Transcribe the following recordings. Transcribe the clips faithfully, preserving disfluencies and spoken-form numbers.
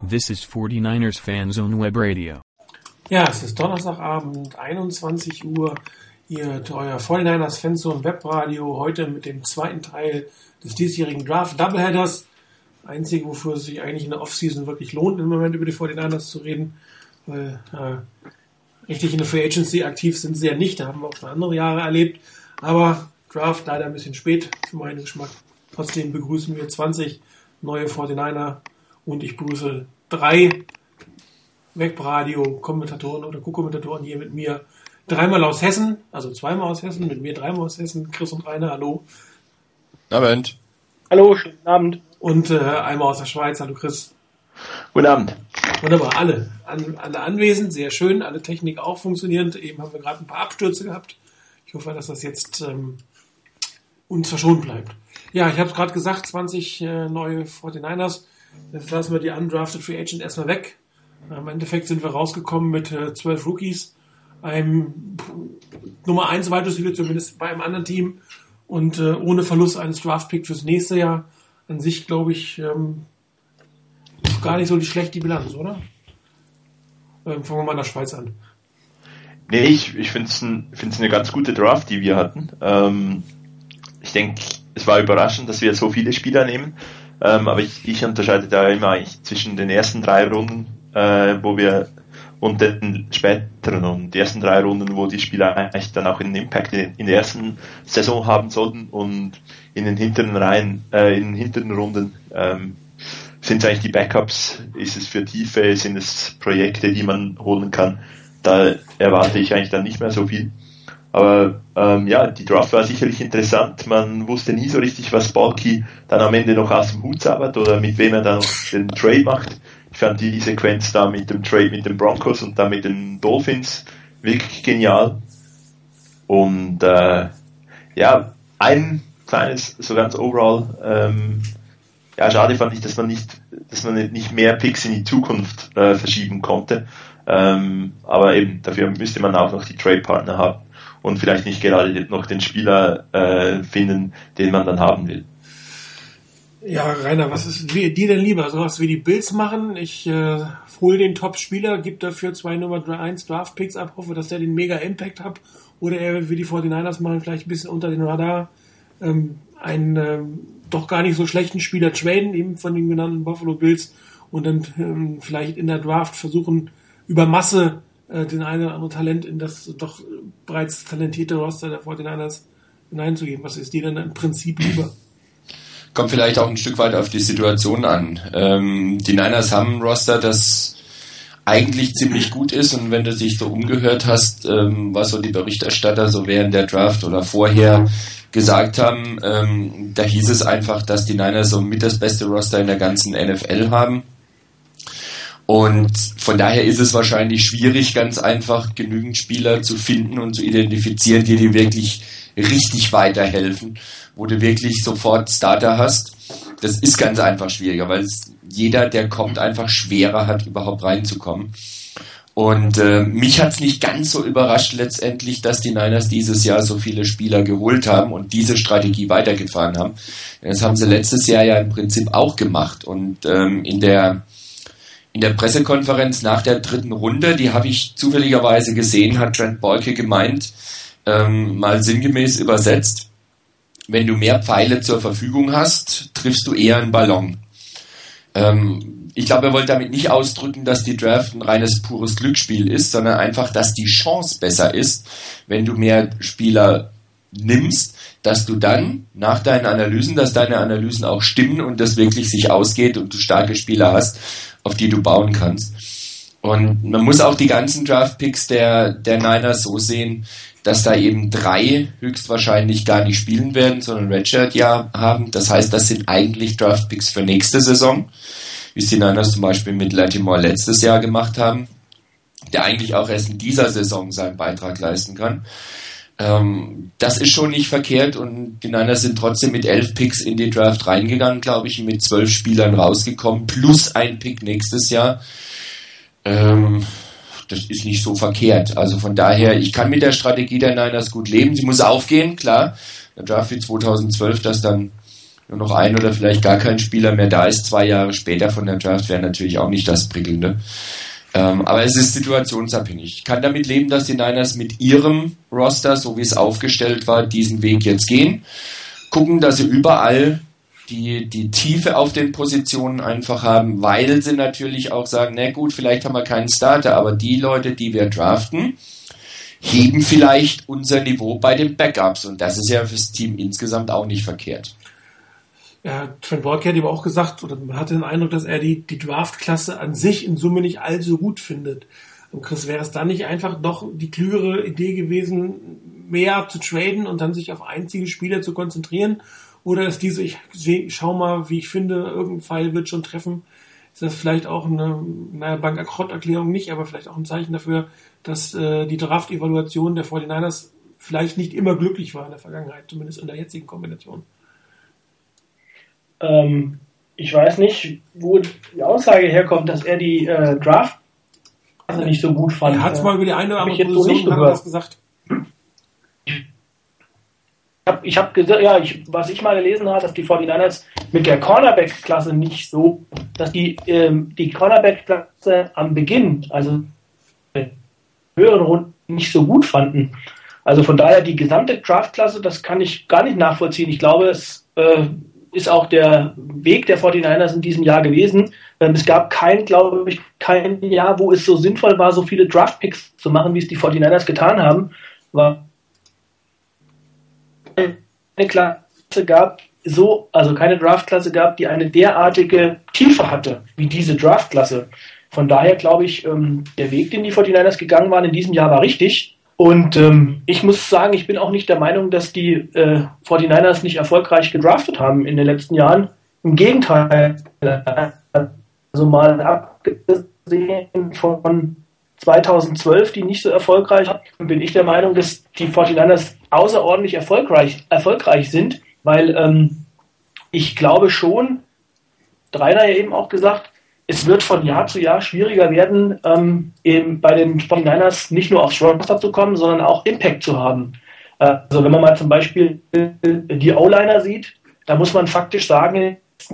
This is forty-niners Fanzone Web Radio. Ja, es ist Donnerstagabend, einundzwanzig Uhr. Ihr euer forty-niners Fanzone Webradio, heute mit dem zweiten Teil des diesjährigen Draft Doubleheaders. Einzige, wofür es sich eigentlich in der Offseason wirklich lohnt, im Moment über die forty-niners zu reden. Weil äh, richtig in der Free Agency aktiv sind sie ja nicht, da haben wir auch schon andere Jahre erlebt. Aber Draft leider ein bisschen spät für meinen Geschmack. Trotzdem begrüßen wir zwanzig neue forty-niner und ich begrüße drei Webradio-Kommentatoren oder Co-Kommentatoren hier mit mir. Dreimal aus Hessen, also zweimal aus Hessen, mit mir dreimal aus Hessen. Chris und Rainer, hallo. Abend. Hallo, schönen Abend. Und äh, einmal aus der Schweiz, hallo Chris. Guten Abend. Wunderbar, alle, an, alle anwesend, sehr schön, alle Technik auch funktionierend. Eben haben wir gerade ein paar Abstürze gehabt. Ich hoffe, dass das jetzt ähm, uns verschont bleibt. Ja, ich habe es gerade gesagt, zwanzig äh, neue forty-niners. Jetzt lassen wir die Undrafted Free Agent erstmal weg. Im Endeffekt sind wir rausgekommen mit äh, zwölf Rookies, einem Nummer eins Wide Receiver zumindest bei einem anderen Team und äh, ohne Verlust eines Draft-Pick fürs nächste Jahr. An sich, glaube ich, ähm, gar nicht so die schlechte Bilanz, oder? Ähm, fangen wir mal in der Schweiz an. Nee, ich, ich finde es ein, eine ganz gute Draft, die wir hatten. Ähm, ich denke, es war überraschend, dass wir so viele Spieler nehmen. Ähm, aber ich, ich unterscheide da immer eigentlich zwischen den ersten drei Runden, äh, wo wir und den späteren und die ersten drei Runden, wo die Spieler eigentlich dann auch einen Impact in, in der ersten Saison haben sollten, und in den hinteren Reihen, äh, in den hinteren Runden ähm, sind es eigentlich die Backups, ist es für Tiefe, sind es Projekte, die man holen kann. Da erwarte ich eigentlich dann nicht mehr so viel. Aber ähm, ja, die Draft war sicherlich interessant. Man wusste nie so richtig, was Balky dann am Ende noch aus dem Hut zaubert oder mit wem er dann noch den Trade macht. Ich fand die Sequenz da mit dem Trade mit den Broncos und dann mit den Dolphins wirklich genial. Und äh, ja, ein kleines, so ganz overall, ähm, ja, schade fand ich, dass man nicht, dass man nicht mehr Picks in die Zukunft äh, verschieben konnte. Ähm, aber eben, dafür müsste man auch noch die Trade-Partner haben und vielleicht nicht gerade noch den Spieler äh, finden, den man dann haben will. Ja, Rainer, was ist dir denn lieber? Sowas wie die Bills machen? Ich äh, hole den Top-Spieler, gebe dafür zwei Nummer eins Draft-Picks ab, hoffe, dass der den Mega-Impact hat. Oder er, wie die forty-niners machen, vielleicht ein bisschen unter den Radar ähm, einen ähm, doch gar nicht so schlechten Spieler traden, eben von den genannten Buffalo Bills, und dann ähm, vielleicht in der Draft versuchen, über Masse äh, den einen oder anderen Talent in das doch bereits talentierte Roster der forty-niners hineinzugeben. Was ist dir denn im Prinzip lieber? Kommt vielleicht auch ein Stück weit auf die Situation an. Ähm, die Niners haben ein Roster, das eigentlich ziemlich gut ist, und wenn du dich so umgehört hast, ähm, was so die Berichterstatter so während der Draft oder vorher gesagt haben, ähm, da hieß es einfach, dass die Niners so mit das beste Roster in der ganzen N F L haben. Und von daher ist es wahrscheinlich schwierig, ganz einfach genügend Spieler zu finden und zu identifizieren, die dir wirklich richtig weiterhelfen, wo du wirklich sofort Starter hast. Das ist ganz einfach schwieriger, weil es jeder, der kommt, einfach schwerer hat, überhaupt reinzukommen. Und äh, mich hat's nicht ganz so überrascht letztendlich, dass die Niners dieses Jahr so viele Spieler geholt haben und diese Strategie weitergefahren haben. Das haben sie letztes Jahr ja im Prinzip auch gemacht. Und ähm, in der in der Pressekonferenz nach der dritten Runde, die habe ich zufälligerweise gesehen, hat Trent Baalke gemeint, ähm, mal sinngemäß übersetzt: Wenn du mehr Pfeile zur Verfügung hast, triffst du eher einen Ballon. Ähm, ich glaube, er wollte damit nicht ausdrücken, dass die Draft ein reines, pures Glücksspiel ist, sondern einfach, dass die Chance besser ist, wenn du mehr Spieler nimmst, dass du dann nach deinen Analysen, dass deine Analysen auch stimmen und das wirklich sich ausgeht und du starke Spieler hast, auf die du bauen kannst. Und man muss auch die ganzen Draft-Picks der, der Niners so sehen, dass da eben drei höchstwahrscheinlich gar nicht spielen werden, sondern Redshirt-Jahr haben. Das heißt, das sind eigentlich Draft-Picks für nächste Saison, wie es die Niners zum Beispiel mit Lattimore letztes Jahr gemacht haben, der eigentlich auch erst in dieser Saison seinen Beitrag leisten kann. Ähm, das ist schon nicht verkehrt, und die Niners sind trotzdem mit elf Picks in die Draft reingegangen, glaube ich, mit zwölf Spielern rausgekommen, plus ein Pick nächstes Jahr. Ähm, das ist nicht so verkehrt. Also von daher, ich kann mit der Strategie der Niners gut leben. Sie muss aufgehen, klar. Der Draft wie zweitausendzwölf, das dann nur noch ein oder vielleicht gar kein Spieler mehr da ist, zwei Jahre später von der Draft, wäre natürlich auch nicht das Prickelnde. Ähm, aber es ist situationsabhängig. Ich kann damit leben, dass die Niners mit ihrem Roster, so wie es aufgestellt war, diesen Weg jetzt gehen. Gucken, dass sie überall die, die Tiefe auf den Positionen einfach haben, weil sie natürlich auch sagen, na gut, vielleicht haben wir keinen Starter, aber die Leute, die wir draften, heben vielleicht unser Niveau bei den Backups. Und das ist ja fürs Team insgesamt auch nicht verkehrt. Ja, Trent Baalke hat ihm auch gesagt, oder man hatte den Eindruck, dass er die, die Draft-Klasse an sich in Summe nicht allzu gut findet. Und Chris, wäre es dann nicht einfach doch die klügere Idee gewesen, mehr zu traden und dann sich auf einzige Spieler zu konzentrieren? Oder ist diese, ich, ich schau mal, wie ich finde, irgendein Pfeil wird schon treffen, ist das vielleicht auch eine, naja, Bankrotterklärung nicht, aber vielleicht auch ein Zeichen dafür, dass äh, die Draft-Evaluation der forty-niners vielleicht nicht immer glücklich war in der Vergangenheit, zumindest in der jetzigen Kombination. Ähm, ich weiß nicht, wo die Aussage herkommt, dass er die äh, Draft also nicht so gut fand. Er hat es mal über die eine oder andere Position Position so hat er das gesagt. Ich habe hab gesagt, ja, ich, was ich mal gelesen habe, dass die forty-niners mit der Cornerback-Klasse nicht so, dass die ähm, die Cornerback-Klasse am Beginn, also in höheren Runden, nicht so gut fanden. Also von daher die gesamte Draft-Klasse, das kann ich gar nicht nachvollziehen. Ich glaube, es äh, ist auch der Weg der forty-niners in diesem Jahr gewesen. Ähm, es gab kein, glaube ich, kein Jahr, wo es so sinnvoll war, so viele Draft-Picks zu machen, wie es die forty-niners getan haben. War eine Klasse gab, so, also keine Draftklasse gab, die eine derartige Tiefe hatte, wie diese Draftklasse. Von daher glaube ich, ähm, der Weg, den die forty-niners gegangen waren in diesem Jahr, war richtig. Und ähm, ich muss sagen, ich bin auch nicht der Meinung, dass die äh, forty-niners nicht erfolgreich gedraftet haben in den letzten Jahren. Im Gegenteil, also mal abgesehen von zweitausendzwölf, die nicht so erfolgreich waren, bin ich der Meinung, dass die forty-niners außerordentlich erfolgreich, erfolgreich sind, weil ähm, ich glaube schon, Rainer ja eben auch gesagt, es wird von Jahr zu Jahr schwieriger werden, ähm, eben bei den forty-niners nicht nur aufs Roster zu kommen, sondern auch Impact zu haben. Äh, also wenn man mal zum Beispiel die O-Liner sieht, da muss man faktisch sagen,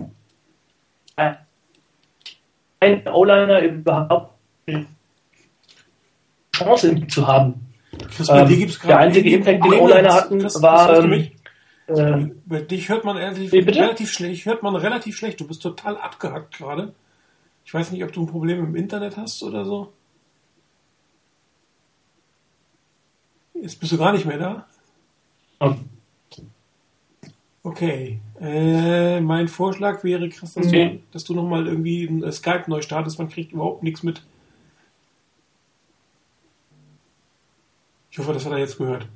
ein O-Liner überhaupt Chance zu haben. Chris, bei ähm, dir gibt's der einzige Impact, den die O-Liner hatten, Chris, war... Chris, Ähm, äh, bei dich hört man relativ, wie bitte? relativ schlecht. Hört man relativ schlecht. Du bist total abgehackt gerade. Ich weiß nicht, ob du ein Problem im Internet hast oder so. Jetzt bist du gar nicht mehr da. okay. Okay. Äh, mein Vorschlag wäre, Chris, dass Nee. du, dass du nochmal irgendwie ein Skype neu startest. Man kriegt überhaupt nichts mit. Ich hoffe, das hat er jetzt gehört.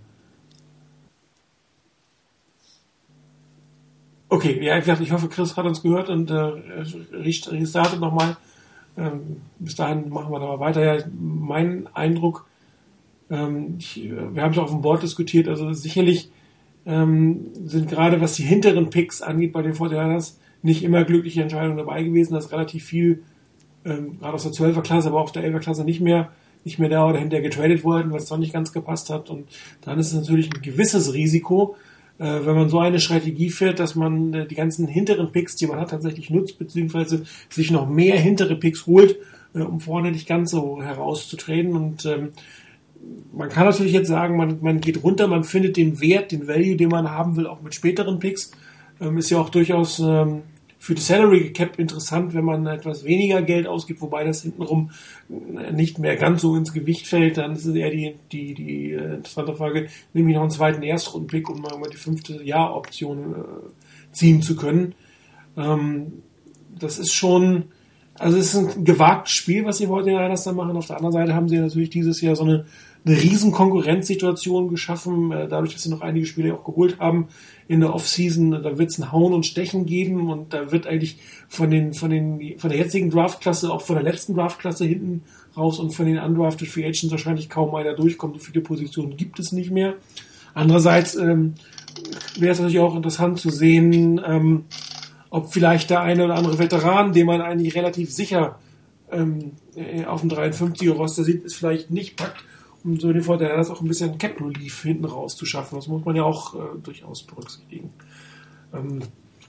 Okay, ja, wie gesagt, ich hoffe, Chris hat uns gehört und äh, restartet nochmal. Ähm, bis dahin machen wir da mal weiter. Ja, mein Eindruck, ähm, ich, wir haben es auch auf dem Board diskutiert, also sicherlich ähm, sind gerade, was die hinteren Picks angeht bei den forty-niners, nicht immer glückliche Entscheidungen dabei gewesen. Da ist relativ viel, ähm, gerade aus der zwölfer-Klasse, aber auch aus der elfer-Klasse nicht mehr, nicht mehr da oder hinterher getradet worden, weil es doch nicht ganz gepasst hat. Und dann ist es natürlich ein gewisses Risiko, wenn man so eine Strategie fährt, dass man die ganzen hinteren Picks, die man hat, tatsächlich nutzt, beziehungsweise sich noch mehr hintere Picks holt, um vorne nicht ganz so herauszutreten. Und ähm, man kann natürlich jetzt sagen, man, man geht runter, man findet den Wert, den Value, den man haben will, auch mit späteren Picks. Ähm, ist ja auch durchaus ähm, für die Salary Cap interessant, wenn man etwas weniger Geld ausgibt, wobei das hintenrum nicht mehr ganz so ins Gewicht fällt. Dann ist es eher die, die, die äh, interessante Frage, nehme ich noch einen zweiten Erstrundenpick, um mal die fünfte Jahr-Option äh, ziehen zu können. Ähm, das ist schon, also es ist ein gewagtes Spiel, was sie heute ja das da machen. Auf der anderen Seite haben sie natürlich dieses Jahr so eine, eine riesen Konkurrenzsituation geschaffen, äh, dadurch, dass sie noch einige Spieler auch geholt haben in der Offseason. Da wird es ein Hauen und Stechen geben und da wird eigentlich von den von den von der jetzigen Draftklasse, auch von der letzten Draftklasse hinten raus und von den undrafted Free Agents wahrscheinlich kaum einer durchkommt. So viele Positionen gibt es nicht mehr. Andererseits ähm, wäre es natürlich auch interessant zu sehen, ähm, ob vielleicht der eine oder andere Veteran, den man eigentlich relativ sicher ähm, auf dem dreiundfünfziger-Roster sieht, es vielleicht nicht packt, um so den Vorteil, das auch ein bisschen Cap Relief hinten raus zu schaffen. Das muss man ja auch äh, durchaus berücksichtigen. Ähm,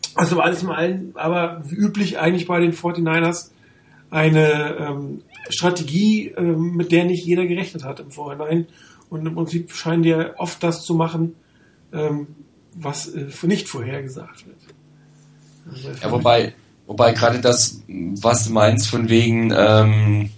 Also alles in allem, aber wie üblich eigentlich bei den forty-niners eine ähm, Strategie, ähm, mit der nicht jeder gerechnet hat im Vorhinein. Und im Prinzip scheinen die ja oft das zu machen, ähm, was äh, nicht vorhergesagt wird. Also ja, wobei, wobei gerade das, was du meinst, von wegen ähm,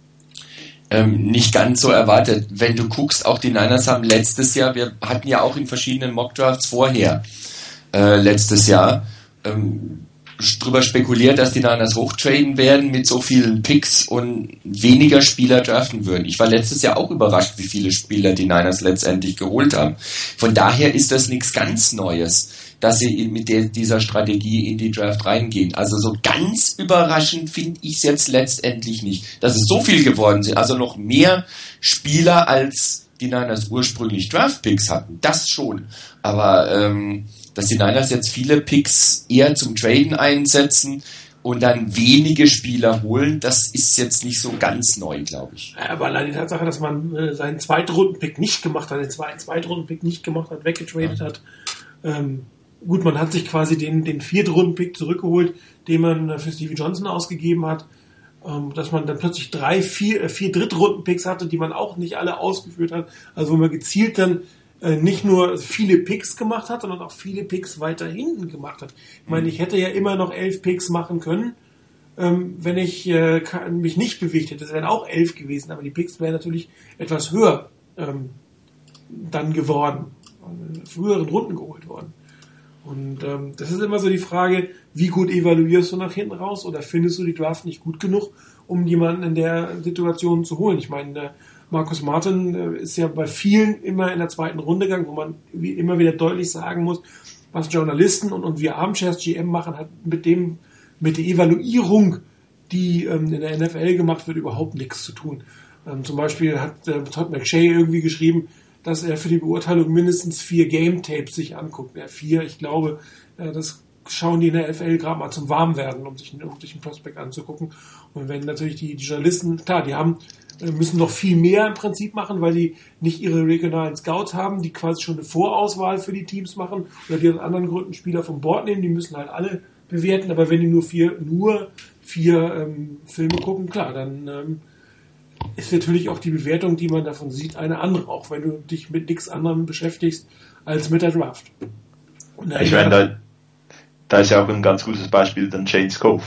ähm, nicht ganz so erwartet. Wenn du guckst, auch die Niners haben letztes Jahr, wir hatten ja auch in verschiedenen Mockdrafts vorher, äh, letztes Jahr, ähm, drüber spekuliert, dass die Niners hochtraden werden mit so vielen Picks und weniger Spieler draften würden. Ich war letztes Jahr auch überrascht, wie viele Spieler die Niners letztendlich geholt haben. Von daher ist das nichts ganz Neues, dass sie mit der, dieser Strategie in die Draft reingehen. Also so ganz überraschend finde ich es jetzt letztendlich nicht, dass es so viel geworden sind. Also noch mehr Spieler, als die Niners ursprünglich Draft-Picks hatten. Das schon. Aber ähm, dass die Niners jetzt viele Picks eher zum Traden einsetzen und dann wenige Spieler holen, das ist jetzt nicht so ganz neu, glaube ich. Aber allein die Tatsache, dass man äh, seinen Zweitrunden-Pick nicht gemacht hat, den zweiten Zweitrunden-Pick nicht gemacht hat, weggetradet ja. hat. Ähm, gut, man hat sich quasi den, den Viertrunden-Pick zurückgeholt, den man äh, für Stevie Johnson ausgegeben hat. Ähm, dass man dann plötzlich drei, vier, äh, vier Drittrunden-Picks hatte, die man auch nicht alle ausgeführt hat. Also wo man gezielt dann nicht nur viele Picks gemacht hat, sondern auch viele Picks weiter hinten gemacht hat. Ich meine, ich hätte ja immer noch elf Picks machen können, ähm, wenn ich äh, mich nicht bewegt hätte. Das wären auch elf gewesen, aber die Picks wären natürlich etwas höher ähm, dann geworden, in früheren Runden geholt worden. Und ähm, das ist immer so die Frage, wie gut evaluierst du nach hinten raus oder findest du die Draft nicht gut genug, um jemanden in der Situation zu holen? Ich meine, äh, Marcus Martin ist ja bei vielen immer in der zweiten Runde gegangen, wo man wie immer wieder deutlich sagen muss, was Journalisten und, und wir Armchairs G M machen, hat mit dem, mit der Evaluierung, die ähm, in der N F L gemacht wird, überhaupt nichts zu tun. Ähm, zum Beispiel hat äh, Todd McShay irgendwie geschrieben, dass er für die Beurteilung mindestens vier Game Tapes sich anguckt. Ja, vier, ich glaube, äh, das schauen die in der N F L gerade mal zum Warmwerden, um sich, um sich einen Prospekt anzugucken. Und wenn natürlich die, die Journalisten, klar, die haben müssen noch viel mehr im Prinzip machen, weil die nicht ihre regionalen Scouts haben, die quasi schon eine Vorauswahl für die Teams machen oder die aus anderen Gründen Spieler vom Board nehmen, die müssen halt alle bewerten, aber wenn die nur vier, nur vier ähm, Filme gucken, klar, dann ähm, ist natürlich auch die Bewertung, die man davon sieht, eine andere, auch wenn du dich mit nichts anderem beschäftigst als mit der Draft. Und ich meine, da, da ist ja auch ein ganz gutes Beispiel dann Shane Scove.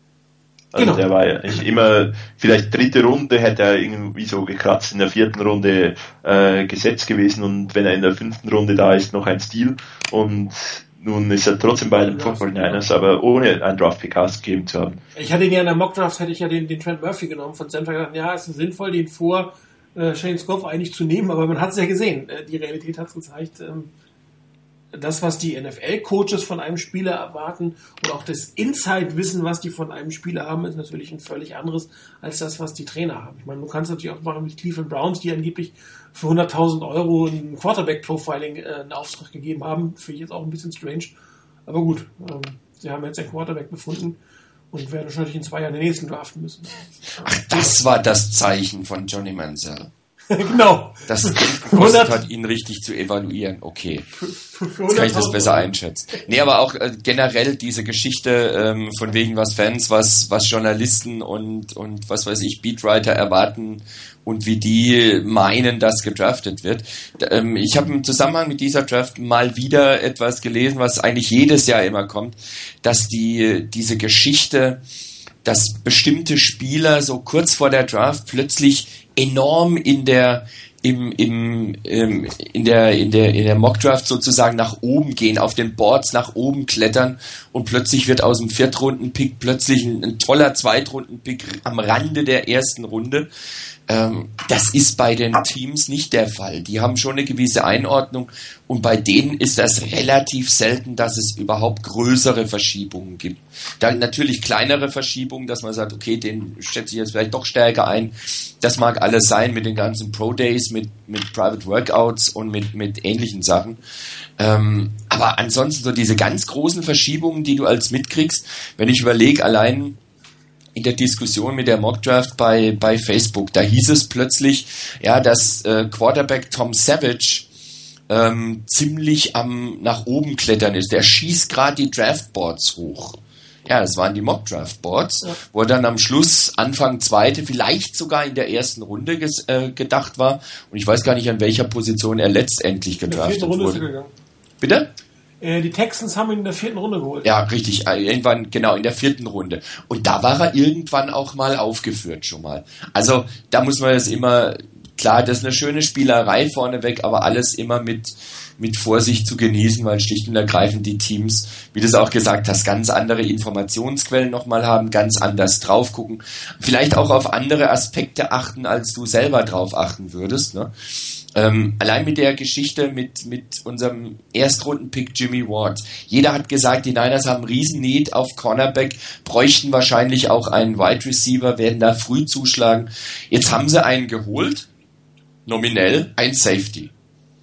Also genau. Der war ja nicht immer, vielleicht dritte Runde hätte er irgendwie so gekratzt, in der vierten Runde äh, gesetzt gewesen und wenn er in der fünften Runde da ist, noch ein Steal und nun ist er trotzdem bei den forty-niners, aber ohne einen Draft-Pick ausgegeben zu haben. Ich hatte ihn ja in der Mock-Draft, hätte ich ja den, den Trent Murphy genommen von Stanford, gedacht, ja, es ist sinnvoll, den vor äh, Shane Scove eigentlich zu nehmen, aber man hat es ja gesehen, äh, die Realität hat es gezeigt, ähm, das, was die N F L-Coaches von einem Spieler erwarten und auch das Inside-Wissen, was die von einem Spieler haben, ist natürlich ein völlig anderes als das, was die Trainer haben. Ich meine, du kannst natürlich auch machen mit Cleveland Browns, die angeblich für hunderttausend Euro ein Quarterback-Profiling äh, einen Auftrag gegeben haben. Finde ich jetzt auch ein bisschen strange. Aber gut, ähm, sie haben jetzt einen Quarterback befunden und werden wahrscheinlich in zwei Jahren den nächsten draften müssen. Ach, das war das Zeichen von Johnny Manziel. Genau. Das gekostet hat, ihn richtig zu evaluieren. Okay. Jetzt kann ich das besser einschätzen. Nee, aber auch äh, generell diese Geschichte ähm, von wegen was Fans, was was Journalisten und und was weiß ich, Beatwriter erwarten und wie die meinen, dass gedraftet wird. Ähm, ich habe im Zusammenhang mit dieser Draft mal wieder etwas gelesen, was eigentlich jedes Jahr immer kommt, dass die diese Geschichte, dass bestimmte Spieler so kurz vor der Draft plötzlich enorm in der im, im, im in der in der in der Mockdraft sozusagen nach oben gehen, auf den Boards nach oben klettern und plötzlich wird aus dem Viertrunden-Pick plötzlich ein, ein toller Zweitrunden-Pick am Rande der ersten Runde. Ähm, das ist bei den Teams nicht der Fall. Die haben schon eine gewisse Einordnung und bei denen ist das relativ selten, dass es überhaupt größere Verschiebungen gibt. Dann natürlich kleinere Verschiebungen, dass man sagt, okay, den schätze ich jetzt vielleicht doch stärker ein. Das mag alles sein mit den ganzen Pro-Days, mit, mit Private Workouts und mit, mit ähnlichen Sachen. Ähm, aber ansonsten so diese ganz großen Verschiebungen, die du als mitkriegst, wenn ich überlege, allein in der Diskussion mit der Mockdraft bei, bei Facebook, da hieß es plötzlich, ja, dass äh, Quarterback Tom Savage ähm, ziemlich am nach oben klettern ist. Der schießt gerade die Draftboards hoch. Ja, das waren die Mock-Draft-Boards, ja. Wo er dann am Schluss Anfang zweite, vielleicht sogar in der ersten Runde ges- äh, gedacht war. Und ich weiß gar nicht, an welcher Position er letztendlich gedraftet wurde. Bitte? Äh, die Texans haben ihn in der vierten Runde geholt. Ja, richtig. Irgendwann, genau, in der vierten Runde. Und da war er irgendwann auch mal aufgeführt schon mal. Also, da muss man das immer, klar, das ist eine schöne Spielerei vorneweg, aber alles immer mit mit Vorsicht zu genießen, weil schlicht und ergreifend die Teams, wie du es auch gesagt hast, ganz andere Informationsquellen nochmal haben, ganz anders drauf gucken, vielleicht auch auf andere Aspekte achten, als du selber drauf achten würdest. Ne? Ähm, allein mit der Geschichte mit, mit unserem Erstrunden-Pick Jimmy Ward. Jeder hat gesagt, die Niners haben riesen Need auf Cornerback, bräuchten wahrscheinlich auch einen Wide Receiver, werden da früh zuschlagen. Jetzt haben sie einen geholt, nominell, ein Safety.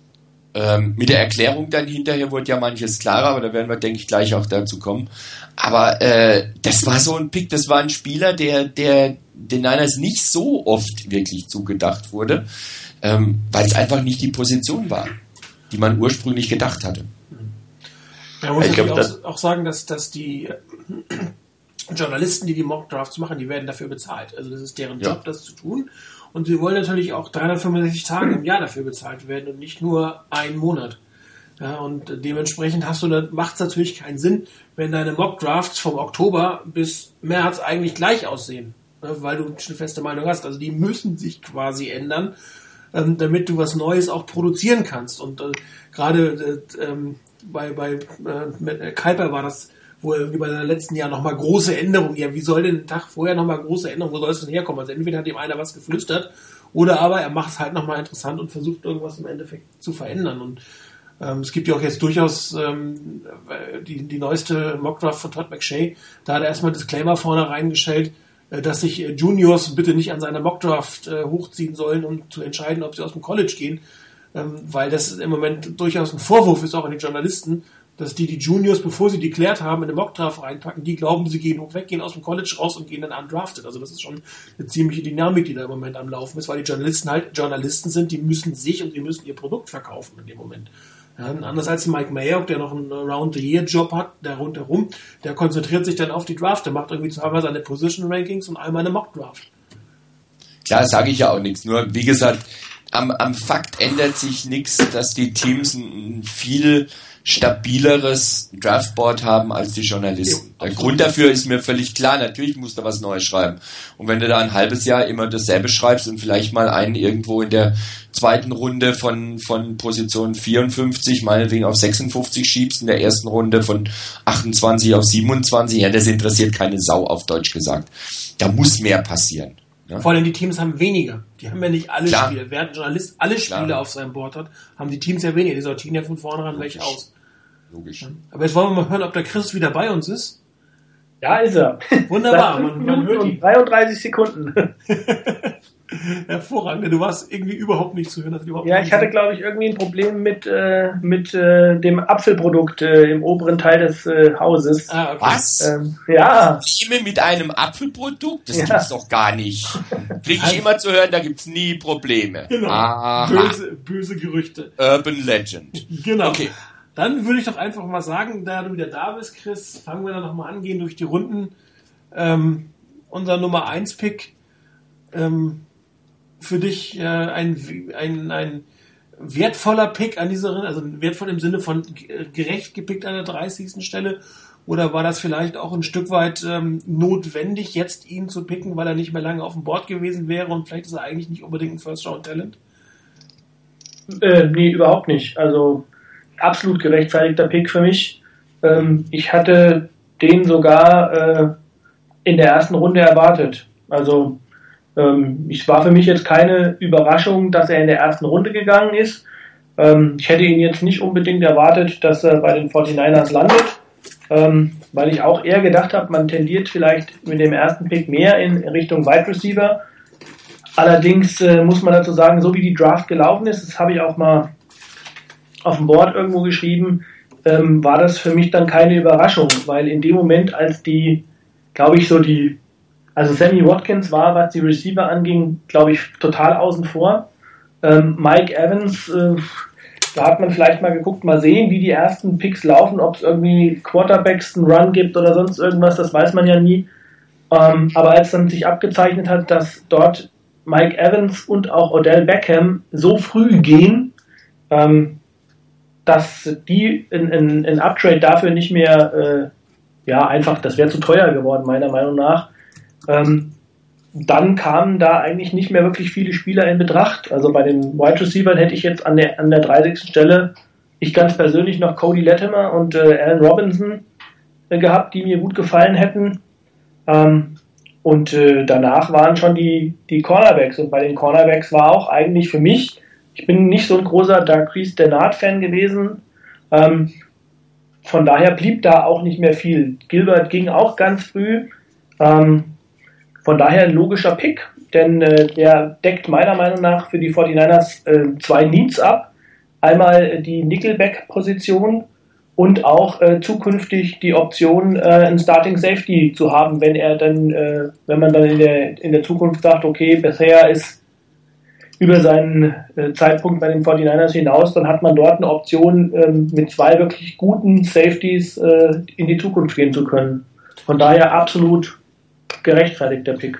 Ähm, mit der Erklärung dann hinterher wurde ja manches klarer, aber da werden wir, denke ich, gleich auch dazu kommen. Aber äh, das war so ein Pick, das war ein Spieler, der, der den Niners nicht so oft wirklich zugedacht wurde, ähm, weil es einfach nicht die Position war, die man ursprünglich gedacht hatte. Man muss natürlich auch, auch sagen, dass, dass die Journalisten, die die Mock-Drafts machen, die werden dafür bezahlt. Also das ist deren Job, ja. Das zu tun. Und sie wollen natürlich auch dreihundertfünfundsechzig Tage im Jahr dafür bezahlt werden und nicht nur einen Monat. Ja, und dementsprechend hast du, macht es natürlich keinen Sinn, wenn deine Mock-Drafts vom Oktober bis März eigentlich gleich aussehen, ne, weil du eine feste Meinung hast. Also die müssen sich quasi ändern, ähm, damit du was Neues auch produzieren kannst. Und äh, gerade äh, ähm, bei, bei äh, mit, äh, Kuiper war das wo irgendwie bei seinem letzten Jahr nochmal große Änderungen, ja, wie soll denn ein Tag vorher nochmal große Änderungen, wo soll es denn herkommen? Also entweder hat ihm einer was geflüstert, oder aber er macht es halt nochmal interessant und versucht irgendwas im Endeffekt zu verändern. Und ähm, es gibt ja auch jetzt durchaus ähm, die, die neueste Mockdraft von Todd McShay, da hat er erstmal Disclaimer vorne reingestellt, äh, dass sich äh, Juniors bitte nicht an seiner Mockdraft äh, hochziehen sollen, um zu entscheiden, ob sie aus dem College gehen, ähm, weil das im Moment durchaus ein Vorwurf ist, auch an die Journalisten, dass die die Juniors, bevor sie deklärt haben, in den Mockdraft reinpacken, die glauben, sie gehen hoch weg, gehen aus dem College raus und gehen dann undrafted. Also das ist schon eine ziemliche Dynamik, die da im Moment am Laufen ist, weil die Journalisten halt Journalisten sind, die müssen sich und die müssen ihr Produkt verkaufen in dem Moment. Ja, anders als Mike Mayock, der noch einen Round-the-Year-Job hat, der rundherum, der konzentriert sich dann auf die Draft, der macht irgendwie zweimal seine Position-Rankings und einmal eine Mock-Draft. Klar, sage ich ja auch nichts. Nur, wie gesagt, am, am Fakt ändert sich nichts, dass die Teams ein viel stabileres Draftboard haben als die Journalisten. Der Grund dafür ist mir völlig klar. Natürlich musst du was Neues schreiben. Und wenn du da ein halbes Jahr immer dasselbe schreibst und vielleicht mal einen irgendwo in der zweiten Runde von, von Position vierundfünfzig, meinetwegen auf sechsundfünfzig schiebst, in der ersten Runde von achtundzwanzig auf siebenundzwanzig, ja, das interessiert keine Sau, auf Deutsch gesagt. Da muss mehr passieren. Ja? Vor allem die Teams haben weniger. Die haben ja nicht alle Klar. Spiele. Während ein Journalist alle Spiele Klar. auf seinem Board hat, haben die Teams ja weniger. Die sortieren ja von vornherein welche aus. Logisch. Aber jetzt wollen wir mal hören, ob der Chris wieder bei uns ist. Ja, ist er. Wunderbar, man, man hört ihn. dreiunddreißig Sekunden. Hervorragend, du warst irgendwie überhaupt nicht zu hören. Dass überhaupt ja, ich hatte, glaube ich, irgendwie ein Problem mit, äh, mit äh, dem Apfelprodukt äh, im oberen Teil des äh, Hauses. Ah, okay. Was? Ähm, ja. Probleme mit einem Apfelprodukt? Das Ja. gibt's doch gar nicht. Kriege ich immer zu hören, da gibt's nie Probleme. Genau. Aha. Böse, böse Gerüchte. Urban Legend. Genau. Okay. Dann würde ich doch einfach mal sagen, da du wieder da bist, Chris, fangen wir dann nochmal an, gehen durch die Runden. Ähm, unser Nummer eins Pick. Ähm, für dich äh, ein, ein, ein wertvoller Pick an dieser, also wertvoll im Sinne von gerecht gepickt an der dreißigsten Stelle? Oder war das vielleicht auch ein Stück weit ähm, notwendig, jetzt ihn zu picken, weil er nicht mehr lange auf dem Board gewesen wäre und vielleicht ist er eigentlich nicht unbedingt ein First-Round-Talent? Äh, nee, überhaupt nicht. Also absolut gerechtfertigter Pick für mich. Ähm, ich hatte den sogar äh, in der ersten Runde erwartet. Also ähm, es war für mich jetzt keine Überraschung, dass er in der ersten Runde gegangen ist. Ähm, ich hätte ihn jetzt nicht unbedingt erwartet, dass er bei den forty-niners landet, ähm, weil ich auch eher gedacht habe, man tendiert vielleicht mit dem ersten Pick mehr in Richtung Wide Receiver. Allerdings äh, muss man dazu sagen, so wie die Draft gelaufen ist, das habe ich auch mal auf dem Board irgendwo geschrieben, ähm, war das für mich dann keine Überraschung, weil in dem Moment, als die, glaube ich, so die, also Sammy Watkins war, was die Receiver anging, glaube ich, total außen vor. Ähm, Mike Evans, äh, da hat man vielleicht mal geguckt, mal sehen, wie die ersten Picks laufen, ob es irgendwie Quarterbacks einen Run gibt oder sonst irgendwas, das weiß man ja nie. Ähm, aber als dann sich abgezeichnet hat, dass dort Mike Evans und auch Odell Beckham so früh gehen, ähm, dass die in, in, in Uptrade dafür nicht mehr, äh, ja, einfach, das wäre zu teuer geworden, meiner Meinung nach. Ähm, dann kamen da eigentlich nicht mehr wirklich viele Spieler in Betracht. Also bei den Wide Receivers hätte ich jetzt an der, an der dreißigsten Stelle ich ganz persönlich noch Cody Latimer und äh, Allen Robinson äh, gehabt, die mir gut gefallen hätten. Ähm, und äh, danach waren schon die, die Cornerbacks. Und bei den Cornerbacks war auch eigentlich für mich, ich bin nicht so ein großer Darqueze Dennard-Fan gewesen. Ähm, von daher blieb da auch nicht mehr viel. Gilbert ging auch ganz früh. Ähm, von daher ein logischer Pick, denn äh, der deckt meiner Meinung nach für die forty-niners äh, zwei Needs ab. Einmal äh, die Nickelback-Position und auch äh, zukünftig die Option, äh, einen Starting Safety zu haben, wenn er dann, äh, wenn man dann in der, in der Zukunft sagt, okay, bisher ist über seinen äh, Zeitpunkt bei den forty-niners hinaus, dann hat man dort eine Option, äh, mit zwei wirklich guten Safeties äh, in die Zukunft gehen zu können. Von daher absolut gerechtfertigter Pick.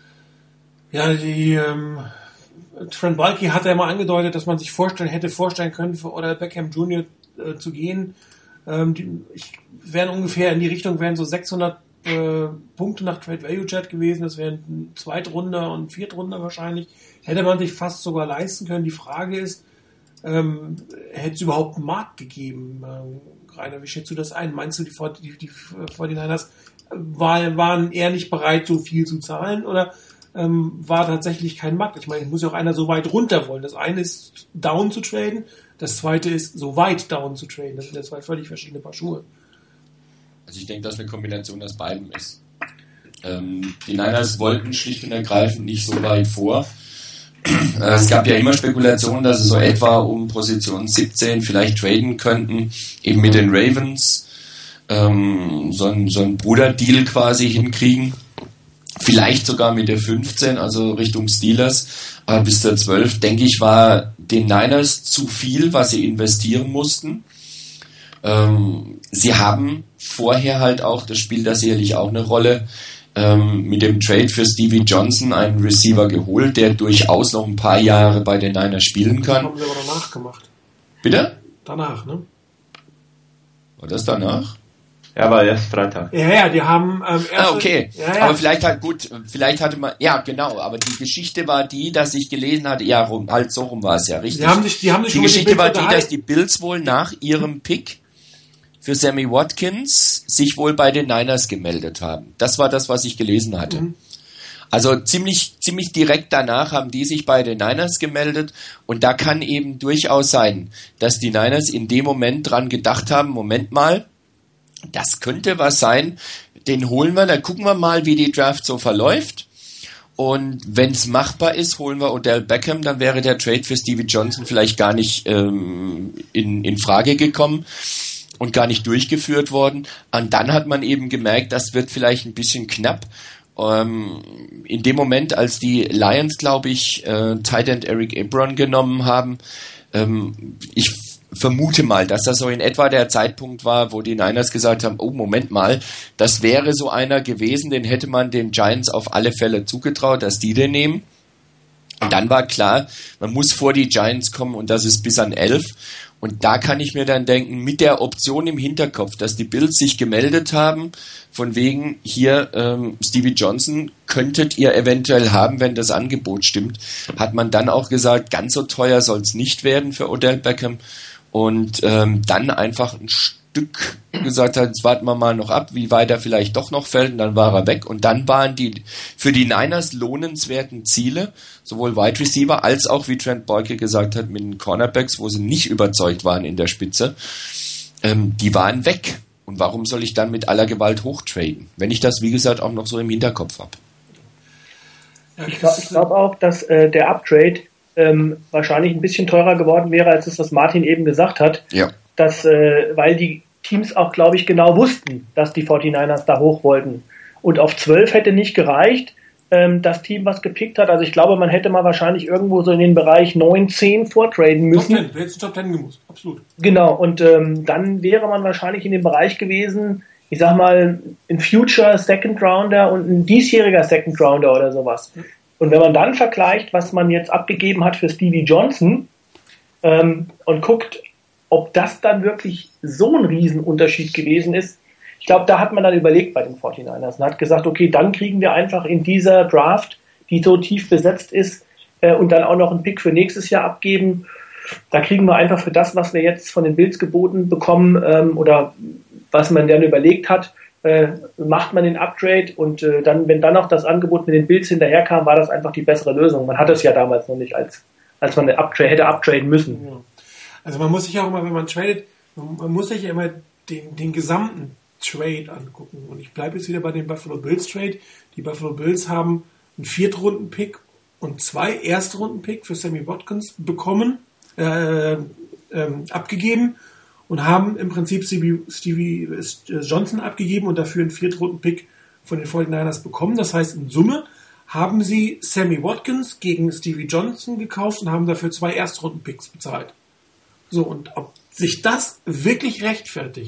Ja, die ähm, Trent Baalke hat ja mal angedeutet, dass man sich vorstellen hätte vorstellen können, für Odell Beckham Junior äh, zu gehen. Ähm, die, ich wären ungefähr in die Richtung, wären so sechshundert äh, Punkte nach Trade Value Chat gewesen. Das wären ein Zweitrunder und ein Viertrunder wahrscheinlich. Hätte man sich fast sogar leisten können. Die Frage ist, ähm, hätte es überhaupt einen Markt gegeben? Ähm, Rainer, wie schätzt du das ein? Meinst du, die, die, die forty-niners war, waren eher nicht bereit, so viel zu zahlen, oder ähm, war tatsächlich kein Markt? Ich meine, es muss ja auch einer so weit runter wollen. Das eine ist, down zu traden, das zweite ist, so weit down zu traden. Das sind ja zwei völlig verschiedene Paar Schuhe. Also ich denke, dass eine Kombination aus beidem ist. Ähm, die Niners wollten schlicht und ergreifend nicht so weit vor. Es gab ja immer Spekulationen, dass sie so etwa um Position siebzehn vielleicht traden könnten, eben mit den Ravens. Ähm, so ein, so ein Bruderdeal quasi hinkriegen. Vielleicht sogar mit der fünfzehn, also Richtung Steelers. Aber bis der zwölf, denke ich, war den Niners zu viel, was sie investieren mussten. Ähm, sie haben vorher halt auch, das spielt da sicherlich auch eine Rolle, ähm, mit dem Trade für Stevie Johnson einen Receiver geholt, der durchaus noch ein paar Jahre bei den Niners spielen kann. Das haben sie aber danach gemacht. Bitte? Danach, ne? War das danach? Ja, war erst Freitag. Ja, ja, die haben ähm, erst. Ah, okay. Ja, ja. Aber vielleicht halt gut, vielleicht hatte man, ja, genau, aber die Geschichte war die, dass ich gelesen hatte, ja, rum, halt so rum war es ja, richtig. Die haben sich, die haben sich die schon Geschichte mit war den die, dass die Bills wohl nach ihrem Pick für Sammy Watkins sich wohl bei den Niners gemeldet haben. Das war das, was ich gelesen hatte. Mhm. Also ziemlich, ziemlich direkt danach haben die sich bei den Niners gemeldet, und da kann eben durchaus sein, dass die Niners in dem Moment dran gedacht haben, Moment mal, das könnte was sein, den holen wir, dann gucken wir mal, wie die Draft so verläuft, und wenn es machbar ist, holen wir Odell Beckham, dann wäre der Trade für Stevie Johnson vielleicht gar nicht ähm, in, in Frage gekommen und gar nicht durchgeführt worden. Und dann hat man eben gemerkt, das wird vielleicht ein bisschen knapp. Ähm, in dem Moment, als die Lions, glaube ich, äh, Tight End Eric Ebron genommen haben, ähm, ich vermute mal, dass das so in etwa der Zeitpunkt war, wo die Niners gesagt haben, oh, Moment mal, das wäre so einer gewesen, den hätte man den Giants auf alle Fälle zugetraut, dass die den nehmen. Und dann war klar, man muss vor die Giants kommen, und das ist bis an elf. Und da kann ich mir dann denken, mit der Option im Hinterkopf, dass die Bills sich gemeldet haben, von wegen, hier, ähm, Stevie Johnson könntet ihr eventuell haben, wenn das Angebot stimmt, hat man dann auch gesagt, ganz so teuer soll es nicht werden für Odell Beckham. Und ähm, dann einfach ein Stück gesagt hat, jetzt warten wir mal noch ab, wie weit er vielleicht doch noch fällt, und dann war er weg. Und dann waren die für die Niners lohnenswerten Ziele, sowohl Wide Receiver als auch, wie Trent Baalke gesagt hat, mit den Cornerbacks, wo sie nicht überzeugt waren in der Spitze, ähm, die waren weg. Und warum soll ich dann mit aller Gewalt hochtraden, wenn ich das, wie gesagt, auch noch so im Hinterkopf habe? Ich glaube glaub auch, dass äh, der Uptrade ähm, wahrscheinlich ein bisschen teurer geworden wäre, als es, was Martin eben gesagt hat. Ja. Dass, äh, weil die Teams auch, glaube ich, genau wussten, dass die forty-niners da hoch wollten. Und auf zwölf hätte nicht gereicht. ähm, das Team, was gepickt hat. Also ich glaube, man hätte mal wahrscheinlich irgendwo so in den Bereich neun, zehn vortraden müssen. Top Ten, du hättest Top Ten gemusst, absolut. Genau, und ähm, dann wäre man wahrscheinlich in dem Bereich gewesen, ich sag mal, ein Future Second Rounder und ein diesjähriger Second Rounder oder sowas. Und wenn man dann vergleicht, was man jetzt abgegeben hat für Stevie Johnson ähm, und guckt, ob das dann wirklich so ein Riesenunterschied gewesen ist, ich glaube, da hat man dann überlegt bei den forty-niners und hat gesagt, okay, dann kriegen wir einfach in dieser Draft, die so tief besetzt ist, äh, und dann auch noch einen Pick für nächstes Jahr abgeben. Da kriegen wir einfach für das, was wir jetzt von den Bills geboten bekommen, ähm, oder was man dann überlegt hat, äh, macht man den Upgrade und äh, dann, wenn dann noch das Angebot mit den Bills hinterherkam, war das einfach die bessere Lösung. Man hat es ja damals noch nicht, als, als man Upgrade, hätte upgraden müssen. Also man muss sich auch immer, wenn man tradet, man muss sich ja immer den, den gesamten Trade angucken. Und ich bleibe jetzt wieder bei dem Buffalo Bills Trade. Die Buffalo Bills haben einen Viertrunden-Pick und zwei Erstrunden-Pick für Sammy Watkins bekommen, äh, ähm, abgegeben und haben im Prinzip Stevie, Stevie Johnson abgegeben und dafür einen Viertrunden-Pick von den forty-niners bekommen. Das heißt, in Summe haben sie Sammy Watkins gegen Stevie Johnson gekauft und haben dafür zwei Erstrunden-Picks bezahlt. So, und ob sich das wirklich rechtfertigt,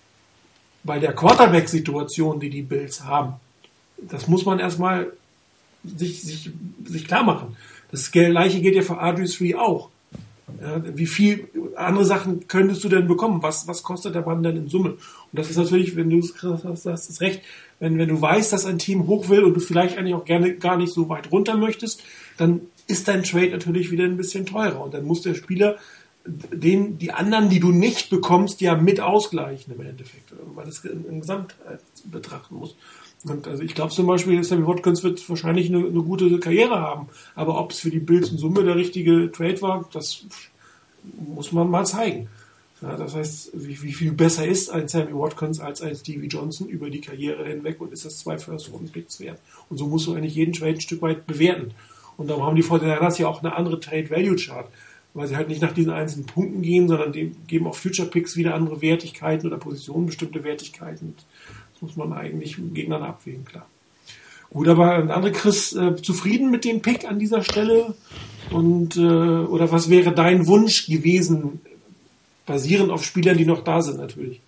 bei der Quarterback-Situation, die die Bills haben, das muss man erstmal sich, sich, sich klar machen. Das Gleiche geht ja für R G drei auch. Ja, wie viel andere Sachen könntest du denn bekommen? Was, was kostet der Mann denn in Summe? Und das ist natürlich, wenn du hast, hast das recht, wenn, wenn du weißt, dass ein Team hoch will und du vielleicht eigentlich auch gerne gar nicht so weit runter möchtest, dann ist dein Trade natürlich wieder ein bisschen teurer. Und dann muss der Spieler den, die anderen, die du nicht bekommst, ja mit ausgleichen im Endeffekt, weil das im Gesamt betrachten muss. Und also ich glaube zum Beispiel, Sammy Watkins wird wahrscheinlich eine, eine gute Karriere haben, aber ob es für die Bills in Summe der richtige Trade war, das muss man mal zeigen. Ja, das heißt, wie, wie viel besser ist ein Sammy Watkins als ein Stevie Johnson über die Karriere hinweg und ist das zwei First-Round-Picks wert? Und so musst du eigentlich jeden Trade ein Stück weit bewerten. Und darum haben die forty-niners ja auch eine andere Trade-Value-Chart, weil sie halt nicht nach diesen einzelnen Punkten gehen, sondern die geben auf Future-Picks wieder andere Wertigkeiten oder Positionen bestimmte Wertigkeiten. Das muss man eigentlich gegeneinander abwägen, klar. Gut, aber ein anderer Chris, äh, zufrieden mit dem Pick an dieser Stelle? Und äh, oder was wäre dein Wunsch gewesen, basierend auf Spielern, die noch da sind natürlich?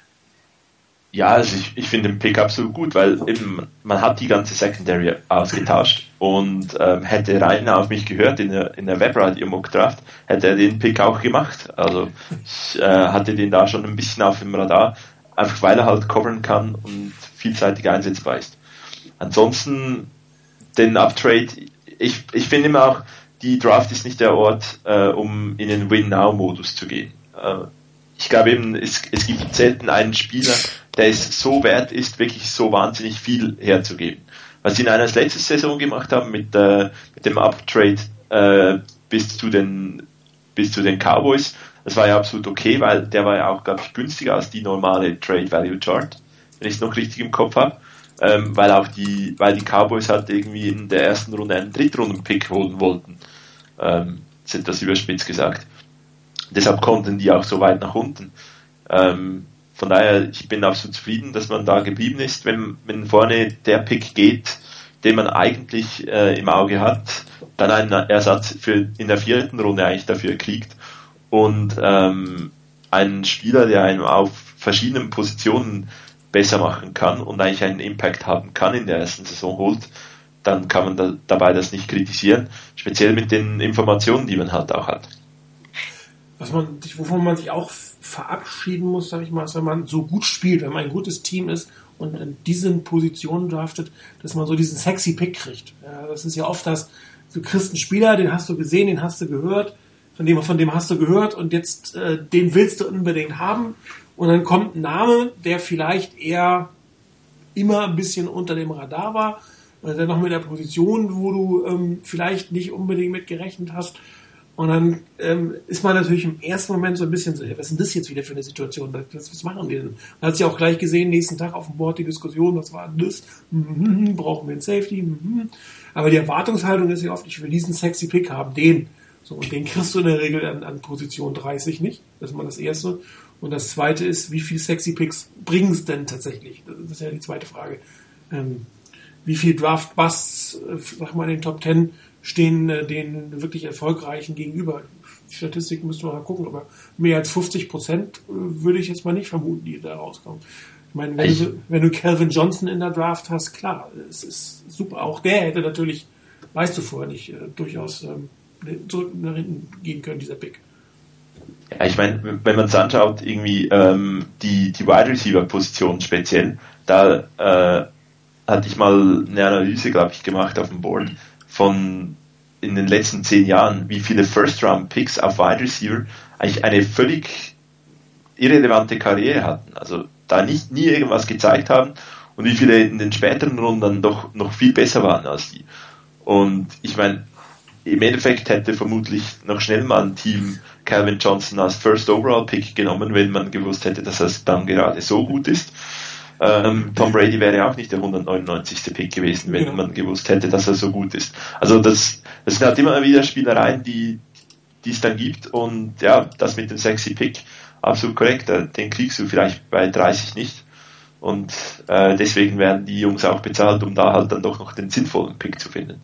Ja, also ich, ich finde den Pick absolut gut, weil eben man hat die ganze Secondary ausgetauscht und ähm, hätte Rainer auf mich gehört in der, in der Webradio Mock Draft, hätte er den Pick auch gemacht. Also ich äh, hatte den da schon ein bisschen auf dem Radar, einfach weil er halt covern kann und vielseitig einsetzbar ist. Ansonsten den Uptrade, ich, ich finde immer auch, die Draft ist nicht der Ort, äh, um in den Win-Now-Modus zu gehen. Äh, ich glaube eben, es, es gibt selten einen Spieler, der es so wert ist, wirklich so wahnsinnig viel herzugeben. Was die Niners letzte Saison gemacht haben mit, äh, mit dem Uptrade äh, bis zu den bis zu den Cowboys, das war ja absolut okay, weil der war ja auch, glaube ich, günstiger als die normale Trade Value Chart, wenn ich es noch richtig im Kopf habe. Ähm, weil auch die, weil die Cowboys halt irgendwie in der ersten Runde einen Drittrunden-Pick holen wollten. Ähm, ist etwas überspitzt gesagt. Deshalb konnten die auch so weit nach unten. Ähm, von daher, ich bin absolut zufrieden, dass man da geblieben ist, wenn, wenn vorne der Pick geht, den man eigentlich äh, im Auge hat, dann einen Ersatz für in der vierten Runde eigentlich dafür kriegt und ähm, einen Spieler, der einem auf verschiedenen Positionen besser machen kann und eigentlich einen Impact haben kann in der ersten Saison holt, dann kann man da, dabei das nicht kritisieren, speziell mit den Informationen, die man halt auch hat. Was man, wovon man sich auch verabschieden muss, sag ich mal, ist, wenn man so gut spielt, wenn man ein gutes Team ist und in diesen Positionen draftet, dass man so diesen sexy Pick kriegt. Ja, das ist ja oft das, du kriegst einen Spieler, den hast du gesehen, den hast du gehört, von dem, von dem hast du gehört und jetzt äh, den willst du unbedingt haben. Und dann kommt ein Name, der vielleicht eher immer ein bisschen unter dem Radar war, oder der noch mit der Position, wo du ähm, vielleicht nicht unbedingt mit gerechnet hast. Und dann ähm, ist man natürlich im ersten Moment so ein bisschen so, was ist denn das jetzt wieder für eine Situation? Was, was machen wir denn? Man hat es ja auch gleich gesehen, nächsten Tag auf dem Board die Diskussion, was war denn das? Mhm, brauchen wir einen Safety? Mhm. Aber die Erwartungshaltung ist ja oft, ich will diesen sexy Pick haben, den. So, und den kriegst du in der Regel an, an Position dreißig nicht. Das ist mal das Erste. Und das Zweite ist, wie viel sexy Picks bringen es denn tatsächlich? Das ist ja die zweite Frage. Ähm, wie viel Draft-Busts, äh, sag mal, in den Top Ten stehen äh, den wirklich Erfolgreichen gegenüber. Die Statistiken müssen wir mal gucken, aber mehr als fünfzig Prozent äh, würde ich jetzt mal nicht vermuten, die da rauskommen. Ich meine, wenn, du, wenn du Calvin Johnson in der Draft hast, klar, es ist super. Auch der hätte natürlich, weißt du vorher nicht, äh, durchaus ähm, zurück nach hinten gehen können, dieser Pick. Ja, ich meine, wenn man es anschaut, irgendwie ähm, die, die Wide Receiver Position speziell, da äh, hatte ich mal eine Analyse, glaube ich, gemacht auf dem Board von in den letzten zehn Jahren, wie viele First-Round-Picks auf Wide Receiver eigentlich eine völlig irrelevante Karriere hatten. Also da nicht nie irgendwas gezeigt haben und wie viele in den späteren Runden dann doch noch viel besser waren als die. Und ich meine, im Endeffekt hätte vermutlich noch schnell mal ein Team Calvin Johnson als First Overall Pick genommen, wenn man gewusst hätte, dass es dann gerade so gut ist. Ähm, Tom Brady wäre auch nicht der hundertneunundneunzigste Pick gewesen, wenn ja. man gewusst hätte, dass er so gut ist. Also das, das sind halt immer wieder Spielereien, die die es dann gibt, und ja, das mit dem sexy Pick, absolut korrekt, den kriegst du vielleicht bei dreißig nicht, und äh, deswegen werden die Jungs auch bezahlt, um da halt dann doch noch den sinnvollen Pick zu finden.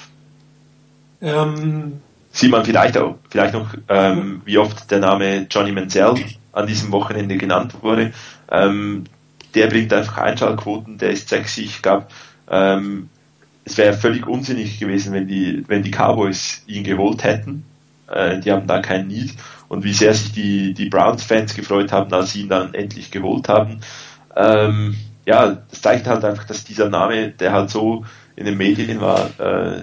Ähm, Sieht man vielleicht auch, vielleicht noch, ähm, wie oft der Name Johnny Manziel an diesem Wochenende genannt wurde. Ähm, der bringt einfach Einschaltquoten, der ist sexy. Ich glaube, ähm, es wäre völlig unsinnig gewesen, wenn die, wenn die Cowboys ihn geholt hätten. Äh, die haben da keinen Need. Und wie sehr sich die, die Browns-Fans gefreut haben, als sie ihn dann endlich geholt haben. Ähm, ja, das zeigt halt einfach, dass dieser Name, der halt so in den Medien war, äh,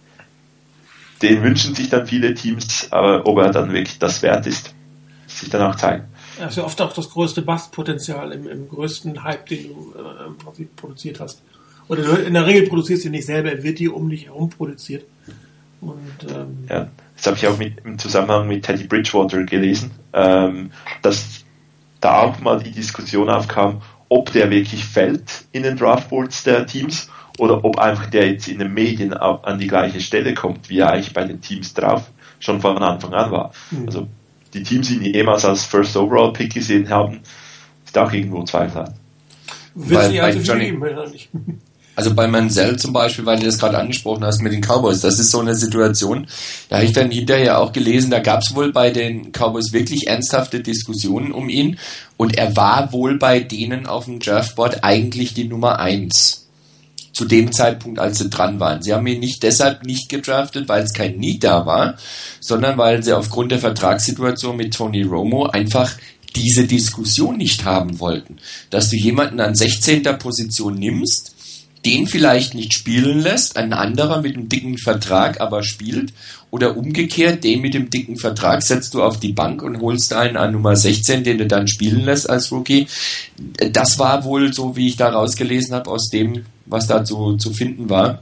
den wünschen sich dann viele Teams, aber ob er dann wirklich das wert ist, sich dann auch zeigen. Das ist ja oft auch das größte Bust-Potenzial im, im größten Hype, den du äh, im Prinzip produziert hast. Oder du in der Regel produzierst du nicht selber, er wird dir um dich herum produziert. Und, ähm, ja, das habe ich auch mit, im Zusammenhang mit Teddy Bridgewater gelesen, ähm, dass da auch mal die Diskussion aufkam, ob der wirklich fällt in den Draftboards der Teams oder ob einfach der jetzt in den Medien an die gleiche Stelle kommt, wie er eigentlich bei den Teams drauf schon von Anfang an war. Mhm. Also die Teams, die ihn jemals als First Overall Pick gesehen haben, ist auch irgendwo zweifelhaft. Wird sie also Johnny, nicht. Also bei Manziel zum Beispiel, weil du das gerade angesprochen hast mit den Cowboys, das ist so eine Situation, da habe ich dann hinterher auch gelesen, da gab es wohl bei den Cowboys wirklich ernsthafte Diskussionen um ihn, und er war wohl bei denen auf dem Draftboard eigentlich die Nummer eins. Zu dem Zeitpunkt, als sie dran waren. Sie haben ihn nicht deshalb nicht gedraftet, weil es kein Need da war, sondern weil sie aufgrund der Vertragssituation mit Tony Romo einfach diese Diskussion nicht haben wollten. Dass du jemanden an sechzehnter Position nimmst, den vielleicht nicht spielen lässt, ein anderer mit einem dicken Vertrag aber spielt, oder umgekehrt, den mit dem dicken Vertrag setzt du auf die Bank und holst einen an Nummer sechzehn, den du dann spielen lässt als Rookie. Das war wohl so, wie ich da rausgelesen habe, aus dem, was da zu, zu finden war,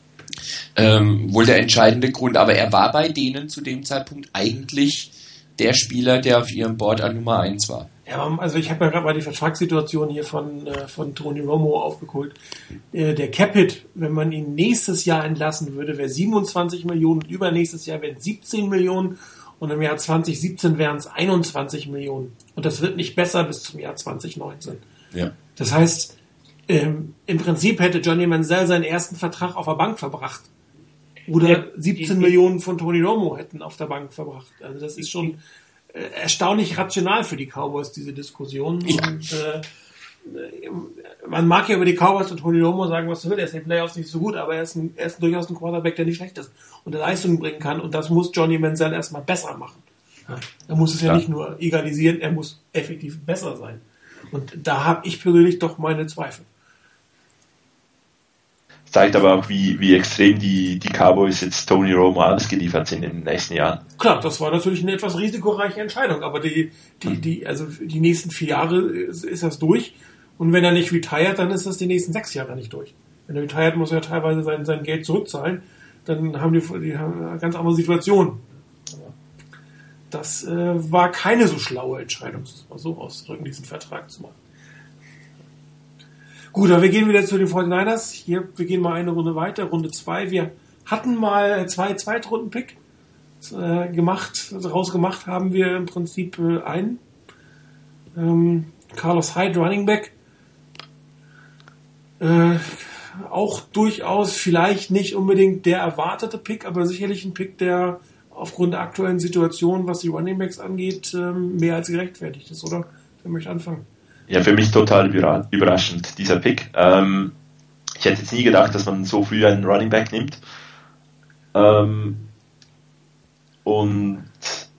ähm, wohl der entscheidende Grund. Aber er war bei denen zu dem Zeitpunkt eigentlich der Spieler, der auf ihrem Board an Nummer eins war. Ja, also ich habe ja gerade mal die Vertragssituation hier von, äh, von Tony Romo aufgeholt. Äh, der Capit, wenn man ihn nächstes Jahr entlassen würde, wäre siebenundzwanzig Millionen, übernächstes Jahr wären siebzehn Millionen und im Jahr zwanzig siebzehn wären es einundzwanzig Millionen. Und das wird nicht besser bis zum Jahr zwanzig neunzehn. Ja. Das heißt, ähm, im Prinzip hätte Johnny Manziel seinen ersten Vertrag auf der Bank verbracht. Oder siebzehn Millionen von Tony Romo hätten auf der Bank verbracht. Also das ist schon erstaunlich rational für die Cowboys, diese Diskussion. Ja. Und, äh, man mag ja über die Cowboys und Tony Romo sagen, was du willst. Er ist in den Playoffs nicht so gut, aber er ist, ein, er ist durchaus ein Quarterback, der nicht schlecht ist und der Leistung bringen kann. Und das muss Johnny Manziel erstmal besser machen. Ja. Er muss es ja, ja nicht nur egalisieren, er muss effektiv besser sein. Und da habe ich persönlich doch meine Zweifel. Zeigt aber auch, wie, wie extrem die, die Cowboys jetzt Tony Romo ausgeliefert sind in den nächsten Jahren. Klar, das war natürlich eine etwas risikoreiche Entscheidung, aber die, die, die, also die nächsten vier Jahre ist, ist das durch. Und wenn er nicht retired, dann ist das die nächsten sechs Jahre nicht durch. Wenn er retired, muss er teilweise sein, sein Geld zurückzahlen. Dann haben die, die haben eine ganz andere Situation. Das äh, war keine so schlaue Entscheidung, das mal so auszudrücken, diesen Vertrag zu machen. Gut, aber wir gehen wieder zu den forty-niners. Hier, wir gehen mal eine Runde weiter, Runde zwei. Wir hatten mal zwei Zweitrunden-Pick äh, gemacht, also rausgemacht haben wir im Prinzip äh, einen. Ähm, Carlos Hyde, Running Back. Äh, auch durchaus vielleicht nicht unbedingt der erwartete Pick, aber sicherlich ein Pick, der aufgrund der aktuellen Situation, was die Running Backs angeht, mehr als gerechtfertigt ist, oder? Wer möchte anfangen? Ja, für mich total überraschend, dieser Pick. Ähm, ich hätte jetzt nie gedacht, dass man so früh einen Running Back nimmt. Ähm, und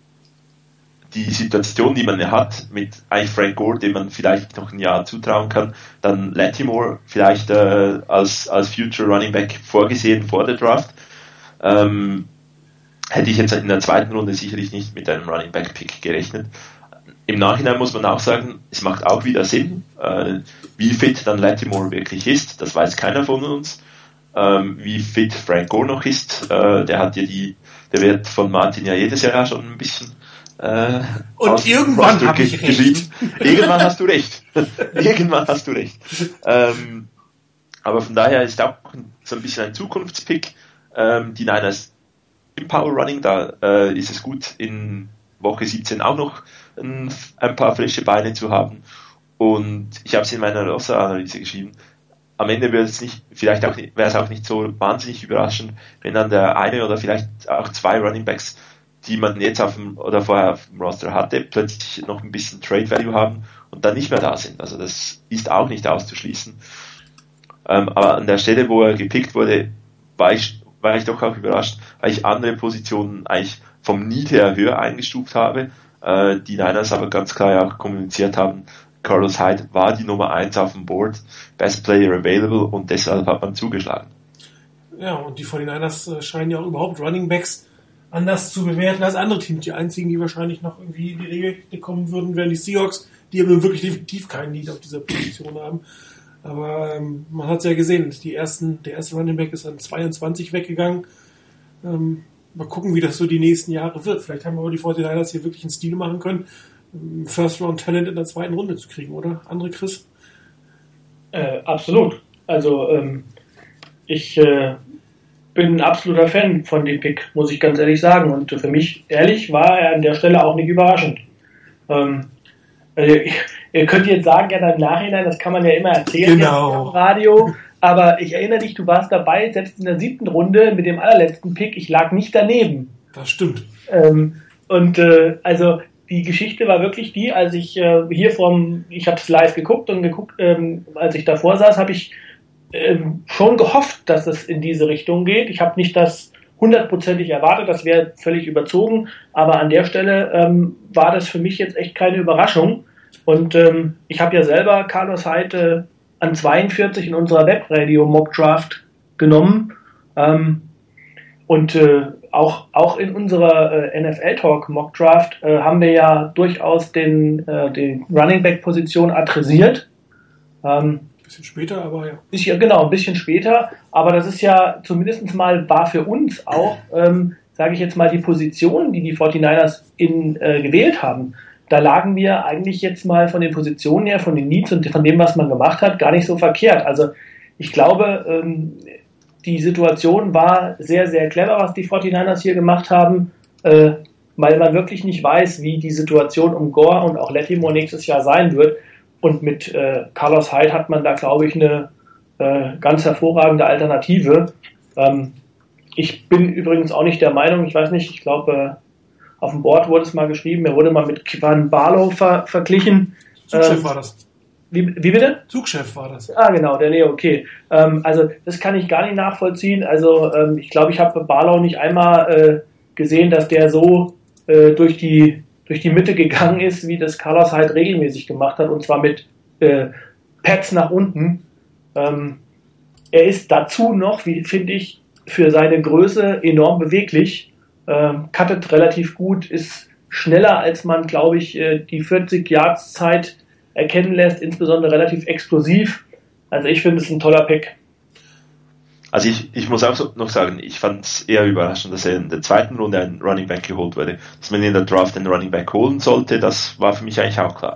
die Situation, die man ja hat, mit eigentlich Frank Gore, dem man vielleicht noch ein Jahr zutrauen kann, dann Latimore vielleicht äh, als, als Future Running Back vorgesehen vor der Draft, ähm, hätte ich jetzt in der zweiten Runde sicherlich nicht mit einem Running Back Pick gerechnet. Im Nachhinein muss man auch sagen, es macht auch wieder Sinn, äh, wie fit dann Latimore wirklich ist, das weiß keiner von uns. Ähm, wie fit Frank Gore noch ist, äh, der hat ja die, der wird von Martin ja jedes Jahr schon ein bisschen Äh, und irgendwann habe ich recht. Irgendwann hast du recht. Irgendwann hast du recht. Ähm, aber von daher ist auch so ein bisschen ein Zukunftspick. Ähm, die Niners im Power Running, da äh, ist es gut, in Woche siebzehn auch noch ein, ein paar frische Beine zu haben. Und ich habe es in meiner Roster-Analyse geschrieben. Am Ende wäre es nicht, vielleicht auch wäre es auch nicht so wahnsinnig überraschend, wenn dann der eine oder vielleicht auch zwei Running Backs, die man jetzt auf dem oder vorher auf dem Roster hatte, plötzlich noch ein bisschen Trade Value haben und dann nicht mehr da sind. Also das ist auch nicht auszuschließen. Ähm, aber an der Stelle, wo er gepickt wurde, war ich, war ich doch auch überrascht, weil ich andere Positionen eigentlich vom Need her höher eingestuft habe. Äh, die Niners aber ganz klar ja auch kommuniziert haben, Carlos Hyde war die Nummer eins auf dem Board, Best Player Available, und deshalb hat man zugeschlagen. Ja, und die forty-niners scheinen ja auch überhaupt Running Backs anders zu bewerten als andere Teams. Die einzigen, die wahrscheinlich noch irgendwie in die Regel kommen würden, wären die Seahawks, die aber wirklich definitiv keinen Need auf dieser Position haben. Aber ähm, man hat es ja gesehen, die ersten, der erste Running Back ist an zweiundzwanzig weggegangen. Ähm, mal gucken, wie das so die nächsten Jahre wird. Vielleicht haben aber die forty-niners hier wirklich einen Stil machen können, First-Round-Talent in der zweiten Runde zu kriegen, oder? Andere, Chris? Äh, absolut. Also ähm, ich äh, bin ein absoluter Fan von dem Pick, muss ich ganz ehrlich sagen. Und für mich, ehrlich, war er an der Stelle auch nicht überraschend. Ähm, also, ihr könnt jetzt sagen, ja, im Nachhinein, das kann man ja immer erzählen genau. Im Radio, aber ich erinnere dich, du warst dabei, selbst in der siebten Runde mit dem allerletzten Pick, ich lag nicht daneben. Das stimmt. Ähm, und äh, also die Geschichte war wirklich die, als ich äh, hier vom, ich habe es live geguckt und geguckt, ähm, als ich davor saß, habe ich ähm, schon gehofft, dass es in diese Richtung geht. Ich habe nicht das hundertprozentig erwartet, das wäre völlig überzogen, aber an der Stelle ähm, war das für mich jetzt echt keine Überraschung. Und ähm, ich habe ja selber Carlos Hyde äh, an zweiundvierzig in unserer Webradio Mock Draft genommen. Ähm, und äh, auch, auch in unserer äh, N F L Talk Mock Draft äh, haben wir ja durchaus den, äh, die Running Back Position adressiert. Ähm, bisschen später, aber ja. Bisschen, genau, ein bisschen später. Aber das ist ja zumindest mal, war für uns auch, ähm, sage ich jetzt mal, die Position, die die forty-niners in, äh, gewählt haben. Da lagen wir eigentlich jetzt mal von den Positionen her, von den Needs und von dem, was man gemacht hat, gar nicht so verkehrt. Also ich glaube, ähm, die Situation war sehr, sehr clever, was die forty-niners hier gemacht haben, äh, weil man wirklich nicht weiß, wie die Situation um Gore und auch Latimore nächstes Jahr sein wird. Und mit äh, Carlos Hyde hat man da, glaube ich, eine äh, ganz hervorragende Alternative. Ähm, ich bin übrigens auch nicht der Meinung, ich weiß nicht, ich glaube, äh, auf dem Board wurde es mal geschrieben, er wurde mal mit Kevin Barlow ver- verglichen. Zugchef ähm, war das. Wie, wie bitte? Zugchef war das. Ah, genau, der Leo, okay. Ähm, also das kann ich gar nicht nachvollziehen. Also ähm, ich glaube, ich habe bei Barlow nicht einmal äh, gesehen, dass der so äh, durch die durch die Mitte gegangen ist, wie das Carlos halt regelmäßig gemacht hat, und zwar mit äh, Pads nach unten. Ähm, er ist dazu noch, wie finde ich, für seine Größe enorm beweglich, ähm, cuttet relativ gut, ist schneller, als man, glaube ich, äh, die vierzig Yards Zeit erkennen lässt, insbesondere relativ explosiv. Also ich finde es ein toller Pick. Also ich, ich muss auch so noch sagen, ich fand es eher überraschend, dass er in der zweiten Runde ein Running Back geholt wurde. Dass man in der Draft einen Running Back holen sollte, das war für mich eigentlich auch klar.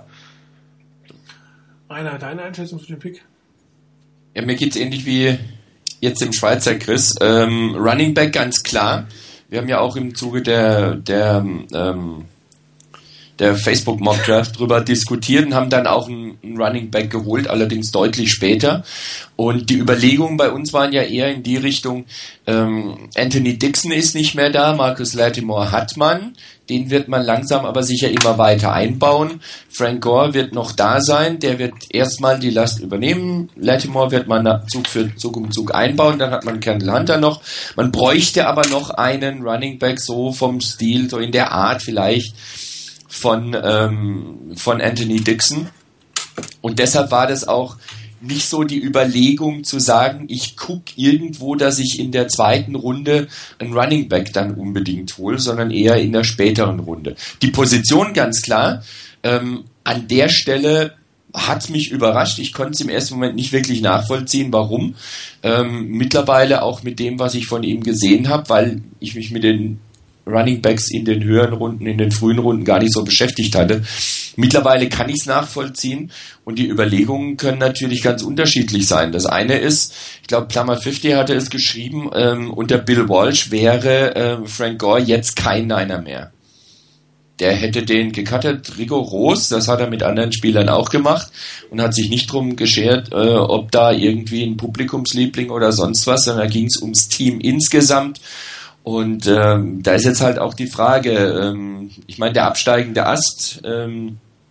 Rainer, deine Einschätzung zu dem Pick? Ja, mir geht's ähnlich wie jetzt im Schweizer Chris. Ähm, Running Back ganz klar. Wir haben ja auch im Zuge der, der ähm, der Facebook Mock Draft drüber diskutiert und haben dann auch einen, einen Running Back geholt, allerdings deutlich später. Und die Überlegungen bei uns waren ja eher in die Richtung, ähm, Anthony Dixon ist nicht mehr da, Marcus Lattimore hat man, den wird man langsam aber sicher immer weiter einbauen. Frank Gore wird noch da sein, der wird erstmal die Last übernehmen. Lattimore wird man Zug für Zug um Zug einbauen, dann hat man Kendall Hunter noch. Man bräuchte aber noch einen Running Back so vom Stil, so in der Art vielleicht von, ähm, von Anthony Dixon. Und deshalb war das auch nicht so die Überlegung zu sagen, ich gucke irgendwo, dass ich in der zweiten Runde einen Running Back dann unbedingt hole, sondern eher in der späteren Runde. Die Position ganz klar, ähm, an der Stelle hat mich überrascht. Ich konnte es im ersten Moment nicht wirklich nachvollziehen, warum. Ähm, mittlerweile auch mit dem, was ich von ihm gesehen habe, weil ich mich mit den Running Backs in den höheren Runden, in den frühen Runden gar nicht so beschäftigt hatte. Mittlerweile kann ich es nachvollziehen und die Überlegungen können natürlich ganz unterschiedlich sein. Das eine ist, ich glaube Plumber fünfzig hatte es geschrieben, ähm, unter Bill Walsh wäre äh, Frank Gore jetzt kein Niner mehr. Der hätte den gecuttet rigoros, das hat er mit anderen Spielern auch gemacht und hat sich nicht drum geschert, äh, ob da irgendwie ein Publikumsliebling oder sonst was, sondern da ging es ums Team insgesamt. Und ähm, da ist jetzt halt auch die Frage, ähm, ich meine, der absteigende Ast, ähm,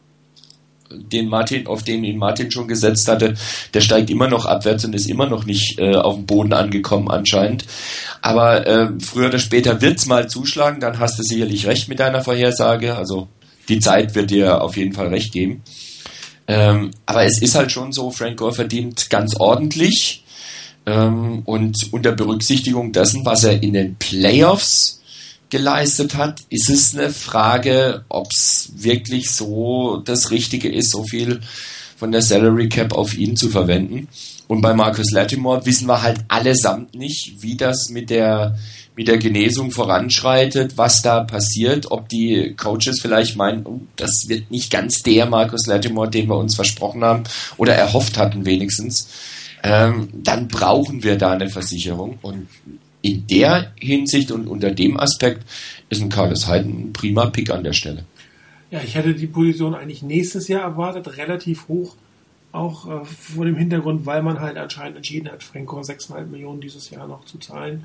den Martin, auf den ihn Martin schon gesetzt hatte, der steigt immer noch abwärts und ist immer noch nicht äh, auf dem Boden angekommen anscheinend. Aber äh, früher oder später wird's mal zuschlagen, dann hast du sicherlich recht mit deiner Vorhersage. Also die Zeit wird dir auf jeden Fall recht geben. Ähm, aber es ist halt schon so, Frank Gore verdient ganz ordentlich. Ähm, und unter Berücksichtigung dessen, was er in den Playoffs geleistet hat, ist es eine Frage, ob es wirklich so das Richtige ist, so viel von der Salary Cap auf ihn zu verwenden. Und bei Marcus Lattimore wissen wir halt allesamt nicht, wie das mit der mit der Genesung voranschreitet, was da passiert, ob die Coaches vielleicht meinen, oh, das wird nicht ganz der Marcus Lattimore, den wir uns versprochen haben oder erhofft hatten wenigstens. Ähm, dann brauchen wir da eine Versicherung. Und in der Hinsicht und unter dem Aspekt ist ein Carlos Hyde ein prima Pick an der Stelle. Ja, ich hätte die Position eigentlich nächstes Jahr erwartet, relativ hoch, auch äh, vor dem Hintergrund, weil man halt anscheinend entschieden hat, Frank Gore sechs Komma fünf Millionen dieses Jahr noch zu zahlen.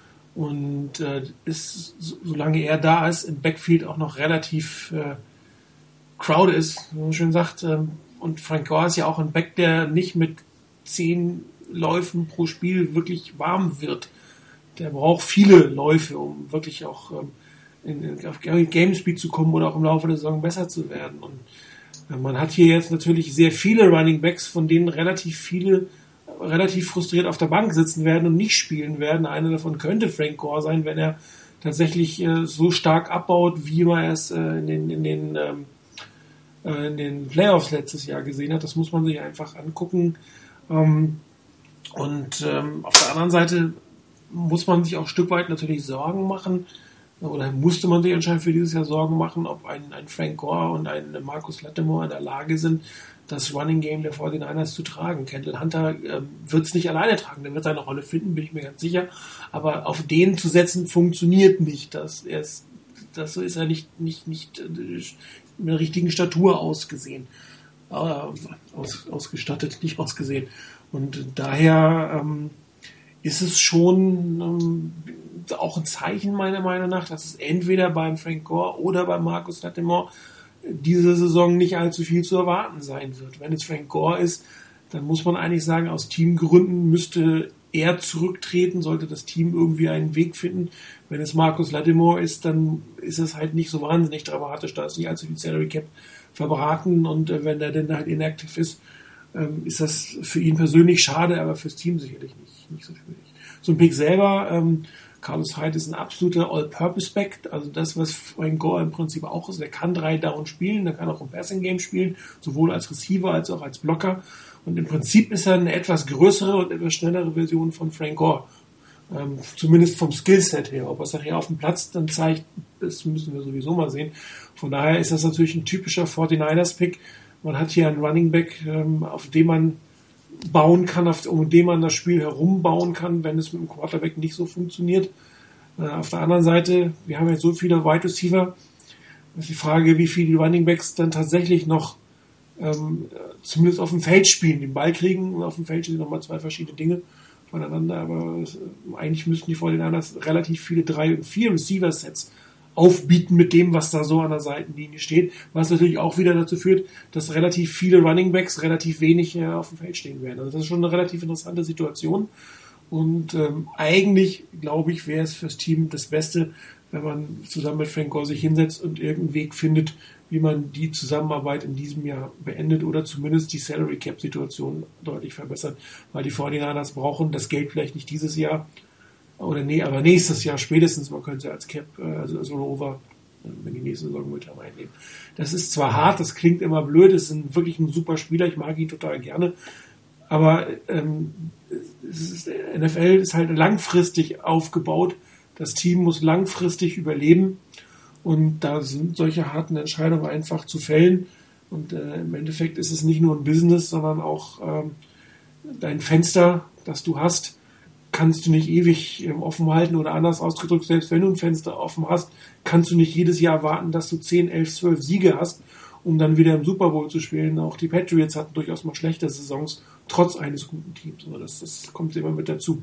Und äh, ist, so, solange er da ist, im Backfield auch noch relativ äh, crowded ist, wie man schön sagt. Äh, und Frank Gore ist ja auch ein Back, der nicht mit zehn Läufen pro Spiel wirklich warm wird. Der braucht viele Läufe, um wirklich auch ähm, in, auf Game Speed zu kommen oder auch im Laufe der Saison besser zu werden. Und äh, man hat hier jetzt natürlich sehr viele Running Backs, von denen relativ viele relativ frustriert auf der Bank sitzen werden und nicht spielen werden. Einer davon könnte Frank Gore sein, wenn er tatsächlich äh, so stark abbaut, wie man es äh, in den, in den ähm, äh, in den Playoffs letztes Jahr gesehen hat. Das muss man sich einfach angucken. Ähm, und ähm, auf der anderen Seite muss man sich auch ein Stück weit natürlich Sorgen machen, oder musste man sich anscheinend für dieses Jahr Sorgen machen, ob ein, ein Frank Gore und ein Marcus Lattimore in der Lage sind, das Running Game der forty-niners zu tragen. Kendall Hunter äh, wird es nicht alleine tragen, der wird seine Rolle finden, bin ich mir ganz sicher, aber auf den zu setzen funktioniert nicht. Das, er ist, das so ist er nicht, nicht, nicht äh, mit der richtigen Statur ausgesehen. Aus, ausgestattet, nicht ausgesehen. Und daher ähm, ist es schon ähm, auch ein Zeichen meiner Meinung nach, dass es entweder beim Frank Gore oder beim Marcus Lattimore diese Saison nicht allzu viel zu erwarten sein wird. Wenn es Frank Gore ist, dann muss man eigentlich sagen, aus Teamgründen müsste er zurücktreten, sollte das Team irgendwie einen Weg finden. Wenn es Marcus Lattimore ist, dann ist es halt nicht so wahnsinnig dramatisch, da ist nicht allzu viel Salary Cap verbraten und äh, wenn er denn halt inactive ist, ähm, ist das für ihn persönlich schade, aber fürs Team sicherlich nicht, nicht so schwierig. So ein Pick selber, ähm, Carlos Hyde ist ein absoluter All-Purpose-Back, also das, was Frank Gore im Prinzip auch ist. Der kann drei Down spielen, der kann auch im Passing-Game spielen, sowohl als Receiver als auch als Blocker. Und im Prinzip ist er eine etwas größere und etwas schnellere Version von Frank Gore. Ähm, zumindest vom Skillset her. Ob er es nachher auf dem Platz dann zeigt, das müssen wir sowieso mal sehen. Von daher ist das natürlich ein typischer forty-niners-Pick. Man hat hier einen Running Back, ähm, auf dem man bauen kann, auf, um den man das Spiel herumbauen kann, wenn es mit dem Quarterback nicht so funktioniert. Äh, auf der anderen Seite, wir haben jetzt so viele Wide Receiver, ist die Frage, wie viele Runningbacks dann tatsächlich noch ähm, zumindest auf dem Feld spielen, den Ball kriegen und auf dem Feld sind nochmal zwei verschiedene Dinge voneinander, aber es, eigentlich müssten die forty-niners relativ viele drei und vier Receiver-Sets aufbieten mit dem, was da so an der Seitenlinie steht, was natürlich auch wieder dazu führt, dass relativ viele Runningbacks relativ wenig äh, auf dem Feld stehen werden. Also das ist schon eine relativ interessante Situation und ähm, eigentlich, glaube ich, wäre es fürs Team das Beste, wenn man zusammen mit Frank Gore sich hinsetzt und irgendeinen Weg findet, wie man die Zusammenarbeit in diesem Jahr beendet oder zumindest die Salary Cap Situation deutlich verbessert, weil die forty-niners brauchen das Geld vielleicht nicht dieses Jahr oder nee, aber nächstes Jahr spätestens, man könnte als Cap, also, also Over, wenn die nächste Saison mit haben einnehmen. Das ist zwar hart, das klingt immer blöd, es ist ein, wirklich ein super Spieler, ich mag ihn total gerne, aber ähm, es ist, N F L ist halt langfristig aufgebaut, das Team muss langfristig überleben und da sind solche harten Entscheidungen einfach zu fällen und äh, im Endeffekt ist es nicht nur ein Business, sondern auch ähm, dein Fenster, das du hast, kannst du nicht ewig ähm, offen halten oder anders ausgedrückt, selbst wenn du ein Fenster offen hast, kannst du nicht jedes Jahr warten, dass du zehn, elf, zwölf Siege hast, um dann wieder im Super Bowl zu spielen. Auch die Patriots hatten durchaus mal schlechte Saisons, trotz eines guten Teams. Also das, das kommt immer mit dazu.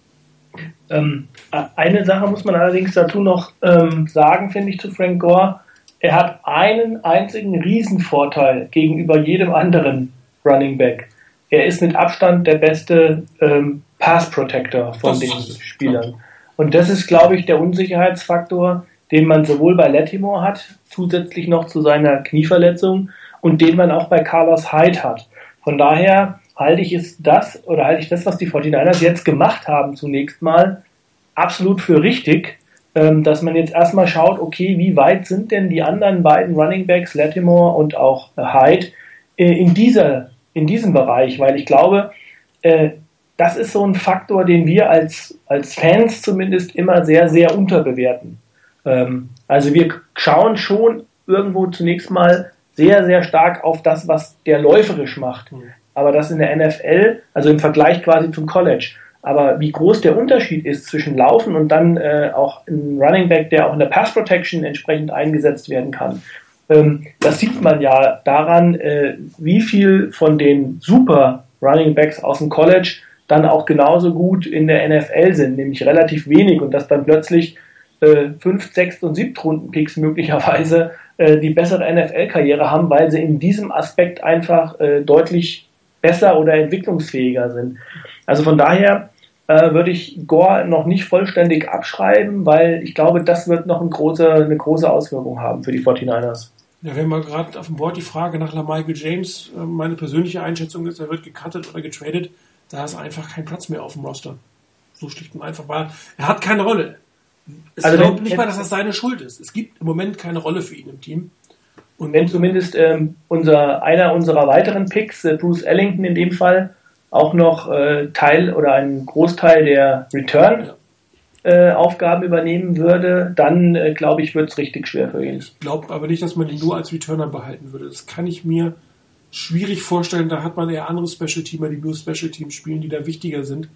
Ähm, eine Sache muss man allerdings dazu noch ähm, sagen, finde ich, zu Frank Gore. Er hat einen einzigen Riesenvorteil gegenüber jedem anderen Running Back. Er ist mit Abstand der beste ähm, Pass Protector von das den Spielern. Klar. Und das ist, glaube ich, der Unsicherheitsfaktor, den man sowohl bei Lattimore hat, zusätzlich noch zu seiner Knieverletzung, und den man auch bei Carlos Hyde hat. Von daher halte ich es das, oder halte ich das, was die forty-niners jetzt gemacht haben, zunächst mal absolut für richtig, ähm, dass man jetzt erstmal schaut, okay, wie weit sind denn die anderen beiden Running Backs, Lattimore und auch äh, Hyde, äh, in dieser, in diesem Bereich, weil ich glaube, äh, das ist so ein Faktor, den wir als, als Fans zumindest immer sehr, sehr unterbewerten. Ähm, also wir schauen schon irgendwo zunächst mal sehr, sehr stark auf das, was der läuferisch macht. Mhm. Aber das in der N F L, also im Vergleich quasi zum College, aber wie groß der Unterschied ist zwischen Laufen und dann äh, auch ein Running Back, der auch in der Pass Protection entsprechend eingesetzt werden kann, ähm, das sieht man ja daran, äh, wie viel von den super Running Backs aus dem College dann auch genauso gut in der N F L sind, nämlich relativ wenig, und dass dann plötzlich äh, fünf, sechs und Siebtrunden-Picks möglicherweise äh, die bessere N F L-Karriere haben, weil sie in diesem Aspekt einfach äh, deutlich besser oder entwicklungsfähiger sind. Also von daher äh, würde ich Gore noch nicht vollständig abschreiben, weil ich glaube, das wird noch eine große, eine große Auswirkung haben für die forty-niners. Ja, wenn man gerade auf dem Board die Frage nach LaMichael James, äh, meine persönliche Einschätzung ist, er wird gecuttet oder getradet, da ist einfach kein Platz mehr auf dem Roster. So schlicht und einfach, weil er hat keine Rolle. Ich also glaube nicht mal, dass das seine Schuld ist. Es gibt im Moment keine Rolle für ihn im Team. Und wenn zumindest ähm, unser, einer unserer weiteren Picks, äh, Bruce Ellington in dem Fall, auch noch äh, Teil oder einen Großteil der Return-Aufgaben ja. äh, übernehmen würde, dann äh, glaube ich, wird es richtig schwer für ihn. Ich glaube aber nicht, dass man ihn nur als Returner behalten würde. Das kann ich mir schwierig vorstellen. Da hat man eher andere Special-Teamer, die nur Special-Teams spielen, die da wichtiger sind.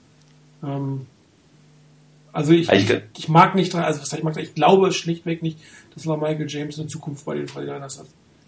Ähm, also ich, ich, ich mag nicht, also was ich mag, ich glaube schlichtweg nicht, dass LaMichael James eine Zukunft bei den forty-niners hat.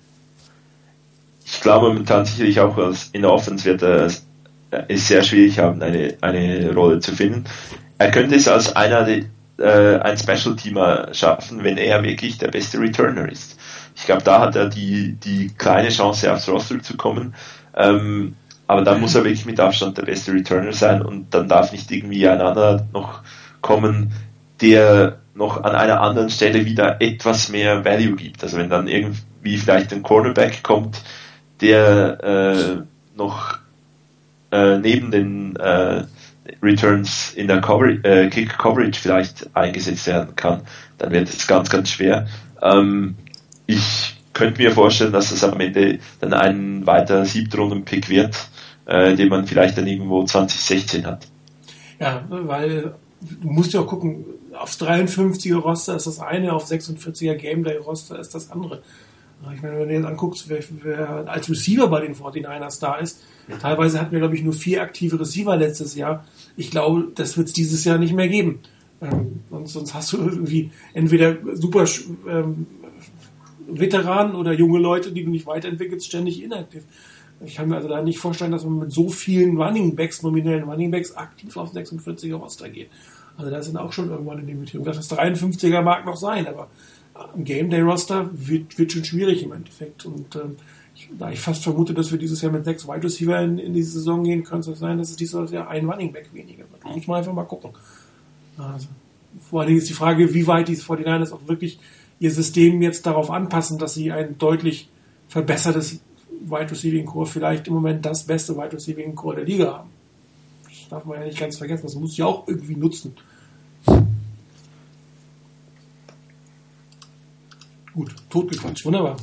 Ich glaube momentan sicherlich auch, dass in der Offense wird er es sehr schwierig haben, eine, eine Rolle zu finden. Er könnte es als einer, äh, ein Special-Teamer schaffen, wenn er wirklich der beste Returner ist. Ich glaube, da hat er die, die kleine Chance, aufs Roster zu kommen. Ähm, aber da muss er wirklich mit Abstand der beste Returner sein, und dann darf nicht irgendwie ein anderer noch kommen, der noch an einer anderen Stelle wieder etwas mehr Value gibt. Also wenn dann irgendwie vielleicht ein Cornerback kommt, der äh, noch äh, neben den äh, Returns in der Cover- äh, Kick-Coverage vielleicht eingesetzt werden kann, dann wird es ganz, ganz schwer. Ähm, ich könnte mir vorstellen, dass es am Ende dann ein weiterer Siebtrunden-Pick wird, äh, den man vielleicht dann irgendwo zwanzig sechzehn hat. Ja, weil du musst ja auch gucken, aufs dreiundfünfziger Roster ist das eine, auf sechsundvierziger Game Day Roster ist das andere. Ich meine, wenn du jetzt anguckst, wer, wer als Receiver bei den forty-niners da ist, ja. Teilweise hatten wir, glaube ich, nur vier aktive Receiver letztes Jahr. Ich glaube, das wird es dieses Jahr nicht mehr geben. Ähm, sonst, sonst hast du irgendwie entweder super ähm, Veteranen oder junge Leute, die du nicht weiterentwickelst, ständig inaktiv. Ich kann mir also da nicht vorstellen, dass man mit so vielen Running Backs, nominellen Running Backs, aktiv auf sechsundvierziger Roster geht. Also da sind auch schon irgendwann eine Limitierung. Das dreiundfünfziger mag noch sein, aber am Game Day Roster wird, wird schon schwierig im Endeffekt. Und ähm, ich, da ich fast vermute, dass wir dieses Jahr mit sechs Wide Receiver in, in die Saison gehen, könnte es sein, dass es dieses Jahr ein Running Back weniger wird. Da muss man einfach mal gucken. Also, vor allen Dingen ist die Frage, wie weit die forty-niners auch wirklich ihr System jetzt darauf anpassen, dass sie ein deutlich verbessertes Wide Receiving Core, vielleicht im Moment das beste Wide Receiving Core der Liga haben. Das darf man ja nicht ganz vergessen. Das muss ja auch irgendwie nutzen. Gut, totgequatscht. Wunderbar.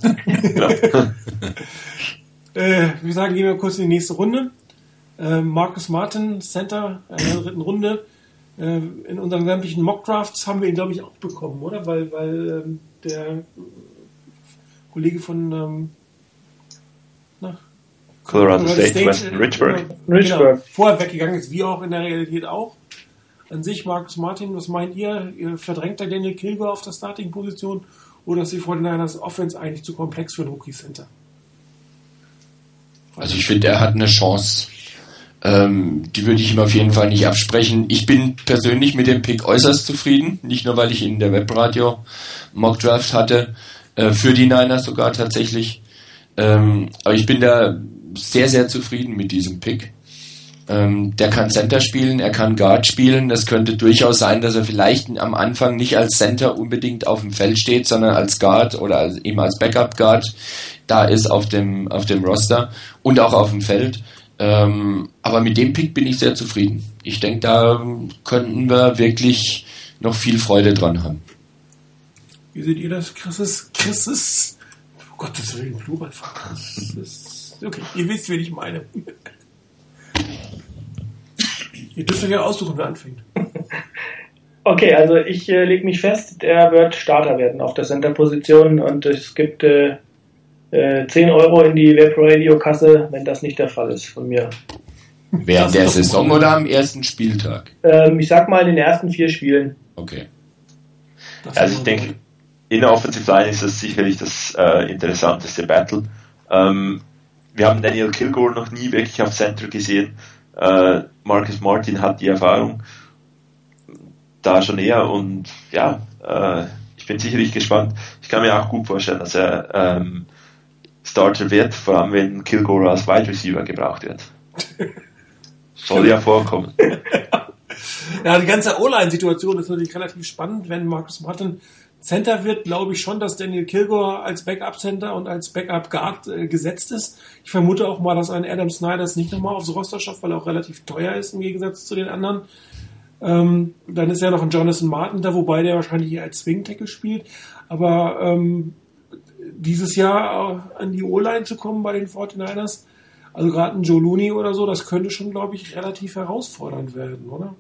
äh, wir sagen, gehen wir kurz in die nächste Runde. Äh, Marcus Martin, Center, in der dritten Runde. Äh, in unseren sämtlichen Mock-Drafts haben wir ihn, glaube ich, auch bekommen, oder? Weil, weil ähm, der Kollege von ähm, na, Colorado State, State Weston Richburg. Äh, Richburg. Genau, vorher weggegangen ist, wie auch in der Realität auch. An sich, Marcus Martin, was meint ihr? Ihr verdrängt der Daniel Kilgore auf der Starting-Position oder ist die forty-niners Offense eigentlich zu komplex für ein Rookie-Center? Also ich finde, er hat eine Chance. Ähm, die würde ich ihm auf jeden Fall nicht absprechen. Ich bin persönlich mit dem Pick äußerst zufrieden. Nicht nur, weil ich ihn in der Webradio Mockdraft hatte, äh, für die Niners sogar tatsächlich. Ähm, aber ich bin da sehr, sehr zufrieden mit diesem Pick. Ähm, der kann Center spielen, er kann Guard spielen. Das könnte durchaus sein, dass er vielleicht am Anfang nicht als Center unbedingt auf dem Feld steht, sondern als Guard oder als, eben als Backup Guard da ist auf dem, auf dem Roster und auch auf dem Feld. Ähm, aber mit dem Pick bin ich sehr zufrieden. Ich denke, da könnten wir wirklich noch viel Freude dran haben. Wie seht ihr das? Christus, Christus, oh Gottes Willen, Plural. Okay, ihr wisst, wen ich meine. Ihr dürft euch ja aussuchen, wer anfängt. Okay, also ich äh, lege mich fest, er wird Starter werden auf der Center-Position und es gibt äh, äh, zehn Euro in die Webradio-Kasse, wenn das nicht der Fall ist von mir. Während der Saison oder am ersten Spieltag? Ähm, ich sag mal in den ersten vier Spielen. Okay. Also ich denke, in der Offensive Line ist das sicherlich das äh, interessanteste Battle. Ähm, wir haben Daniel Kilgore noch nie wirklich auf Center gesehen. Äh, Marcus Martin hat die Erfahrung da schon eher und ja, äh, ich bin sicherlich gespannt. Ich kann mir auch gut vorstellen, dass er ähm, Starter wird, vor allem wenn Kilgore als Wide Receiver gebraucht wird. Soll ja vorkommen. Ja, die ganze O-Line-Situation ist natürlich relativ spannend. Wenn Marcus Martin Center wird, glaube ich schon, dass Daniel Kilgore als Backup-Center und als Backup-Guard äh, gesetzt ist. Ich vermute auch mal, dass ein Adam Snyder es nicht nochmal aufs Roster schafft, weil er auch relativ teuer ist im Gegensatz zu den anderen. Ähm, dann ist ja noch ein Jonathan Martin da, wobei der wahrscheinlich eher als Swing-Tackle spielt. Aber ähm, dieses Jahr an die O-Line zu kommen bei den forty-niners, also gerade ein Joe Looney oder so, das könnte schon, glaube ich, relativ herausfordernd werden, oder?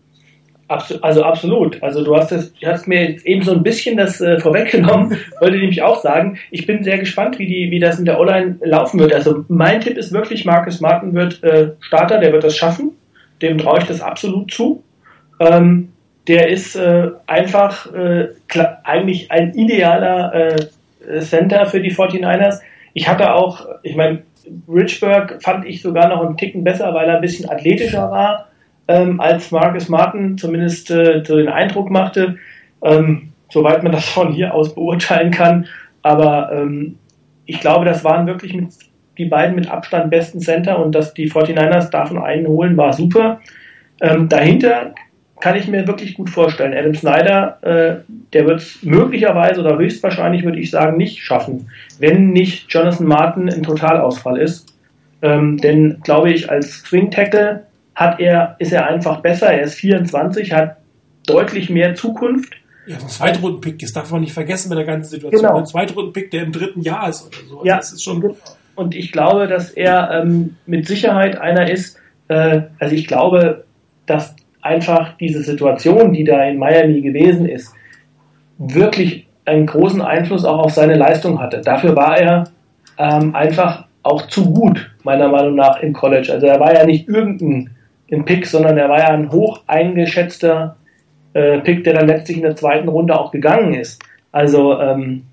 Also absolut. Also du hast, das, du hast mir jetzt eben so ein bisschen das äh, vorweggenommen, wollte nämlich auch sagen, ich bin sehr gespannt, wie, die, wie das in der O-Line laufen wird. Also mein Tipp ist wirklich, Marcus Martin wird äh, Starter, der wird das schaffen. Dem traue ich das absolut zu. Ähm, der ist äh, einfach äh, klar, eigentlich ein idealer äh, Center für die forty-niners. Ich hatte auch, ich meine, Richburg fand ich sogar noch einen Ticken besser, weil er ein bisschen athletischer war, ähm, als Marcus Martin zumindest äh, so den Eindruck machte, ähm, soweit man das von hier aus beurteilen kann. Aber ähm, ich glaube, das waren wirklich mit, die beiden mit Abstand besten Center und dass die forty-niners davon einen holen, war super. Ähm, dahinter kann ich mir wirklich gut vorstellen. Adam Snyder, äh, der wird es möglicherweise oder höchstwahrscheinlich, würde ich sagen, nicht schaffen, wenn nicht Jonathan Martin ein Totalausfall ist. Ähm, denn, glaube ich, als Swing-Tackle hat er, ist er einfach besser. Er ist vierundzwanzig, hat deutlich mehr Zukunft. Ja, ein Zweitrunden-Pick, das darf man nicht vergessen bei der ganzen Situation. Genau. Ein Zweitrunden-Pick, der im dritten Jahr ist oder so. Also ja, das ist schon. Und ich glaube, dass er ähm, mit Sicherheit einer ist, äh, also ich glaube, dass einfach diese Situation, die da in Miami gewesen ist, wirklich einen großen Einfluss auch auf seine Leistung hatte. Dafür war er ähm, einfach auch zu gut, meiner Meinung nach, im College. Also er war ja nicht irgendein Pick, sondern er war ja ein hoch eingeschätzter äh, Pick, der dann letztlich in der zweiten Runde auch gegangen ist. Also ähm,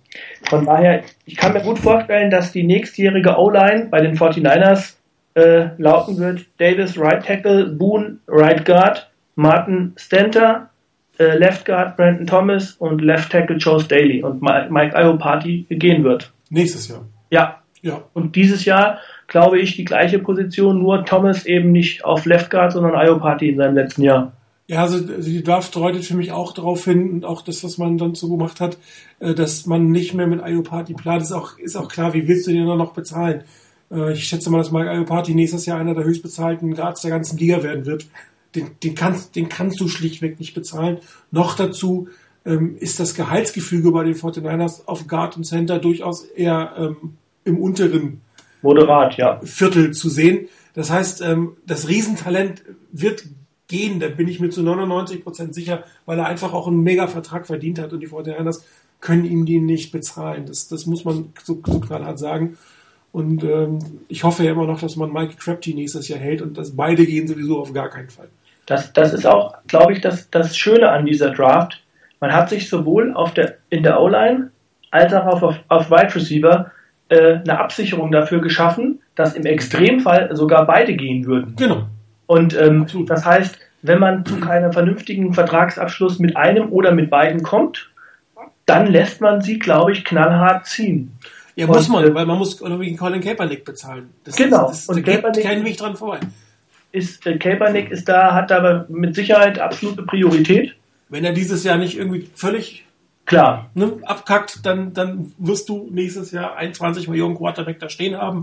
Von daher, ich kann mir gut vorstellen, dass die nächstjährige O-Line bei den forty-niners äh, lauten wird: Davis Right Tackle, Boone Right Guard, Martin Stenter, äh, Left Guard Brandon Thomas und Left Tackle Joe Staley und Mike Iupati gehen wird. Nächstes Jahr. Ja. Ja. Und dieses Jahr, glaube ich, die gleiche Position, nur Thomas eben nicht auf Left Guard, sondern Iupati in seinem letzten Jahr. Ja, also die Draft deutet für mich auch darauf hin, und auch das, was man dann so gemacht hat, dass man nicht mehr mit Iupati plant. Ist auch, ist auch klar, wie willst du den dann noch bezahlen? Ich schätze mal, dass Mike Iupati nächstes Jahr einer der höchstbezahlten Guards der ganzen Liga werden wird. Den, den, kannst, den kannst du schlichtweg nicht bezahlen. Noch dazu ähm, ist das Gehaltsgefüge bei den forty-niners auf Guard und Center durchaus eher ähm, im unteren Moderat, ja. Viertel zu sehen. Das heißt, ähm, das Riesentalent wird gehen, da bin ich mir zu neunundneunzig Prozent sicher, weil er einfach auch einen Mega-Vertrag verdient hat und die forty-niners können ihm den nicht bezahlen. Das, das muss man so, so knallhart sagen. Und ähm, ich hoffe ja immer noch, dass man Mike Crabtree nächstes Jahr hält und dass beide gehen sowieso auf gar keinen Fall. Das, das ist auch, glaube ich, das, das Schöne an dieser Draft. Man hat sich sowohl auf der, in der O-Line als auch auf, auf, auf Wide Receiver äh, eine Absicherung dafür geschaffen, dass im Extremfall sogar beide gehen würden. Genau. Und ähm, das heißt, wenn man zu keinem vernünftigen Vertragsabschluss mit einem oder mit beiden kommt, dann lässt man sie, glaube ich, knallhart ziehen. Ja, muss und, man, äh, weil man muss wegen Colin Kaepernick bezahlen. Das, genau. Das, das, und da Kaepernick geht kein Weg dran vorbei. Ist, äh, Kaepernick ist da, hat aber mit Sicherheit absolute Priorität. Wenn er dieses Jahr nicht irgendwie völlig klar ne, abkackt, dann, dann wirst du nächstes Jahr einundzwanzig Millionen Quarterback da stehen haben.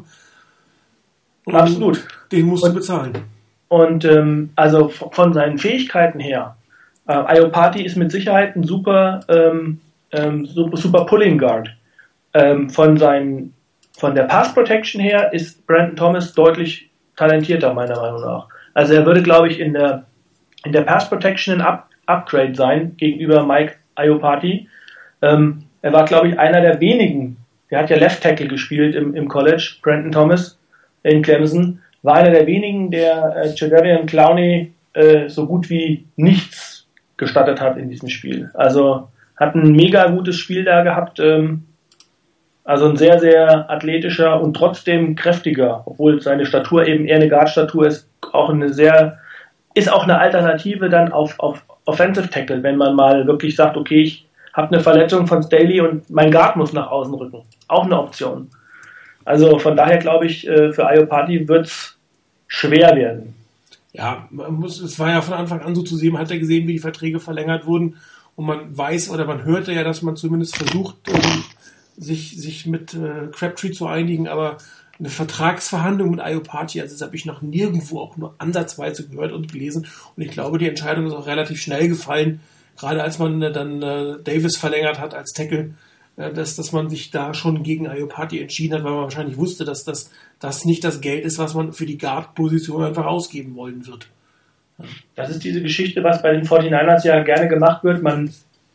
Und absolut. Den musst und, du bezahlen. Und ähm, also von seinen Fähigkeiten her, äh, Iupati ist mit Sicherheit ein super, ähm, ähm, super, super Pulling Guard. Ähm, von seinen, von der Pass Protection her ist Brandon Thomas deutlich talentierter, meiner Meinung nach. Also er würde, glaube ich, in der, in der Pass Protection ein Up, Upgrade sein gegenüber Mike Iupati. Ähm, er war, glaube ich, einer der wenigen, der hat ja Left Tackle gespielt im, im College, Brandon Thomas in Clemson, war einer der wenigen, der äh, Jadeveon Clowney äh, so gut wie nichts gestattet hat in diesem Spiel. Also hat ein mega gutes Spiel da gehabt, ähm, also ein sehr, sehr athletischer und trotzdem kräftiger, obwohl seine Statur eben eher eine Guard-Statur ist, auch eine sehr, ist auch eine Alternative dann auf, auf Offensive Tackle, wenn man mal wirklich sagt, okay, ich habe eine Verletzung von Staley und mein Guard muss nach außen rücken. Auch eine Option. Also von daher glaube ich, für Iupati wird es schwer werden. Ja, man muss, es war ja von Anfang an so zu sehen, man hat ja gesehen, wie die Verträge verlängert wurden und man weiß oder man hörte ja, dass man zumindest versucht, ähm, sich, sich mit äh, Crabtree zu einigen, aber eine Vertragsverhandlung mit Iupati, also das habe ich noch nirgendwo auch nur ansatzweise gehört und gelesen und ich glaube, die Entscheidung ist auch relativ schnell gefallen, gerade als man äh, dann äh, Davis verlängert hat als Tackle, äh, dass, dass man sich da schon gegen Iupati entschieden hat, weil man wahrscheinlich wusste, dass das, das nicht das Geld ist, was man für die Guard-Position einfach ausgeben wollen wird. Ja. Das ist diese Geschichte, was bei den forty-niners ja gerne gemacht wird, man,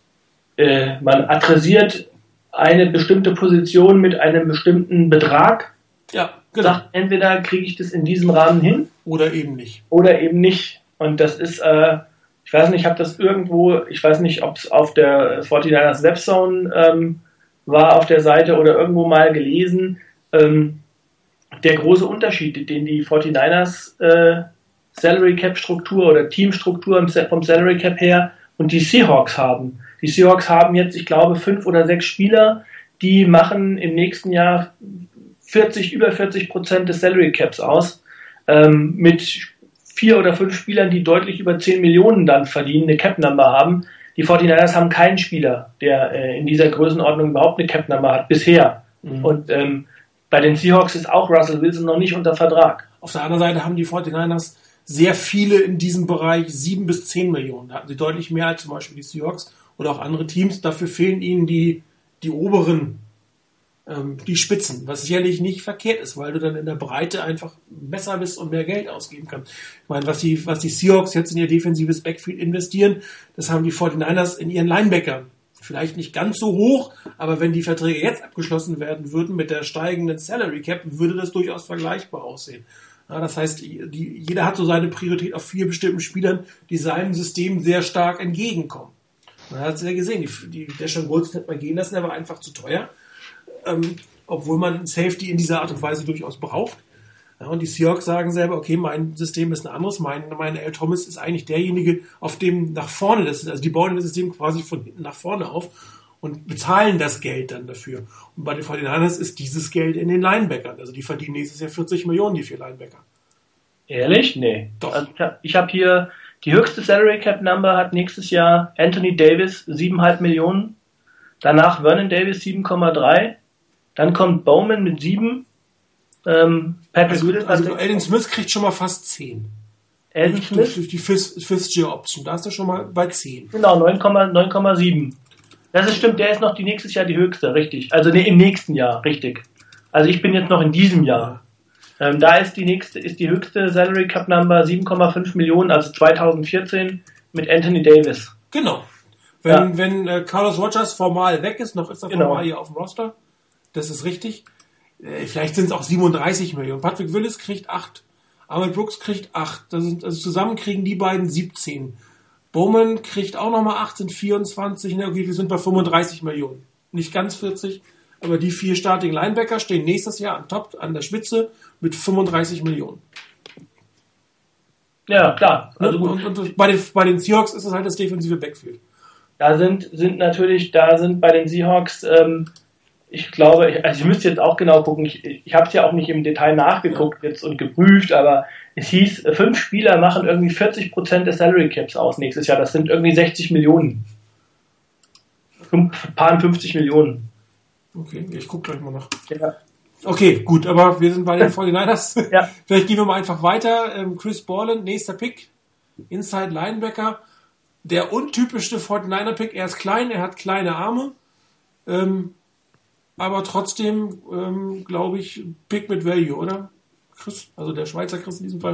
äh, man adressiert eine bestimmte Position mit einem bestimmten Betrag. Ja, genau. Sagt, entweder kriege ich das in diesem Rahmen hin. Oder eben nicht. Oder eben nicht. Und das ist, äh, ich weiß nicht, ich habe das irgendwo, ich weiß nicht, ob es auf der forty-niners Webzone ähm, war, auf der Seite oder irgendwo mal gelesen. Ähm, der große Unterschied, den die forty-niners äh, Salary Cap Struktur oder Teamstruktur vom Salary Cap her und die Seahawks haben. Die Seahawks haben jetzt, ich glaube, fünf oder sechs Spieler, die machen im nächsten Jahr vierzig, über vierzig Prozent des Salary Caps aus, ähm, mit vier oder fünf Spielern, die deutlich über zehn Millionen dann verdienen, eine Cap-Number haben. Die forty-niners haben keinen Spieler, der äh, in dieser Größenordnung überhaupt eine Cap-Number hat, bisher. Mhm. Und ähm, bei den Seahawks ist auch Russell Wilson noch nicht unter Vertrag. Auf der anderen Seite haben die forty-niners sehr viele in diesem Bereich, sieben bis zehn Millionen. Da hatten sie deutlich mehr als zum Beispiel die Seahawks oder auch andere Teams. Dafür fehlen ihnen die, die oberen, ähm, die Spitzen, was sicherlich nicht verkehrt ist, weil du dann in der Breite einfach besser bist und mehr Geld ausgeben kannst. Ich meine, was die, was die Seahawks jetzt in ihr defensives Backfield investieren, das haben die forty-niners in ihren Linebackern. Vielleicht nicht ganz so hoch, aber wenn die Verträge jetzt abgeschlossen werden würden mit der steigenden Salary Cap, würde das durchaus vergleichbar aussehen. Ja, das heißt, die, jeder hat so seine Priorität auf vier bestimmten Spielern, die seinem System sehr stark entgegenkommen. Man hat es ja gesehen, die, die Deshaun Watson hätte man gehen lassen, der war einfach zu teuer. Ähm, obwohl man einen Safety in dieser Art und Weise durchaus braucht. Ja, und die Seahawks sagen selber, okay, mein System ist ein anderes, mein, mein Earl Thomas ist eigentlich derjenige, auf dem nach vorne, das ist, also die bauen das System quasi von hinten nach vorne auf und bezahlen das Geld dann dafür. Und bei den forty-niners ist dieses Geld in den Linebackern, also die verdienen nächstes Jahr vierzig Millionen, die vier Linebacker. Ehrlich? Nee. Doch. Also ich habe hab hier, die höchste Salary Cap Number hat nächstes Jahr Anthony Davis sieben Komma fünf Millionen, danach Vernon Davis sieben Komma drei, dann kommt Bowman mit sieben, ähm, Patrick Also, Willis also hat Aldon Smith kriegt schon mal fast zehn. Aldon Durch, Smith, durch die Fifth-Year-Option, da ist er schon mal bei zehn. genau, neun Komma sieben. Das ist stimmt, der ist noch die nächstes Jahr die höchste, richtig. Also nee, im nächsten Jahr, richtig. Also ich bin jetzt noch in diesem Jahr. Ähm, da ist die nächste, ist die höchste Salary Cap Number sieben Komma fünf Millionen, also zwanzig vierzehn mit Anthony Davis. Genau. Wenn, Ja. wenn äh, Carlos Rogers formal weg ist, noch ist er Genau. formal hier auf dem Roster. Das ist richtig. Äh, vielleicht sind es auch siebenunddreißig Millionen. Patrick Willis kriegt acht. Ahmed Brooks kriegt acht. Das sind, also zusammen kriegen die beiden siebzehn. Bowman kriegt auch nochmal acht, sind vierundzwanzig. Na, okay, wir sind bei fünfunddreißig Millionen. Nicht ganz vierzig. Aber die vier Starting Linebacker stehen nächstes Jahr an Top, an der Spitze mit fünfunddreißig Millionen. Ja, klar. Also gut. Und, und, und bei, den, bei den Seahawks ist es halt das defensive Backfield. Da sind, sind natürlich, da sind bei den Seahawks, ähm, ich glaube, ich, also ich müsste jetzt auch genau gucken, ich, ich habe es ja auch nicht im Detail nachgeguckt jetzt und geprüft, aber es hieß, fünf Spieler machen irgendwie vierzig Prozent des Salary Caps aus nächstes Jahr, das sind irgendwie sechzig Millionen. Fünf, paar fünfzig Millionen. Okay, ich gucke gleich mal nach. Ja. Okay, gut, aber wir sind bei den forty-niners. Ja. Vielleicht gehen wir mal einfach weiter. Ähm, Chris Borland, nächster Pick, Inside Linebacker. Der untypischste forty-niner-Pick. Er ist klein, er hat kleine Arme. Ähm, aber trotzdem, ähm, glaube ich, Pick mit Value, oder? Chris, also der Schweizer Chris in diesem Fall.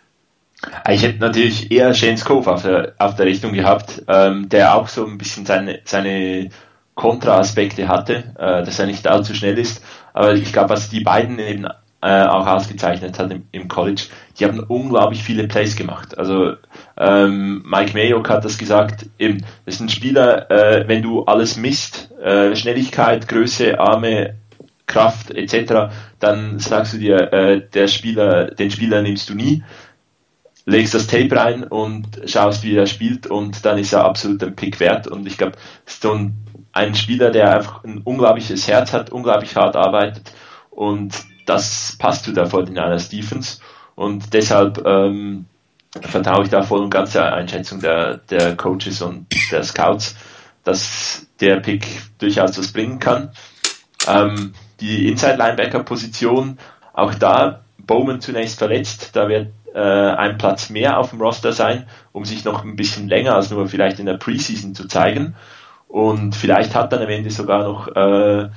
Ich hätte natürlich eher Shane Scove auf der, auf der Richtung gehabt, ähm, der auch so ein bisschen seine, seine Kontra-Aspekte hatte, äh, dass er nicht allzu schnell ist. Aber ich glaube, was die beiden eben äh, auch ausgezeichnet hat im, im College, die haben unglaublich viele Plays gemacht. Also ähm, Mike Mayock hat das gesagt, eben, das ist ein Spieler, äh, wenn du alles misst, äh, Schnelligkeit, Größe, Arme, Kraft et cetera, dann sagst du dir, äh, der Spieler, den Spieler nimmst du nie, legst das Tape rein und schaust, wie er spielt, und dann ist er absolut ein Pick wert. Und ich glaube, so ein, ein Spieler, der einfach ein unglaubliches Herz hat, unglaublich hart arbeitet, und das passt zu der forty-niners Defense, und deshalb ähm, vertraue ich da voll und ganz der Einschätzung der, der Coaches und der Scouts, dass der Pick durchaus was bringen kann. Ähm, die Inside-Linebacker-Position, auch da Bowman zunächst verletzt, da wird äh, ein Platz mehr auf dem Roster sein, um sich noch ein bisschen länger als nur vielleicht in der Preseason zu zeigen, und vielleicht hat dann am Ende sogar noch äh,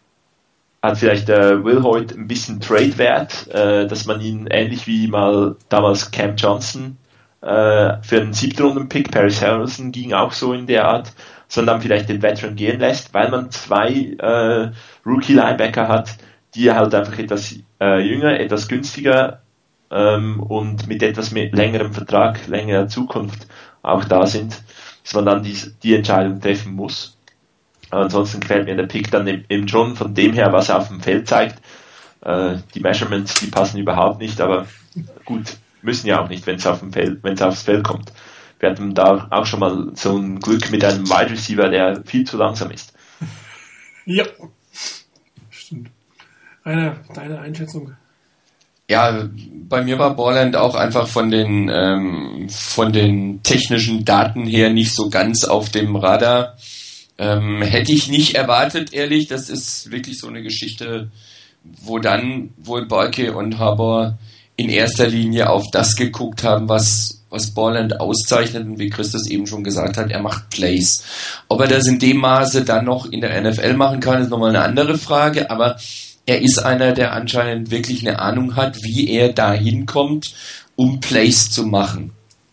hat vielleicht äh, Will Hoyt ein bisschen Trade-Wert, äh, dass man ihn ähnlich wie mal damals Cam Johnson äh, für einen Siebtrunden-Pick, Paris Harrison ging auch so in der Art, sondern vielleicht den Veteran gehen lässt, weil man zwei äh, Rookie-Linebacker hat, die halt einfach etwas äh, jünger, etwas günstiger ähm, und mit etwas mehr, längerem Vertrag, längerer Zukunft auch da sind, dass man dann die, die Entscheidung treffen muss. Aber ansonsten gefällt mir der Pick dann eben schon von dem her, was er auf dem Feld zeigt. Äh, die Measurements, die passen überhaupt nicht, aber gut, müssen ja auch nicht, wenn es auf dem Feld, wenn es aufs Feld kommt. Wir hatten da auch schon mal so ein Glück mit einem Wide Receiver, der viel zu langsam ist. Ja, stimmt. Eine, deine Einschätzung? Ja, bei mir war Borland auch einfach von den ähm, von den technischen Daten her nicht so ganz auf dem Radar. Ähm, hätte ich nicht erwartet, ehrlich. Das ist wirklich so eine Geschichte, wo dann wohl Balke und Harbour in erster Linie auf das geguckt haben, was was Borland auszeichnet, und wie Christus eben schon gesagt hat, er macht Plays. Ob er das in dem Maße dann noch in der N F L machen kann, ist nochmal eine andere Frage, aber er ist einer, der anscheinend wirklich eine Ahnung hat, wie er da hinkommt, um Plays zu machen.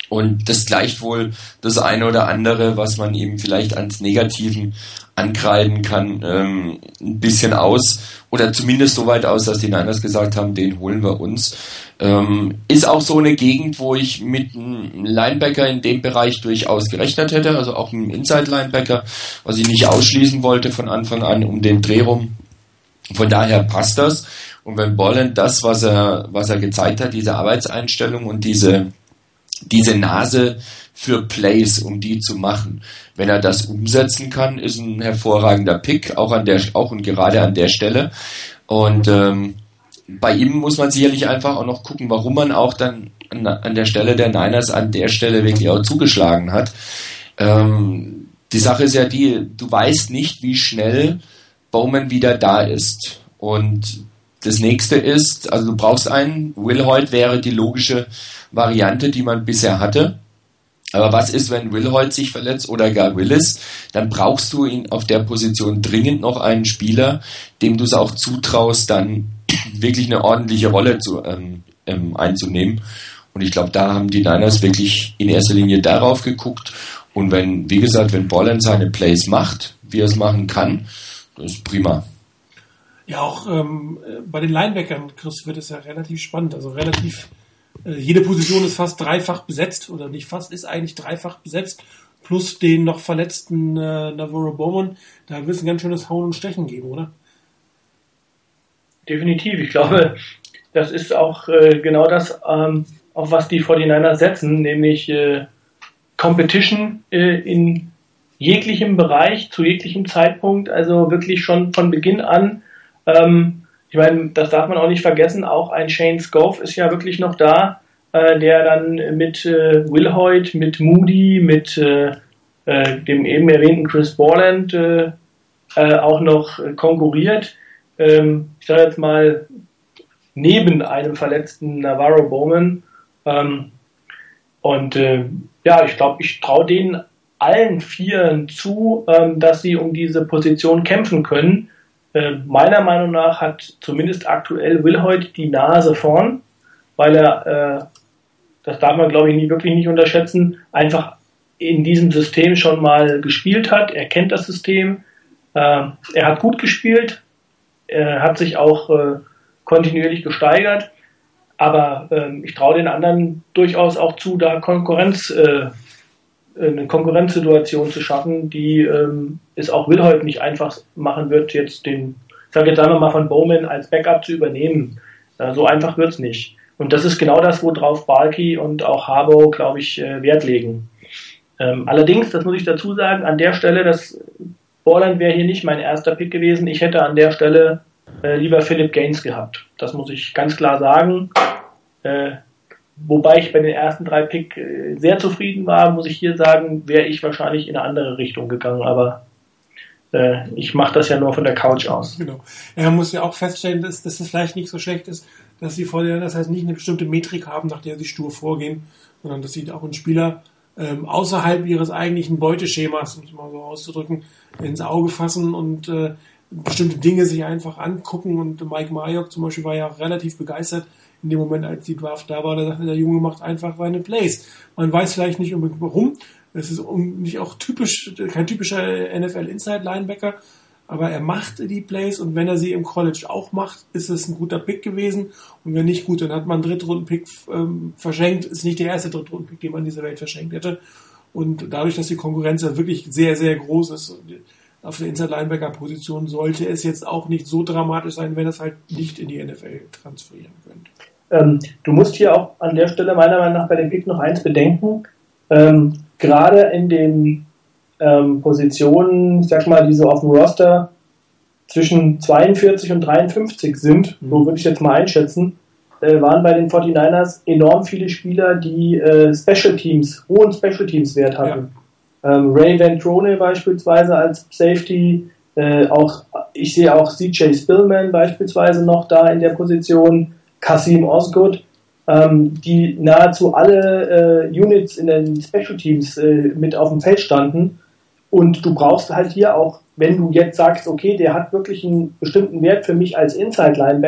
Und das gleicht wohl das eine oder andere, was man ihm vielleicht ans Negativen ankreiden kann, ähm, ein bisschen aus. Oder zumindest so weit aus, dass die Niners gesagt haben, den holen wir uns. Ähm, ist auch so eine Gegend, wo ich mit einem Linebacker in dem Bereich durchaus gerechnet hätte. Also auch mit einem Inside-Linebacker, was ich nicht ausschließen wollte von Anfang an, um den Dreh rum. Von daher passt das. Und wenn Borland das, was er, was er gezeigt hat, diese Arbeitseinstellung und diese diese Nase für Plays, um die zu machen. Wenn er das umsetzen kann, ist ein hervorragender Pick, auch an der, auch und gerade an der Stelle. Und ähm, bei ihm muss man sicherlich einfach auch noch gucken, warum man auch dann an, an der Stelle der Niners an der Stelle wirklich auch zugeschlagen hat. Ähm, die Sache ist ja die, du weißt nicht, wie schnell Bowman wieder da ist. Und das nächste ist, also du brauchst einen, Wilhoit wäre die logische Variante, die man bisher hatte. Aber was ist, wenn Wilhoit sich verletzt oder gar Willis? Dann brauchst du ihn auf der Position dringend noch einen Spieler, dem du es auch zutraust, dann wirklich eine ordentliche Rolle zu, ähm, ähm, einzunehmen. Und ich glaube, da haben die Niners wirklich in erster Linie darauf geguckt. Und wenn, wie gesagt, wenn Borland seine Plays macht, wie er es machen kann, das ist prima. Ja, auch ähm, bei den Linebackern, Chris, wird es ja relativ spannend. Also relativ, äh, jede Position ist fast dreifach besetzt, oder nicht fast, ist eigentlich dreifach besetzt, plus den noch verletzten äh, Navarro Bowman. Da wird es ein ganz schönes Hauen und Stechen geben, oder? Definitiv. Ich glaube, das ist auch äh, genau das, ähm, auf was die forty-niners setzen, nämlich äh, Competition äh, in jeglichem Bereich, zu jeglichem Zeitpunkt, also wirklich schon von Beginn an. Ähm, ich meine, das darf man auch nicht vergessen, auch ein Shane Scove ist ja wirklich noch da, äh, der dann mit äh, Wilhoit, mit Moody, mit äh, äh, dem eben erwähnten Chris Borland äh, äh, auch noch konkurriert. Ähm, ich sage jetzt mal, neben einem verletzten Navarro Bowman. Ähm, und äh, ja, ich glaube, ich traue denen allen Vieren zu, ähm, dass sie um diese Position kämpfen können. Äh, meiner Meinung nach hat zumindest aktuell Wilhoit die Nase vorn, weil er, äh, das darf man glaube ich nie, wirklich nicht unterschätzen, einfach in diesem System schon mal gespielt hat. Er kennt das System, äh, er hat gut gespielt, er hat sich auch äh, kontinuierlich gesteigert, aber äh, ich traue den anderen durchaus auch zu, da Konkurrenz äh, eine Konkurrenzsituation zu schaffen, die ähm, es auch Wilhoit nicht einfach machen wird, jetzt den, ich sage jetzt einmal mal von Bowman als Backup zu übernehmen. Äh, so einfach wird es nicht. Und das ist genau das, worauf Balky und auch Harbaugh, glaube ich, äh, Wert legen. Ähm, allerdings, das muss ich dazu sagen, an der Stelle, das Borland wäre hier nicht mein erster Pick gewesen. Ich hätte an der Stelle äh, lieber Philip Gaines gehabt. Das muss ich ganz klar sagen. Äh, Wobei ich bei den ersten drei Pick sehr zufrieden war, muss ich hier sagen, wäre ich wahrscheinlich in eine andere Richtung gegangen, aber äh, ich mache das ja nur von der Couch aus. Genau. Er muss ja auch feststellen, dass, dass es vielleicht nicht so schlecht ist, dass sie vor der, das heißt nicht eine bestimmte Metrik haben, nach der sie stur vorgehen, sondern dass sie auch einen Spieler ähm, außerhalb ihres eigentlichen Beuteschemas, um es mal so auszudrücken, ins Auge fassen und äh, bestimmte Dinge sich einfach angucken. Und Mike Mayock zum Beispiel war ja auch relativ begeistert in dem Moment, als die Draft da war. Da sagte der Junge macht einfach seine Plays. Man weiß vielleicht nicht unbedingt warum. Es ist nicht auch typisch, kein typischer N F L-Inside-Linebacker, aber er macht die Plays und wenn er sie im College auch macht, ist es ein guter Pick gewesen. Und wenn nicht gut, dann hat man einen Drittrunden-Pick ähm, verschenkt. Ist nicht der erste Drittrunden-Pick, den man in dieser Welt verschenkt hätte. Und dadurch, dass die Konkurrenz ja wirklich sehr, sehr groß ist auf der Inside-Linebacker-Position, sollte es jetzt auch nicht so dramatisch sein, wenn es halt nicht in die N F L transferieren könnte. Ähm, du musst hier auch an der Stelle meiner Meinung nach bei dem Pick noch eins bedenken. Ähm, gerade in den ähm, Positionen, ich sag mal, die so auf dem Roster zwischen zweiundvierzig und dreiundfünfzig sind, mhm. so würde ich jetzt mal einschätzen, äh, waren bei den forty-niners enorm viele Spieler, die äh, Special Teams, hohen Special Teams Wert hatten. Ja. Ähm, Ray Ventrone beispielsweise als Safety, äh, auch ich sehe auch C J Spillman beispielsweise noch da in der Position, Kasim Osgood, ähm, die nahezu alle äh, Units in den Special Teams äh, mit auf dem Feld standen. Und du brauchst halt hier auch, wenn du jetzt sagst, okay, der hat wirklich einen bestimmten Wert für mich als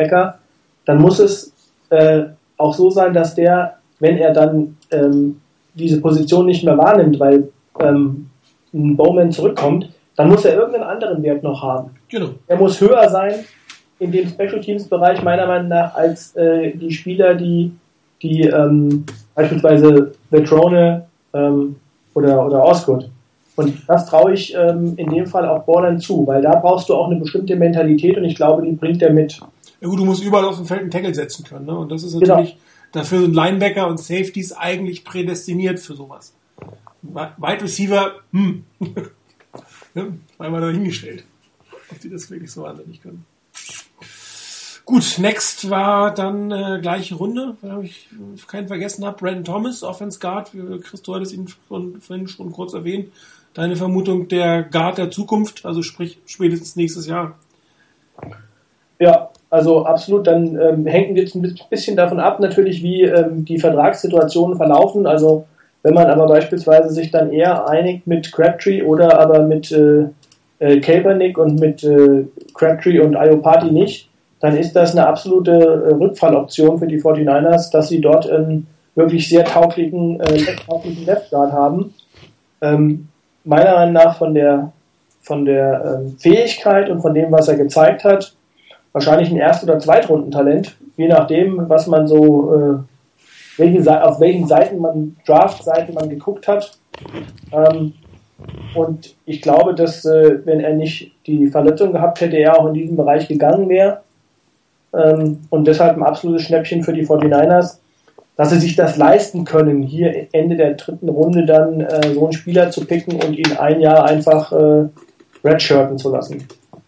dann muss es äh, auch so sein, dass der, wenn er dann ähm, diese Position nicht mehr wahrnimmt, weil ähm, ein Bowman zurückkommt, dann muss er irgendeinen anderen Wert noch haben. Genau. Er muss höher sein in dem Special Teams Bereich meiner Meinung nach als äh, die Spieler, die die ähm, beispielsweise Vetrone ähm, oder oder Osgood. Und das traue ich ähm, in dem Fall auch Borland zu, weil da brauchst du auch eine bestimmte Mentalität und ich glaube, die bringt er mit. Ja gut, du musst überall auf dem Feld einen Tackle setzen können, ne? Und das ist natürlich genau. Dafür sind Linebacker und Safeties eigentlich prädestiniert für sowas. Wide Receiver, hm. Ja, einmal dahingestellt, ob die das wirklich so wahnsinnig können. Gut, next war dann äh, gleiche Runde, wenn ich keinen vergessen habe, Brandon Thomas, Offense Guard, Chris, du hattest ihn von, vorhin schon kurz erwähnt. Deine Vermutung, der Guard der Zukunft, also sprich spätestens nächstes Jahr. Ja, also absolut, dann ähm, hängt jetzt ein bisschen davon ab natürlich, wie ähm, die Vertragssituationen verlaufen, also wenn man aber beispielsweise sich dann eher einigt mit Crabtree oder aber mit äh, äh, Kaepernick und mit äh, Crabtree und Iopati nicht, dann ist das eine absolute äh, Rückfalloption für die forty-niners, dass sie dort einen wirklich sehr tauglichen, äh, tauglichen Left Guard haben. Ähm, meiner Meinung nach von der, von der ähm, Fähigkeit und von dem, was er gezeigt hat, wahrscheinlich ein Erst- oder Zweitrundentalent, je nachdem, was man so, äh, welchen, auf welchen Seiten man, Draft-Seiten man geguckt hat. Ähm, und ich glaube, dass, äh, wenn er nicht die Verletzung gehabt hätte, er auch in diesen Bereich gegangen wäre. Ähm, und deshalb ein absolutes Schnäppchen für die forty-niners, dass sie sich das leisten können, hier Ende der dritten Runde dann äh, so einen Spieler zu picken und ihn ein Jahr einfach äh, redshirten zu lassen.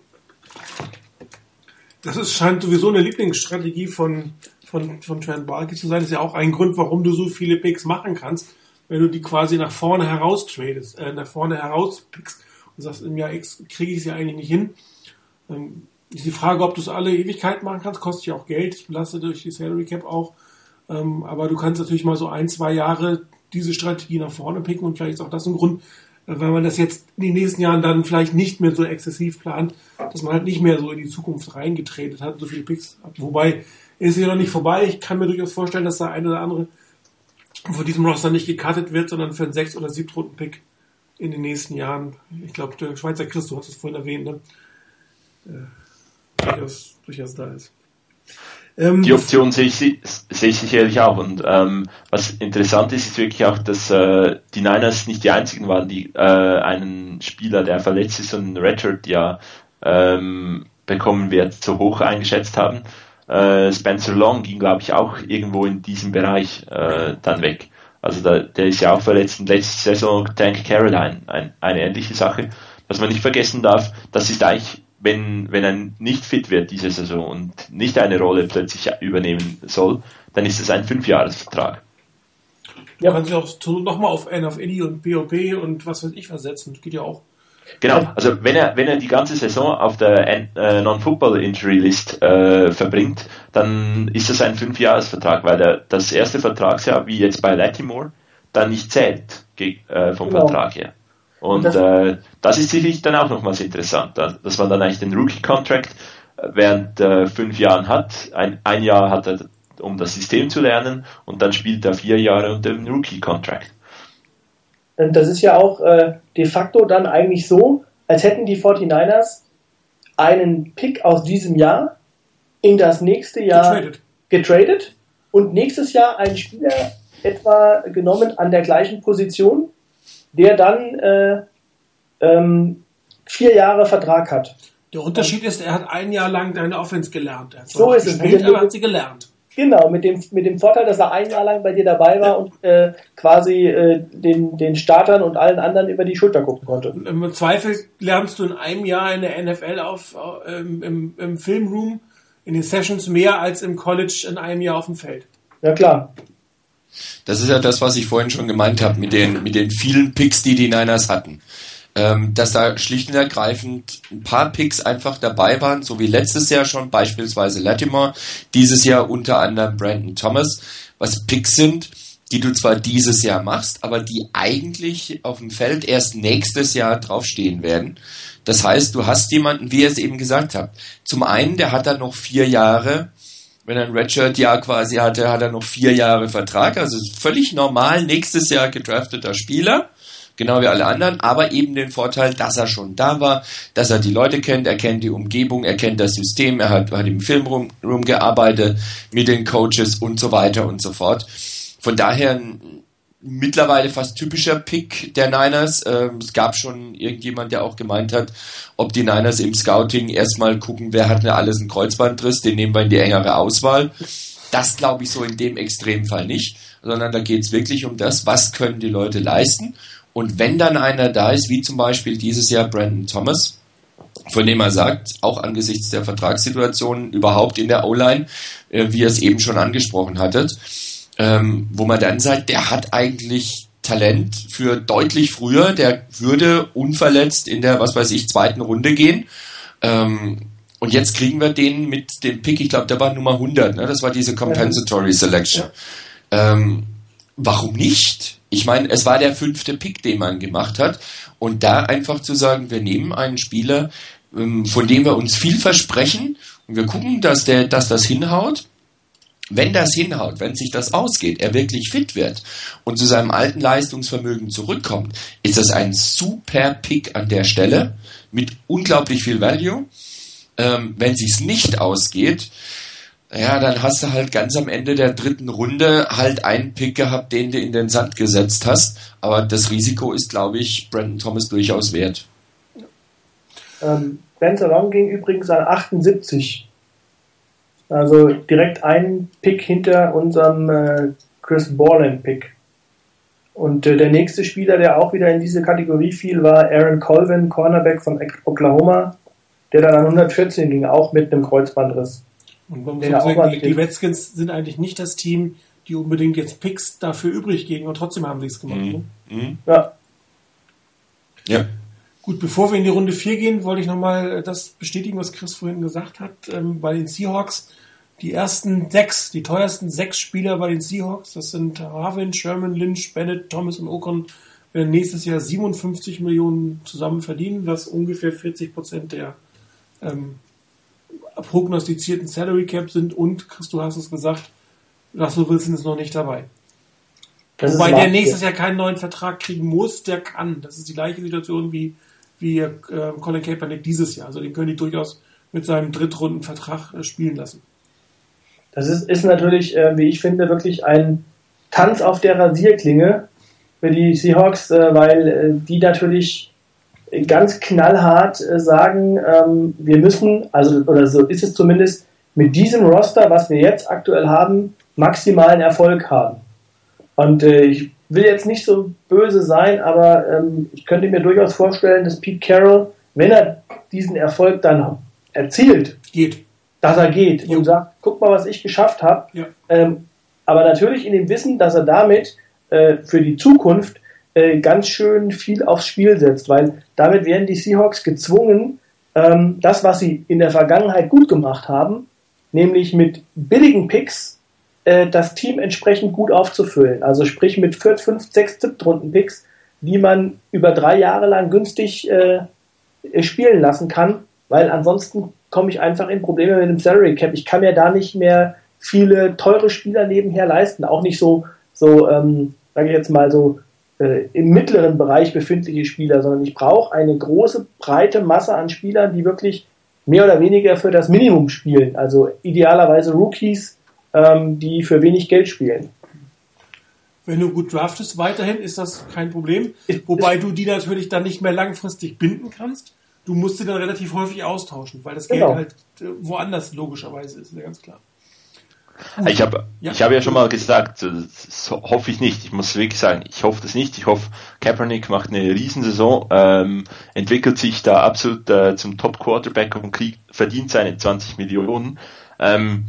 Das ist, scheint sowieso eine Lieblingsstrategie von, von, von Trent Baalke zu sein. Das ist ja auch ein Grund, warum du so viele Picks machen kannst, wenn du die quasi nach vorne heraus tradest, äh, nach vorne heraus pickst und sagst, im Jahr X kriege ich es ja eigentlich nicht hin. Ähm, ist die Frage, ob du es alle Ewigkeit machen kannst, kostet ja auch Geld, belastet durch die Salary Cap auch. Ähm, aber du kannst natürlich mal so ein, zwei Jahre diese Strategie nach vorne picken und vielleicht ist auch das ein Grund, weil man das jetzt in den nächsten Jahren dann vielleicht nicht mehr so exzessiv plant, dass man halt nicht mehr so in die Zukunft reingetradet hat, so viele Picks hat. Wobei, ist ja noch nicht vorbei. Ich kann mir durchaus vorstellen, dass der eine oder andere von diesem Roster nicht gecuttet wird, sondern für einen sechs- oder siebten-Runden-Pick in den nächsten Jahren. Ich glaube, der Schweizer Christ, du hast es vorhin erwähnt, ne? Äh, durchaus, durchaus da ist. Ähm, Die Option sehe ich, sehe ich sicherlich auch. Und ähm, was interessant ist, ist wirklich auch, dass äh, die Niners nicht die einzigen waren, die äh, einen Spieler, der verletzt ist und ein Redshirt ja ähm, bekommen wird, so hoch eingeschätzt haben. Äh, Spencer Long ging, glaube ich, auch irgendwo in diesem Bereich äh, dann weg. Also da, der ist ja auch verletzt. Und letzte Saison Tank Caroline, ein, eine ähnliche Sache. Was man nicht vergessen darf, das ist eigentlich, wenn, wenn er nicht fit wird diese Saison und nicht eine Rolle plötzlich übernehmen soll, dann ist es ein Fünfjahresvertrag. Du ja. kannst ja auch nochmal auf N F L und P O P und was weiß ich versetzen. Das geht ja auch. Genau, also wenn er wenn er die ganze Saison auf der äh, Non-Football-Injury-List äh, verbringt, dann ist das ein Fünfjahresvertrag, weil der, das erste Vertragsjahr, wie jetzt bei Latimore, dann nicht zählt äh, vom genau. Vertrag her. Und das, äh, das ist sicherlich dann auch nochmals interessant, dass man dann eigentlich den Rookie-Contract während äh, fünf Jahren hat. Ein, ein Jahr hat er, um das System zu lernen, und dann spielt er vier Jahre unter dem Rookie-Contract. Und das ist ja auch äh, de facto dann eigentlich so, als hätten die forty-niners einen Pick aus diesem Jahr in das nächste Jahr getradet, getradet und nächstes Jahr einen Spieler etwa genommen an der gleichen Position, der dann äh, ähm, vier Jahre Vertrag hat. Der Unterschied ist, er hat ein Jahr lang deine Offense gelernt. Er hat so ist gespielt, es. Aber hat sie gelernt. Genau, mit dem, mit dem Vorteil, dass er ein Jahr lang bei dir dabei war und äh, quasi äh, den, den Startern und allen anderen über die Schulter gucken konnte. Und im Zweifel lernst du in einem Jahr in der N F L auf, äh, im, im Filmroom, in den Sessions mehr als im College in einem Jahr auf dem Feld. Ja, klar. Das ist ja das, was ich vorhin schon gemeint habe, mit den, mit den vielen Picks, die die Niners hatten. Ähm, dass da schlicht und ergreifend ein paar Picks einfach dabei waren, so wie letztes Jahr schon, beispielsweise Latimore, dieses Jahr unter anderem Brandon Thomas, was Picks sind, die du zwar dieses Jahr machst, aber die eigentlich auf dem Feld erst nächstes Jahr draufstehen werden. Das heißt, du hast jemanden, wie ihr es eben gesagt habt, zum einen, der hat dann noch vier Jahre Wenn er ein Redshirt-Jahr quasi hatte, hat er noch vier Jahre Vertrag. Also völlig normal, nächstes Jahr gedrafteter Spieler. Genau wie alle anderen, aber eben den Vorteil, dass er schon da war, dass er die Leute kennt, er kennt die Umgebung, er kennt das System, er hat, hat im Filmroom gearbeitet, mit den Coaches und so weiter und so fort. Von daher ein mittlerweile fast typischer Pick der Niners. Ähm, es gab schon irgendjemand, der auch gemeint hat, ob die Niners im Scouting erstmal gucken, wer hat denn alles einen Kreuzbandriss, den nehmen wir in die engere Auswahl. Das glaube ich so in dem Extremfall nicht, sondern da geht es wirklich um das, was können die Leute leisten. Und wenn dann einer da ist, wie zum Beispiel dieses Jahr Brandon Thomas, von dem er sagt, auch angesichts der Vertragssituation überhaupt in der O-Line, äh, wie er es eben schon angesprochen hattet, ähm, wo man dann sagt, der hat eigentlich Talent für deutlich früher, der würde unverletzt in der, was weiß ich, zweiten Runde gehen. Ähm, und jetzt kriegen wir den mit dem Pick, ich glaube, der war Nummer hundert, ne? Das war diese Compensatory Selection. Ja. Ähm, warum nicht? Ich meine, es war der fünfte Pick, den man gemacht hat. Und da einfach zu sagen, wir nehmen einen Spieler, von dem wir uns viel versprechen und wir gucken, dass, der, dass das hinhaut. Wenn das hinhaut, wenn sich das ausgeht, er wirklich fit wird und zu seinem alten Leistungsvermögen zurückkommt, ist das ein super Pick an der Stelle mit unglaublich viel Value. Ähm, wenn sich's nicht ausgeht, ja, dann hast du halt ganz am Ende der dritten Runde halt einen Pick gehabt, den du in den Sand gesetzt hast. Aber das Risiko ist, glaube ich, Brandon Thomas durchaus wert. Ähm, Spencer Long ging übrigens an achtundsiebzig. Also direkt einen Pick hinter unserem äh, Chris Borland-Pick. Und äh, der nächste Spieler, der auch wieder in diese Kategorie fiel, war Aaron Colvin, Cornerback von Oklahoma, der dann an hundertvierzehn ging, auch mit einem Kreuzbandriss. Und man muss sagen, die, die Redskins sind eigentlich nicht das Team, die unbedingt jetzt Picks dafür übrig gehen, und trotzdem haben sie es gemacht. Mhm. Ne? Mhm. Ja. Ja. Gut, bevor wir in die Runde vier gehen, wollte ich nochmal das bestätigen, was Chris vorhin gesagt hat. Ähm, bei den Seahawks, die ersten sechs, die teuersten sechs Spieler bei den Seahawks, das sind Harvin, Sherman, Lynch, Bennett, Thomas und Okon, werden nächstes Jahr siebenundfünfzig Millionen zusammen verdienen, was ungefähr vierzig Prozent der ähm, prognostizierten Salary Cap sind, und Chris, du hast es gesagt, Russell Wilson ist noch nicht dabei. Das Wobei der nächstes Jahr keinen neuen Vertrag kriegen muss, der kann. Das ist die gleiche Situation wie, wie äh, Colin Kaepernick dieses Jahr. Also den können die durchaus mit seinem Drittrundenvertrag äh, spielen lassen. Das ist, ist natürlich, äh, wie ich finde, wirklich ein Tanz auf der Rasierklinge für die Seahawks, äh, weil äh, die natürlich ganz knallhart äh, sagen, ähm, wir müssen, also oder so ist es zumindest, mit diesem Roster, was wir jetzt aktuell haben, maximalen Erfolg haben. Und äh, ich will jetzt nicht so böse sein, aber ähm, ich könnte mir durchaus vorstellen, dass Pete Carroll, wenn er diesen Erfolg dann erzielt, geht. dass er geht ja. und sagt, guck mal, was ich geschafft habe. Ja. Ähm, aber natürlich in dem Wissen, dass er damit äh, für die Zukunft äh, ganz schön viel aufs Spiel setzt, weil damit werden die Seahawks gezwungen, ähm, das, was sie in der Vergangenheit gut gemacht haben, nämlich mit billigen Picks äh, das Team entsprechend gut aufzufüllen. Also sprich mit vier, fünf, sechs Siebtrunden-Picks, die man über drei Jahre lang günstig äh, spielen lassen kann, weil ansonsten komme ich einfach in Probleme mit dem Salary Cap. Ich kann mir da nicht mehr viele teure Spieler nebenher leisten, auch nicht so, so ähm, sage ich jetzt mal so, äh, im mittleren Bereich befindliche Spieler, sondern ich brauche eine große, breite Masse an Spielern, die wirklich mehr oder weniger für das Minimum spielen. Also idealerweise Rookies, ähm, die für wenig Geld spielen. Wenn du gut draftest, weiterhin ist das kein Problem. Wobei du die natürlich dann nicht mehr langfristig binden kannst. Du musst sie dann relativ häufig austauschen, weil das Geld genau. halt woanders logischerweise ist, ja ganz klar. Ich habe ja. ich habe ja schon mal gesagt, das hoffe ich nicht. Ich muss wirklich sagen, ich hoffe das nicht. Ich hoffe, Kaepernick macht eine Riesensaison, ähm, entwickelt sich da absolut äh, zum Top-Quarterback und kriegt, verdient seine zwanzig Millionen. Ähm,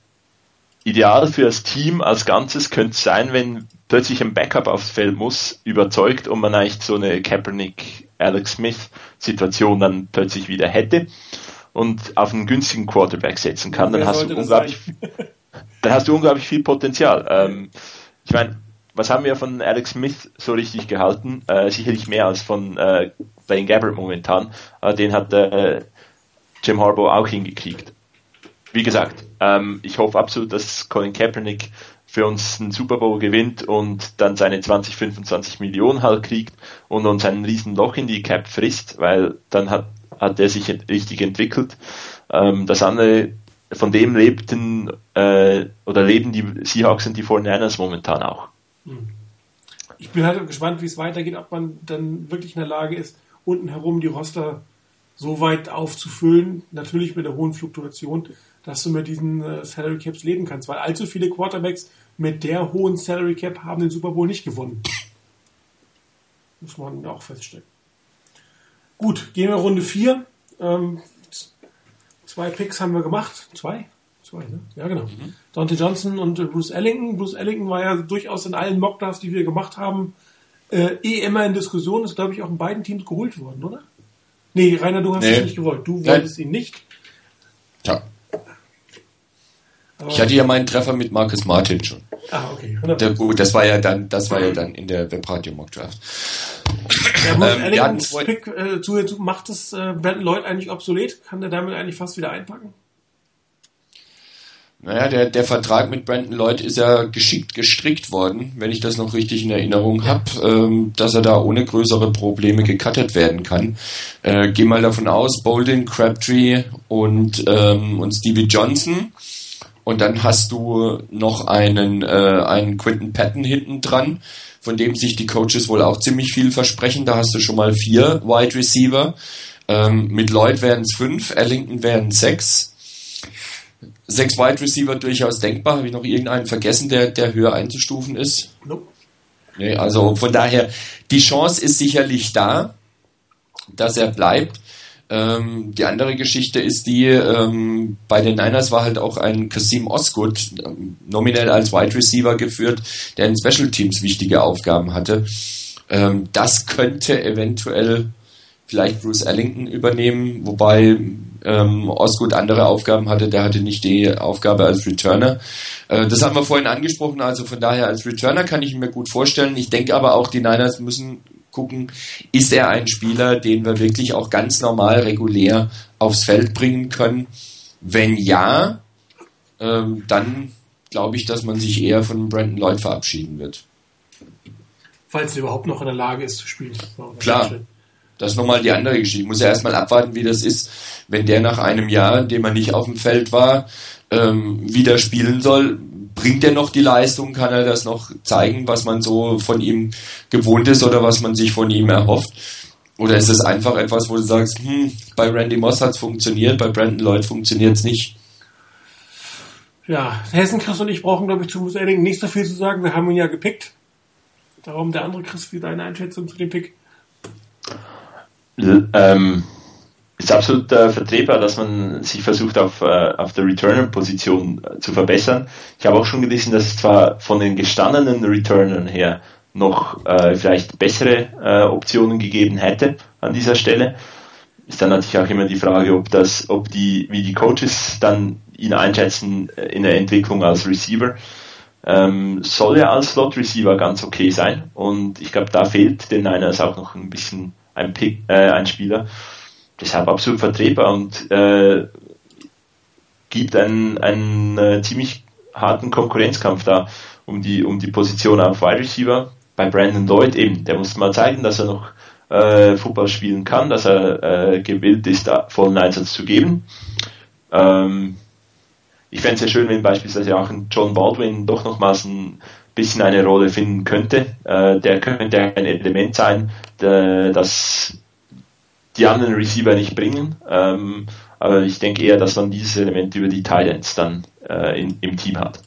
ideal für das Team als Ganzes könnte es sein, wenn plötzlich ein Backup aufs Feld muss, überzeugt, und man eigentlich so eine Kaepernick, Alex Smith Situation dann plötzlich wieder hätte und auf einen günstigen Quarterback setzen kann. Dann hast du unglaublich dann hast du unglaublich viel Potenzial. Ähm, ich meine, was haben wir von Alex Smith so richtig gehalten? Äh, sicherlich mehr als von äh, Blaine Gabbert momentan. Aber den hat äh, Jim Harbaugh auch hingekriegt. wie gesagt, ähm, ich hoffe absolut, dass Colin Kaepernick für uns einen Super Bowl gewinnt und dann seine zwanzig, fünfundzwanzig Millionen halt kriegt und uns ein riesen Loch in die Cap frisst, weil dann hat, hat er sich richtig entwickelt. Ähm, das andere, von dem lebten äh, oder leben die Seahawks und die forty-niners momentan auch. Ich bin halt gespannt, wie es weitergeht, ob man dann wirklich in der Lage ist, unten herum die Roster so weit aufzufüllen, natürlich mit der hohen Fluktuation, dass du mit diesen äh, Salary Caps leben kannst, weil allzu viele Quarterbacks mit der hohen Salary Cap haben den Super Bowl nicht gewonnen. Muss man auch feststellen. Gut, gehen wir Runde vier. Ähm, zwei Picks haben wir gemacht. Zwei? Zwei, ne? Ja, genau. Mhm. Dante Johnson und äh, Bruce Ellington. Bruce Ellington war ja durchaus in allen Mockdrafts, die wir gemacht haben, äh, eh immer in Diskussion. Ist, glaube ich, auch in beiden Teams geholt worden, oder? Nee, Rainer, du hast nee. es nicht gewollt. Du wolltest Nein. ihn nicht. Ja. Aber ich hatte ja meinen Treffer mit Marcus Martin schon. Ah, okay. Der, gut, das war ja dann, das war ja dann in der Webradio Mockdraft. Ja, Bruce ähm, Ellingtons Pick äh, zu, zu, macht es äh, Brandon Lloyd eigentlich obsolet? Kann der damit eigentlich fast wieder einpacken? Naja, der, der Vertrag mit Brandon Lloyd ist ja geschickt gestrickt worden, wenn ich das noch richtig in Erinnerung habe, ähm, dass er da ohne größere Probleme gecuttet werden kann. Äh, geh mal davon aus, Bolden, Crabtree und, ähm, und Stevie Johnson. Und dann hast du noch einen, äh, einen Quinton Patton hinten dran, von dem sich die Coaches wohl auch ziemlich viel versprechen. Da hast du schon mal vier Wide Receiver. Ähm, mit Lloyd wären es fünf, Ellington wären sechs. Sechs Wide Receiver durchaus denkbar. Habe ich noch irgendeinen vergessen, der, der höher einzustufen ist? Nope. Nee, also von daher, die Chance ist sicherlich da, dass er bleibt. Ähm, die andere Geschichte ist die, ähm, bei den Niners war halt auch ein Kasim Osgood ähm, nominell als Wide Receiver geführt, der in Special Teams wichtige Aufgaben hatte. Ähm, das könnte eventuell vielleicht Bruce Ellington übernehmen, wobei ähm, Osgood andere Aufgaben hatte, der hatte nicht die Aufgabe als Returner. Äh, das haben wir vorhin angesprochen, also von daher als Returner kann ich mir gut vorstellen. Ich denke aber auch, die Niners müssen gucken, ist er ein Spieler, den wir wirklich auch ganz normal, regulär aufs Feld bringen können? Wenn ja, ähm, dann glaube ich, dass man sich eher von Brandon Lloyd verabschieden wird. Falls er überhaupt noch in der Lage ist zu spielen. Klar, das ist nochmal die andere Geschichte. Ich muss ja erstmal abwarten, wie das ist, wenn der nach einem Jahr, in dem er nicht auf dem Feld war, ähm, wieder spielen soll. Bringt er noch die Leistung? Kann er das noch zeigen, was man so von ihm gewohnt ist oder was man sich von ihm erhofft? Oder ist es einfach etwas, wo du sagst, hm, bei Randy Moss hat es funktioniert, bei Brandon Lloyd funktioniert es nicht? Ja, Hessen, Chris und ich brauchen, glaube ich, zu Bruce Ellington nicht so viel zu sagen. Wir haben ihn ja gepickt. Darum der andere Chris, wie deine Einschätzung zu dem Pick? Ähm, ist absolut äh, vertretbar, dass man sich versucht, auf, äh, auf der Returner-Position äh, zu verbessern. Ich habe auch schon gelesen, dass es zwar von den gestandenen Returnern her noch äh, vielleicht bessere äh, Optionen gegeben hätte an dieser Stelle. Ist dann natürlich auch immer die Frage, ob das, ob die, wie die Coaches dann ihn einschätzen äh, in der Entwicklung als Receiver. Ähm, soll er als Slot-Receiver ganz okay sein, und ich glaube, da fehlt den Niners auch noch ein bisschen ein, Pick, äh, ein Spieler. Deshalb absolut vertretbar und äh, gibt einen, einen äh, ziemlich harten Konkurrenzkampf da um die, um die Position auf Wide Receiver. Bei Brandon Lloyd eben, der muss mal zeigen, dass er noch äh, Football spielen kann, dass er äh, gewillt ist, da vollen Einsatz zu geben. Ähm, ich fände es sehr schön, wenn beispielsweise auch ein John Baldwin doch nochmals ein bisschen eine Rolle finden könnte. Äh, der könnte ein Element sein, der, das die anderen Receiver nicht bringen. Ähm, aber ich denke eher, dass man dieses Element über die Tight Ends dann äh, in, im Team hat.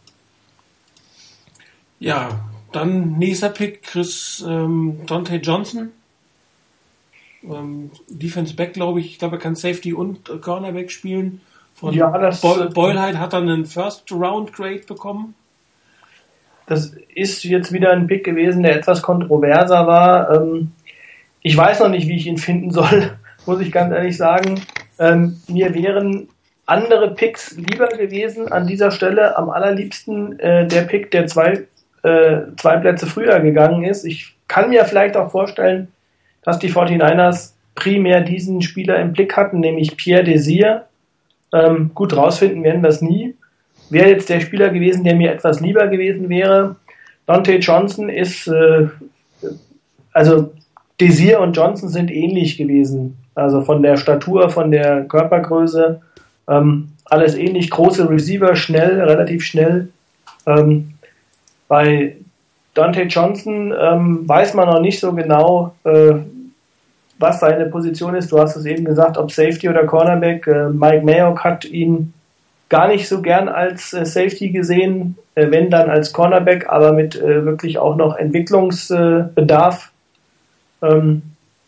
Ja, dann nächster Pick, Chris ähm, Dante Johnson. Ähm, Defense Back, glaube ich. Ich glaube, er kann Safety und äh, Cornerback spielen. Von ja, das, Boy- Boyleheit hat dann einen First Round Grade bekommen. Das ist jetzt wieder ein Pick gewesen, der etwas kontroverser war. Ähm, ich weiß noch nicht, wie ich ihn finden soll, muss ich ganz ehrlich sagen. Ähm, mir wären andere Picks lieber gewesen an dieser Stelle. Am allerliebsten äh, der Pick, der zwei, äh, zwei Plätze früher gegangen ist. Ich kann mir vielleicht auch vorstellen, dass die forty-niners primär diesen Spieler im Blick hatten, nämlich Pierre Desir, Ähm, gut rausfinden werden wir es nie. Wäre jetzt der Spieler gewesen, der mir etwas lieber gewesen wäre. Dante Johnson ist, äh, also Desir und Johnson sind ähnlich gewesen. Also von der Statur, von der Körpergröße, ähm, alles ähnlich. Große Receiver, schnell, relativ schnell. Ähm, bei Dante Johnson ähm, weiß man noch nicht so genau, äh, was seine Position ist. Du hast es eben gesagt, ob Safety oder Cornerback. Äh, Mike Mayock hat ihn gar nicht so gern als äh, Safety gesehen, äh, wenn dann als Cornerback, aber mit äh, wirklich auch noch Entwicklungsbedarf. Äh, ähm,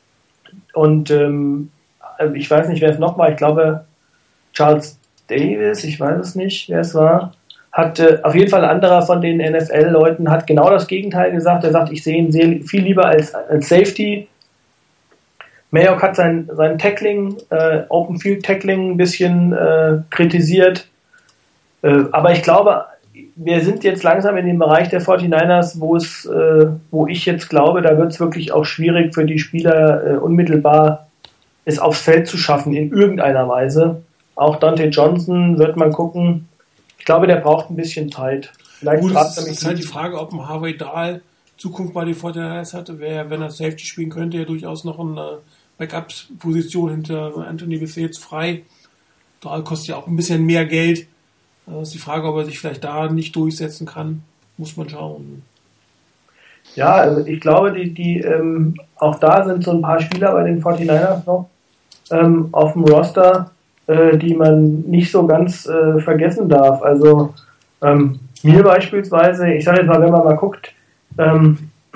und ähm, ich weiß nicht, wer es noch war. Ich glaube, Charles Davis, ich weiß es nicht, wer es war, hat äh, auf jeden Fall ein anderer von den N F L-Leuten hat genau das Gegenteil gesagt. Er sagt, ich sehe ihn sehr, viel lieber als, als Safety. Mayock hat sein, sein Tackling, äh, Open Field Tackling ein bisschen äh, kritisiert. Äh, aber ich glaube, wir sind jetzt langsam in dem Bereich der forty-niners, wo es, äh, wo ich jetzt glaube, da wird es wirklich auch schwierig für die Spieler äh, unmittelbar es aufs Feld zu schaffen in irgendeiner Weise. Auch Dante Johnson wird man gucken. Ich glaube, der braucht ein bisschen Zeit. Vielleicht Gut, es ist halt die Frage, ob ein Harvey Dahl Zukunft bei den forty-niners hatte. Wäre, wenn er Safety spielen könnte, ja durchaus noch eine Backup-Position hinter Anthony Bethea frei. Dahl kostet ja auch ein bisschen mehr Geld. Das ist die Frage, ob er sich vielleicht da nicht durchsetzen kann. Muss man schauen. Ja, also ich glaube, die, die ähm, auch da sind so ein paar Spieler bei den forty-niners noch ähm, auf dem Roster, äh, die man nicht so ganz äh, vergessen darf. Also ähm, mir beispielsweise, ich sage jetzt mal, wenn man mal guckt, ähm,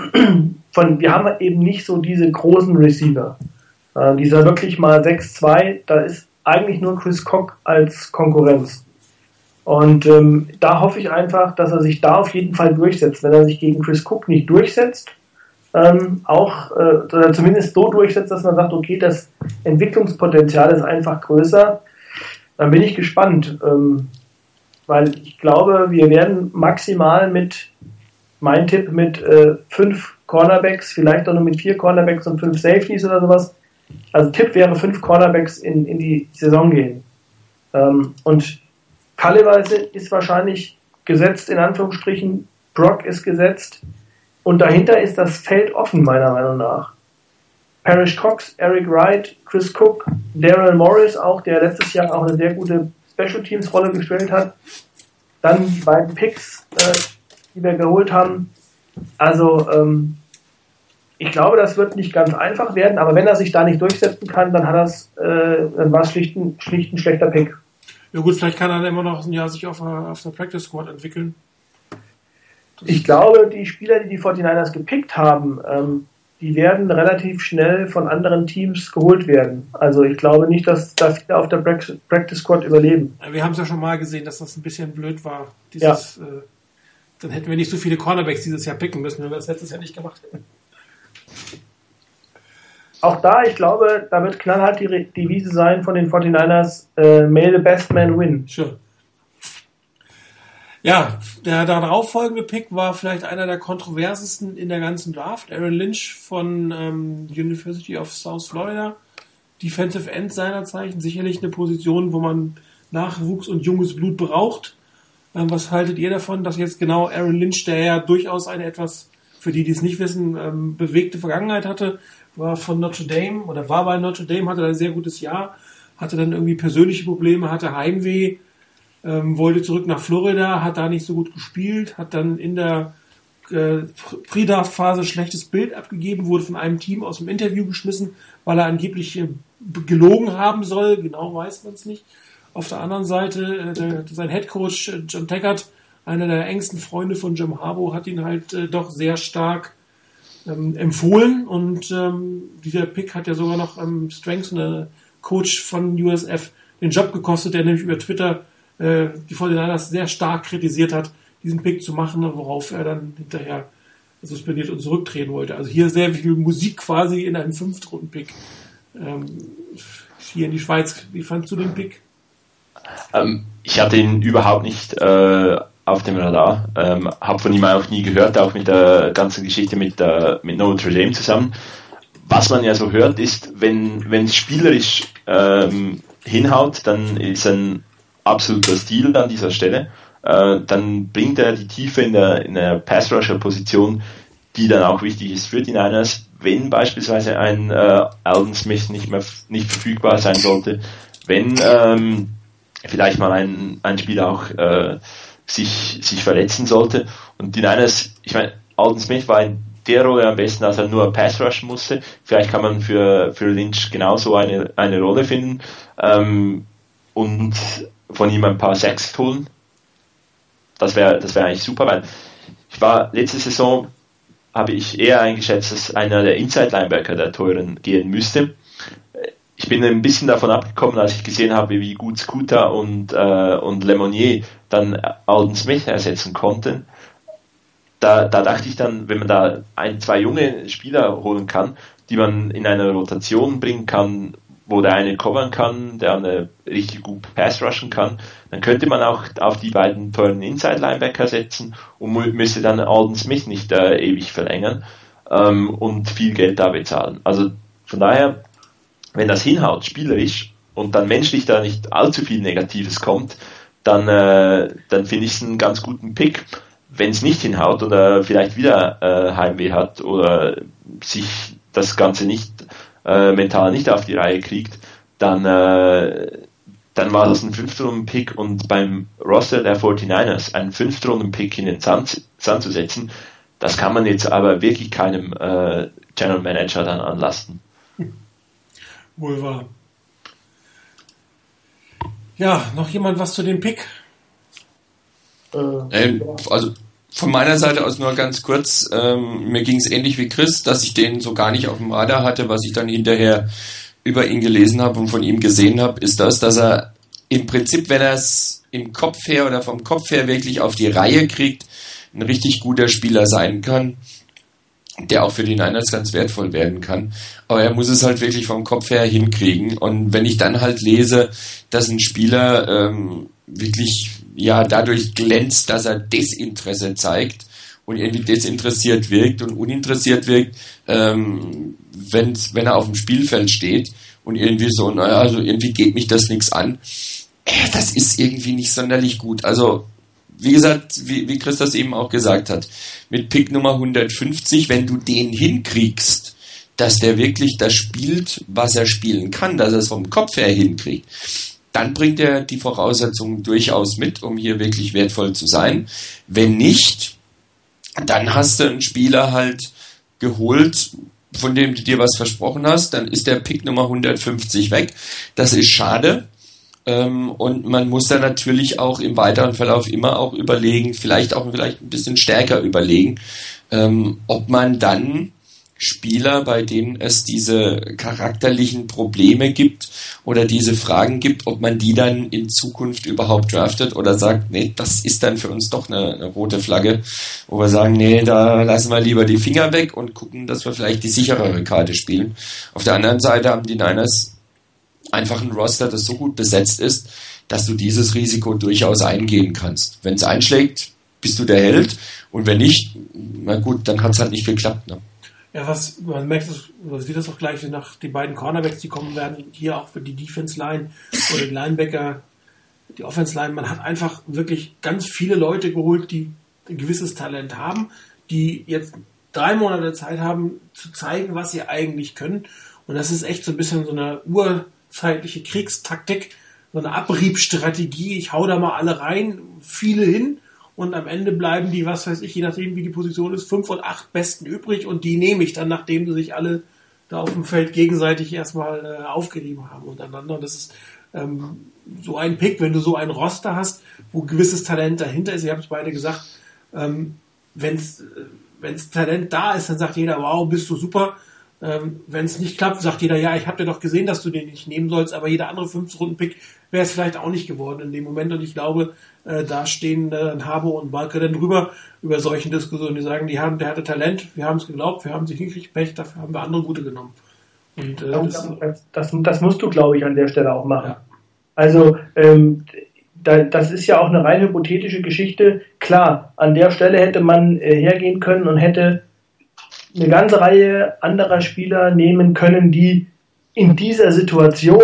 von, wir haben eben nicht so diese großen Receiver. Äh, dieser wirklich mal sechs zwei, da ist eigentlich nur Chris Cook als Konkurrenz. Und ähm, da hoffe ich einfach, dass er sich da auf jeden Fall durchsetzt. Wenn er sich gegen Chris Cook nicht durchsetzt, ähm, auch äh, oder zumindest so durchsetzt, dass man sagt, okay, das Entwicklungspotenzial ist einfach größer, dann bin ich gespannt. Ähm, weil ich glaube, wir werden maximal mit, mein Tipp, mit äh, fünf Cornerbacks, vielleicht auch nur mit vier Cornerbacks und fünf Safeties oder sowas. Also Tipp wäre fünf Cornerbacks in, in die Saison gehen. Ähm, und Kalleweise ist wahrscheinlich gesetzt, in Anführungsstrichen. Brock ist gesetzt. Und dahinter ist das Feld offen, meiner Meinung nach. Parrish Cox, Eric Wright, Chris Cook, Daryl Morris auch, der letztes Jahr auch eine sehr gute Special Teams Rolle gespielt hat. Dann die beiden Picks, äh, die wir geholt haben. Also, ähm, ich glaube, das wird nicht ganz einfach werden, aber wenn er sich da nicht durchsetzen kann, dann hat das, äh, dann war es schlicht ein, schlicht ein schlechter Pick. Ja gut, vielleicht kann er dann immer noch ein Jahr sich auf, auf der Practice Squad entwickeln. Das ich glaube, die Spieler, die die forty-niners gepickt haben, ähm, die werden relativ schnell von anderen Teams geholt werden. Also ich glaube nicht, dass da viele auf der Practice Squad überleben. Wir haben es ja schon mal gesehen, dass das ein bisschen blöd war. Dieses, ja. äh, dann hätten wir nicht so viele Cornerbacks dieses Jahr picken müssen, wenn wir das letztes Jahr nicht gemacht hätten. Auch da, ich glaube, da wird knallhart die Re- Devise sein von den forty-niners, äh, may the best man win. Sure. Ja, der darauf folgende Pick war vielleicht einer der kontroversesten in der ganzen Draft. Aaron Lynch von ähm, University of South Florida. Defensive End seinerzeichen. Sicherlich eine Position, wo man Nachwuchs und junges Blut braucht. Ähm, was haltet ihr davon, dass jetzt genau Aaron Lynch, der ja durchaus eine etwas, für die, die es nicht wissen, ähm, bewegte Vergangenheit hatte, war von Notre Dame oder war bei Notre Dame, hatte ein sehr gutes Jahr, hatte dann irgendwie persönliche Probleme, hatte Heimweh, ähm, wollte zurück nach Florida, hat da nicht so gut gespielt, hat dann in der äh, Pre-Draft-Phase schlechtes Bild abgegeben, wurde von einem Team aus dem Interview geschmissen, weil er angeblich äh, gelogen haben soll, genau weiß man es nicht. Auf der anderen Seite, äh, der, sein Headcoach äh, John Taggart, einer der engsten Freunde von Jim Harbaugh, hat ihn halt äh, doch sehr stark Ähm, empfohlen und ähm, dieser Pick hat ja sogar noch ähm, Strengths, eine Coach von U S F, den Job gekostet, der nämlich über Twitter äh, die forty-niners sehr stark kritisiert hat, diesen Pick zu machen, worauf er dann hinterher suspendiert und zurücktreten wollte. Also hier sehr viel Musik quasi in einem Fünftrunden-Pick. Ähm, hier in die Schweiz. Wie fandst du den Pick? Ähm, ich hatte ihn überhaupt nicht äh, auf dem Radar. Ähm, habe von ihm auch nie gehört, auch mit der ganzen Geschichte mit, äh, mit Notre Dame zusammen. Was man ja so hört, ist, wenn wenn es spielerisch ähm, hinhaut, dann ist er ein absoluter Stil an dieser Stelle. Äh, dann bringt er die Tiefe in der, in der Pass-Rusher-Position, die dann auch wichtig ist für die Niners, wenn beispielsweise ein äh, Aldon Smith nicht mehr nicht verfügbar sein sollte, wenn ähm, vielleicht mal ein, ein Spieler auch äh, sich, sich verletzen sollte. Und die Niners, ich meine, Aldon Smith war in der Rolle am besten, als er nur Pass rushen musste. Vielleicht kann man für, für Lynch genauso eine, eine Rolle finden ähm, und von ihm ein paar Sacks holen. Das wäre das wäre eigentlich super, weil ich war letzte Saison, habe ich eher eingeschätzt, dass einer der Inside-Linebacker der Teuren gehen müsste. Ich bin ein bisschen davon abgekommen, als ich gesehen habe, wie gut Scooter und, äh, und Lemonnier dann Aldon Smith ersetzen konnten. Da, da dachte ich dann, wenn man da ein, zwei junge Spieler holen kann, die man in eine Rotation bringen kann, wo der eine covern kann, der eine richtig gut Pass rushen kann, dann könnte man auch auf die beiden teuren Inside-Linebacker setzen und müsste dann Aldon Smith nicht äh, ewig verlängern ähm, und viel Geld da bezahlen. Also von daher, wenn das hinhaut, spielerisch, und dann menschlich da nicht allzu viel Negatives kommt, dann, äh, dann finde ich es einen ganz guten Pick. Wenn es nicht hinhaut oder vielleicht wieder äh, Heimweh hat oder sich das Ganze nicht äh, mental nicht auf die Reihe kriegt, dann, äh, dann war das ein Fünftrunden-Pick, und beim Roster der forty-niners einen Fünftrunden-Pick in den Sand, Sand zu setzen, das kann man jetzt aber wirklich keinem äh, General Manager dann anlasten. Wohl wahr. Ja, noch jemand was zu dem Pick? Ähm, also von meiner Seite aus nur ganz kurz, ähm, mir ging es ähnlich wie Chris, dass ich den so gar nicht auf dem Radar hatte. Was ich dann hinterher über ihn gelesen habe und von ihm gesehen habe, ist das, dass er im Prinzip, wenn er es im Kopf her oder vom Kopf her wirklich auf die Reihe kriegt, ein richtig guter Spieler sein kann, der auch für die Niners ganz wertvoll werden kann. Aber er muss es halt wirklich vom Kopf her hinkriegen. Und wenn ich dann halt lese, dass ein Spieler ähm, wirklich ja dadurch glänzt, dass er Desinteresse zeigt und irgendwie desinteressiert wirkt und uninteressiert wirkt, ähm, wenn, wenn er auf dem Spielfeld steht und irgendwie so, naja, also irgendwie geht mich das nichts an, äh, das ist irgendwie nicht sonderlich gut. Also wie gesagt, wie, wie Chris das eben auch gesagt hat, mit Pick Nummer hundertfünfzig, wenn du den hinkriegst, dass der wirklich das spielt, was er spielen kann, dass er es vom Kopf her hinkriegt, dann bringt er die Voraussetzungen durchaus mit, um hier wirklich wertvoll zu sein. Wenn nicht, dann hast du einen Spieler halt geholt, von dem du dir was versprochen hast, dann ist der Pick Nummer hundertfünfzig weg. Das ist schade. Ähm, und man muss da natürlich auch im weiteren Verlauf immer auch überlegen, vielleicht auch vielleicht ein bisschen stärker überlegen, ähm, ob man dann Spieler, bei denen es diese charakterlichen Probleme gibt oder diese Fragen gibt, ob man die dann in Zukunft überhaupt draftet oder sagt, nee, das ist dann für uns doch eine, eine rote Flagge, wo wir sagen, nee, da lassen wir lieber die Finger weg und gucken, dass wir vielleicht die sicherere Karte spielen. Auf der anderen Seite haben die Niners einfach ein Roster, das so gut besetzt ist, dass du dieses Risiko durchaus eingehen kannst. Wenn es einschlägt, bist du der Held, und wenn nicht, na gut, dann hat es halt nicht geklappt. Ne? Ja, was man merkt, man sieht das auch gleich nach die beiden Cornerbacks, die kommen werden, hier auch für die Defense-Line oder die Linebacker, die Offense-Line. Man hat einfach wirklich ganz viele Leute geholt, die ein gewisses Talent haben, die jetzt drei Monate Zeit haben, zu zeigen, was sie eigentlich können. Und das ist echt so ein bisschen so eine urzeitliche Kriegstaktik, so eine Abriebstrategie. Ich hau da mal alle rein, viele hin, und am Ende bleiben die, was weiß ich, je nachdem wie die Position ist, fünf und acht Besten übrig, und die nehme ich dann, nachdem sie sich alle da auf dem Feld gegenseitig erstmal äh, aufgerieben haben untereinander. Und das ist ähm, so ein Pick, wenn du so ein Roster hast, wo gewisses Talent dahinter ist. Ihr habt es beide gesagt, ähm, wenn's, äh, wenn's Talent da ist, dann sagt jeder, wow, bist du super. Ähm, wenn es nicht klappt, sagt jeder, ja, ich habe dir doch gesehen, dass du den nicht nehmen sollst, aber jeder andere fünften-Runden-Pick wäre es vielleicht auch nicht geworden in dem Moment. Und ich glaube, äh, da stehen äh, Harbaugh und Balke dann drüber über solchen Diskussionen, die sagen, die haben, der hatte Talent, wir haben es geglaubt, wir haben sich nicht Pech, dafür haben wir andere gute genommen. Und, äh, das, das, das, das musst du, glaube ich, an der Stelle auch machen. Ja. Also, ähm, da, das ist ja auch eine rein hypothetische Geschichte. Klar, an der Stelle hätte man äh, hergehen können und hätte eine ganze Reihe anderer Spieler nehmen können, die in dieser Situation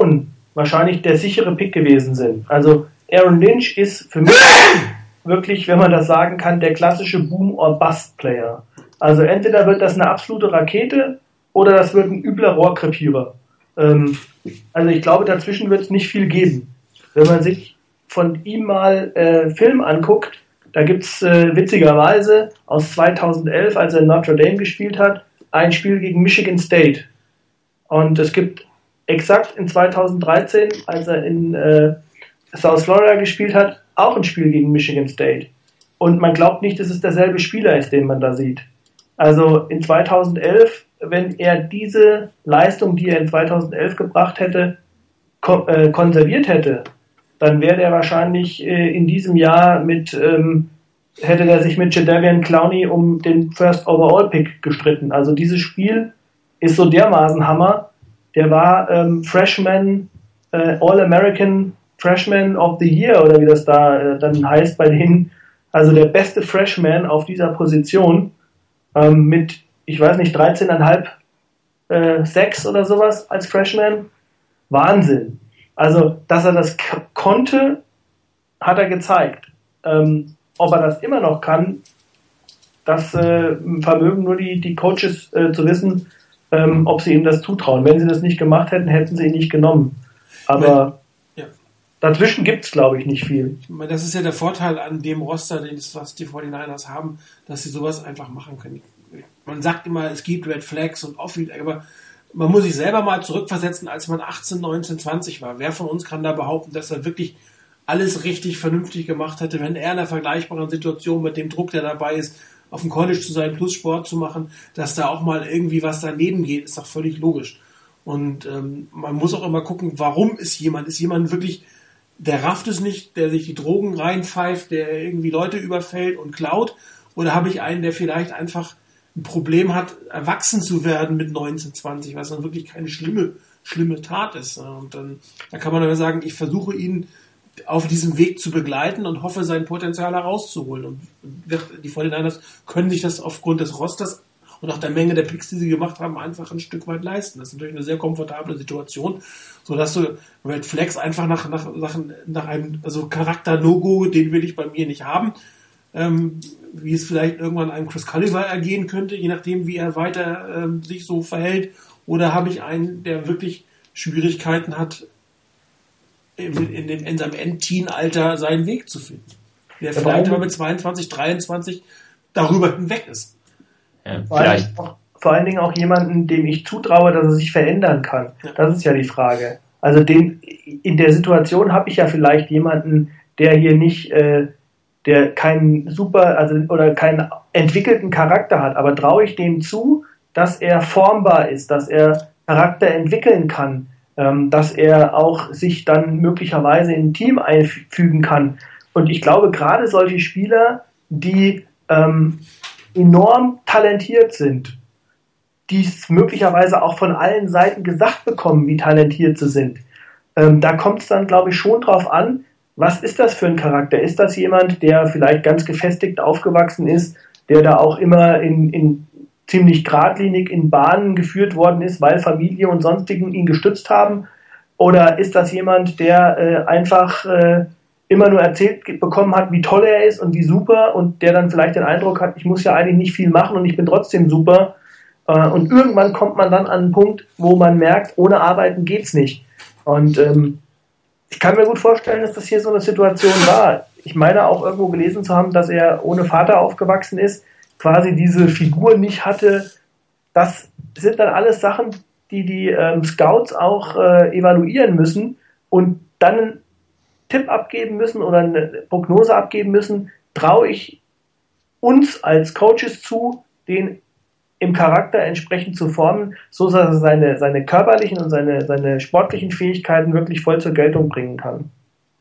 wahrscheinlich der sichere Pick gewesen sind. Also Aaron Lynch ist für mich wirklich, wenn man das sagen kann, der klassische Boom-or-Bust-Player. Also entweder wird das eine absolute Rakete oder das wird ein übler Rohrkrepierer. Ähm, also ich glaube, dazwischen wird es nicht viel geben. Wenn man sich von ihm mal äh, Film anguckt, da gibt's äh, witzigerweise aus zweitausendelf, als er in Notre Dame gespielt hat, ein Spiel gegen Michigan State. Und es gibt exakt in zweitausenddreizehn, als er in äh, South Florida gespielt hat, auch ein Spiel gegen Michigan State. Und man glaubt nicht, dass es derselbe Spieler ist, den man da sieht. Also in zweitausendelf, wenn er diese Leistung, die er in zweitausendelf gebracht hätte, ko- äh, konserviert hätte, dann wäre er wahrscheinlich äh, in diesem Jahr mit, ähm, hätte er sich mit Jadeveon Clowney um den First Overall Pick gestritten. Also dieses Spiel ist so dermaßen Hammer. Der war ähm, Freshman, äh, All-American Freshman of the Year oder wie das da äh, dann heißt bei denen. Also der beste Freshman auf dieser Position ähm, mit, ich weiß nicht, dreizehn Komma fünf äh, Sacks oder sowas als Freshman. Wahnsinn. Also, dass er das k- konnte, hat er gezeigt. Ähm, ob er das immer noch kann, das äh, vermögen nur die, die Coaches äh, zu wissen, ähm, ob sie ihm das zutrauen. Wenn sie das nicht gemacht hätten, hätten sie ihn nicht genommen. Aber ja. Dazwischen gibt es, glaube ich, nicht viel. Das ist ja der Vorteil an dem Roster, den was die forty-niners haben, dass sie sowas einfach machen können. Man sagt immer, es gibt Red Flags und Off-Field, aber man muss sich selber mal zurückversetzen, als man achtzehn, neunzehn, zwanzig war. Wer von uns kann da behaupten, dass er wirklich alles richtig vernünftig gemacht hätte, wenn er in einer vergleichbaren Situation mit dem Druck, der dabei ist, auf dem College zu sein, plus Sport zu machen, dass da auch mal irgendwie was daneben geht, ist doch völlig logisch. Und ähm, man muss auch immer gucken, warum ist jemand, ist jemand wirklich, der rafft es nicht, der sich die Drogen reinpfeift, der irgendwie Leute überfällt und klaut, oder habe ich einen, der vielleicht einfach ein Problem hat, erwachsen zu werden mit neunzehn, zwanzig, was dann wirklich keine schlimme, schlimme Tat ist. Und dann, da kann man aber sagen, ich versuche ihn auf diesem Weg zu begleiten und hoffe, sein Potenzial herauszuholen. Und die forty-niners können sich das aufgrund des Rosters und auch der Menge der Picks, die sie gemacht haben, einfach ein Stück weit leisten. Das ist natürlich eine sehr komfortable Situation, sodass du Red Flags einfach nach, nach, nach, nach einem, also Charakter-No-Go, den will ich bei mir nicht haben, ähm, wie es vielleicht irgendwann einem Chris Culliver ergehen könnte, je nachdem, wie er weiter ähm, sich so verhält. Oder habe ich einen, der wirklich Schwierigkeiten hat, in, in, dem, in seinem End-Teen-Alter seinen Weg zu finden. Der ja, vielleicht aber mit zweiundzwanzig, dreiundzwanzig darüber hinweg ist. Ja, Vor, vielleicht. allen auch, vor allen Dingen auch jemanden, dem ich zutraue, dass er sich verändern kann. Ja. Das ist ja die Frage. Also dem, in der Situation habe ich ja vielleicht jemanden, der hier nicht, äh, der keinen super, also oder keinen entwickelten Charakter hat, aber traue ich dem zu, dass er formbar ist, dass er Charakter entwickeln kann, ähm, dass er auch sich dann möglicherweise in ein Team einfügen kann. Und ich glaube, gerade solche Spieler, die ähm, enorm talentiert sind, die es möglicherweise auch von allen Seiten gesagt bekommen, wie talentiert sie sind. Ähm, da kommt es dann, glaube ich, schon drauf an, was ist das für ein Charakter? Ist das jemand, der vielleicht ganz gefestigt aufgewachsen ist, der da auch immer in, in ziemlich geradlinig in Bahnen geführt worden ist, weil Familie und Sonstigen ihn gestützt haben? Oder ist das jemand, der äh, einfach äh, immer nur erzählt bekommen hat, wie toll er ist und wie super, und der dann vielleicht den Eindruck hat, ich muss ja eigentlich nicht viel machen und ich bin trotzdem super. Und irgendwann kommt man dann an einen Punkt, wo man merkt, ohne Arbeiten geht's nicht. Und ähm, ich kann mir gut vorstellen, dass das hier so eine Situation war. Ich meine auch irgendwo gelesen zu haben, dass er ohne Vater aufgewachsen ist, quasi diese Figur nicht hatte. Das sind dann alles Sachen, die die ähm, Scouts auch äh, evaluieren müssen und dann einen Tipp abgeben müssen oder eine Prognose abgeben müssen. Traue ich uns als Coaches zu, den im Charakter entsprechend zu formen, so dass er seine, seine körperlichen und seine, seine sportlichen Fähigkeiten wirklich voll zur Geltung bringen kann.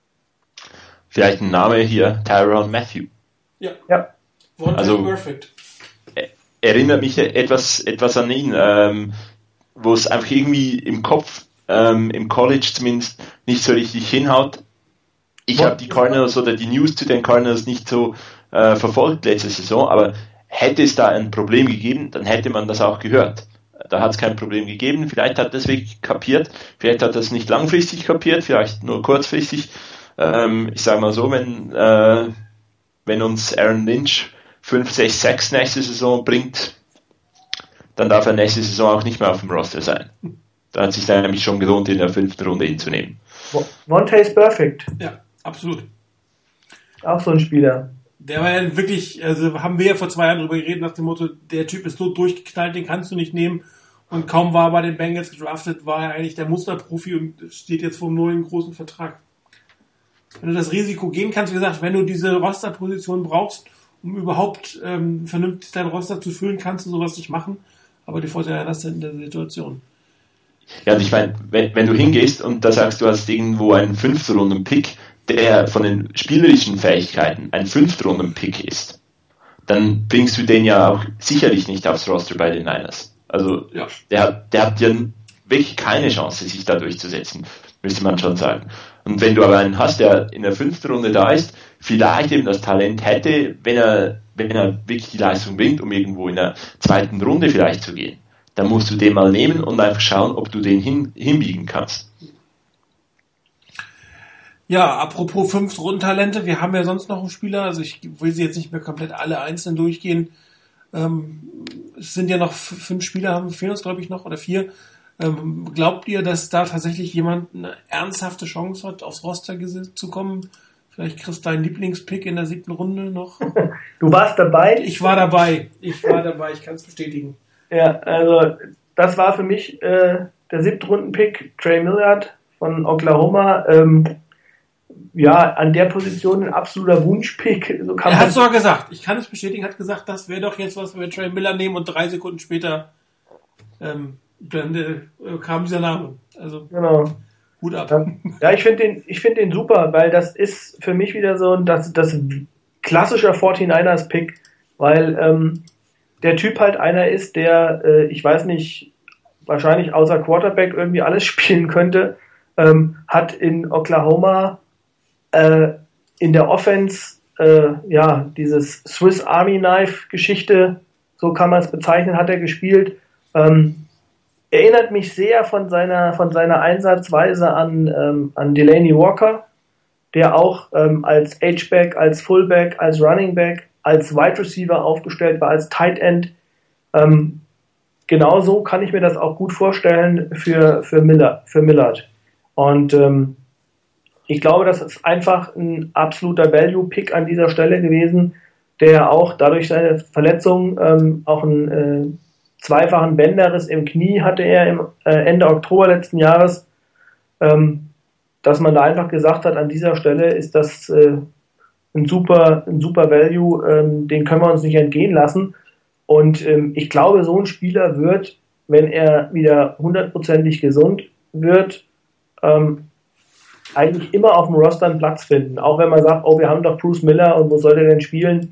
Vielleicht ein Name hier, Tyrann Mathieu. Ja. ja. Also, perfect. Erinnert mich etwas, etwas an ihn, ähm, wo es einfach irgendwie im Kopf, ähm, im College zumindest, nicht so richtig hinhaut. Ich habe die Cardinals oder die News zu den Cardinals nicht so äh, verfolgt letzte Saison, aber hätte es da ein Problem gegeben, dann hätte man das auch gehört. da hat es kein Problem gegeben. Vielleicht hat er deswegen kapiert, vielleicht hat er es nicht langfristig kapiert, vielleicht nur kurzfristig. Ähm, ich sage mal so, wenn, äh, wenn uns Aaron Lynch fünf, sechs, sechs nächste Saison bringt, dann darf er nächste Saison auch nicht mehr auf dem Roster sein. Da hat es sich dann nämlich schon gelohnt, in der fünften Runde hinzunehmen. Vontaze Perfect. Ja, absolut. Auch so ein Spieler. Der war ja wirklich, also haben wir ja vor zwei Jahren drüber geredet, nach dem Motto, der Typ ist so durchgeknallt, den kannst du nicht nehmen. Und kaum war er bei den Bengals gedraftet, war er eigentlich der Musterprofi und steht jetzt vor einem neuen großen Vertrag. Wenn du das Risiko gehen kannst, wie gesagt, wenn du diese Rosterposition brauchst, um überhaupt ähm, vernünftig dein Roster zu füllen, kannst du sowas nicht machen. Aber die Vorteile hast du in der Situation. Ja, und ich meine, wenn, wenn du hingehst und da sagst, du hast irgendwo einen Fünftrunden-Pick, der von den spielerischen Fähigkeiten ein Fünftrunden-Pick ist, dann bringst du den ja auch sicherlich nicht aufs Roster bei den Niners. Also ja. der, der hat ja wirklich keine Chance, sich da durchzusetzen, müsste man schon sagen. Und wenn du aber einen hast, der in der fünften Runde da ist, vielleicht eben das Talent hätte, wenn er, wenn er wirklich die Leistung bringt, um irgendwo in der zweiten Runde vielleicht zu gehen, dann musst du den mal nehmen und einfach schauen, ob du den hin, hinbiegen kannst. Ja, apropos Fünft-Runden-Talente, wir haben ja sonst noch einen Spieler, also ich will sie jetzt nicht mehr komplett alle einzeln durchgehen. Ähm, es sind ja noch f- fünf Spieler, haben fehlen uns glaube ich noch, oder vier. Ähm, glaubt ihr, dass da tatsächlich jemand eine ernsthafte Chance hat, aufs Roster ges- zu kommen? Vielleicht kriegst du deinen Lieblingspick in der siebten Runde noch. Du warst dabei? Ich war dabei, ich war dabei, ich kann es bestätigen. Ja, also das war für mich äh, der siebte Runden-Pick, Trey Millard von Oklahoma. Ähm, ja, an der Position ein absoluter Wunschpick. So kann Er man hat sogar gesagt, ich kann es bestätigen, hat gesagt, das wäre doch jetzt was, wenn wir Trey Miller nehmen und drei Sekunden später ähm, dann äh, kam dieser Name. Also genau. Hut ab. Ja, ja, ich finde den, ich finde den super, weil das ist für mich wieder so das, das klassischer forty-niners-Pick, weil ähm, der Typ halt einer ist, der, äh, ich weiß nicht, wahrscheinlich außer Quarterback irgendwie alles spielen könnte, ähm, hat in Oklahoma äh, in der Offense äh, ja dieses Swiss Army Knife Geschichte, so kann man es bezeichnen, hat er gespielt. Ähm, erinnert mich sehr von seiner von seiner Einsatzweise an ähm, an Delaney Walker, der auch ähm, als H-Back, als Fullback, als Running Back, als Wide Receiver aufgestellt war, als Tight End. Ähm, genauso kann ich mir das auch gut vorstellen für für Miller, für Millard. Und ähm, ich glaube, das ist einfach ein absoluter Value-Pick an dieser Stelle gewesen, der auch dadurch seine Verletzung ähm, auch einen äh, zweifachen Bänderriss im Knie hatte er im äh, Ende Oktober letzten Jahres, ähm, dass man da einfach gesagt hat, an dieser Stelle ist das äh, ein super, ein super Value, ähm, den können wir uns nicht entgehen lassen. Und ähm, ich glaube, so ein Spieler wird, wenn er wieder hundertprozentig gesund wird, ähm, eigentlich immer auf dem Roster einen Platz finden. Auch wenn man sagt, oh, wir haben doch Bruce Miller und wo soll der denn spielen?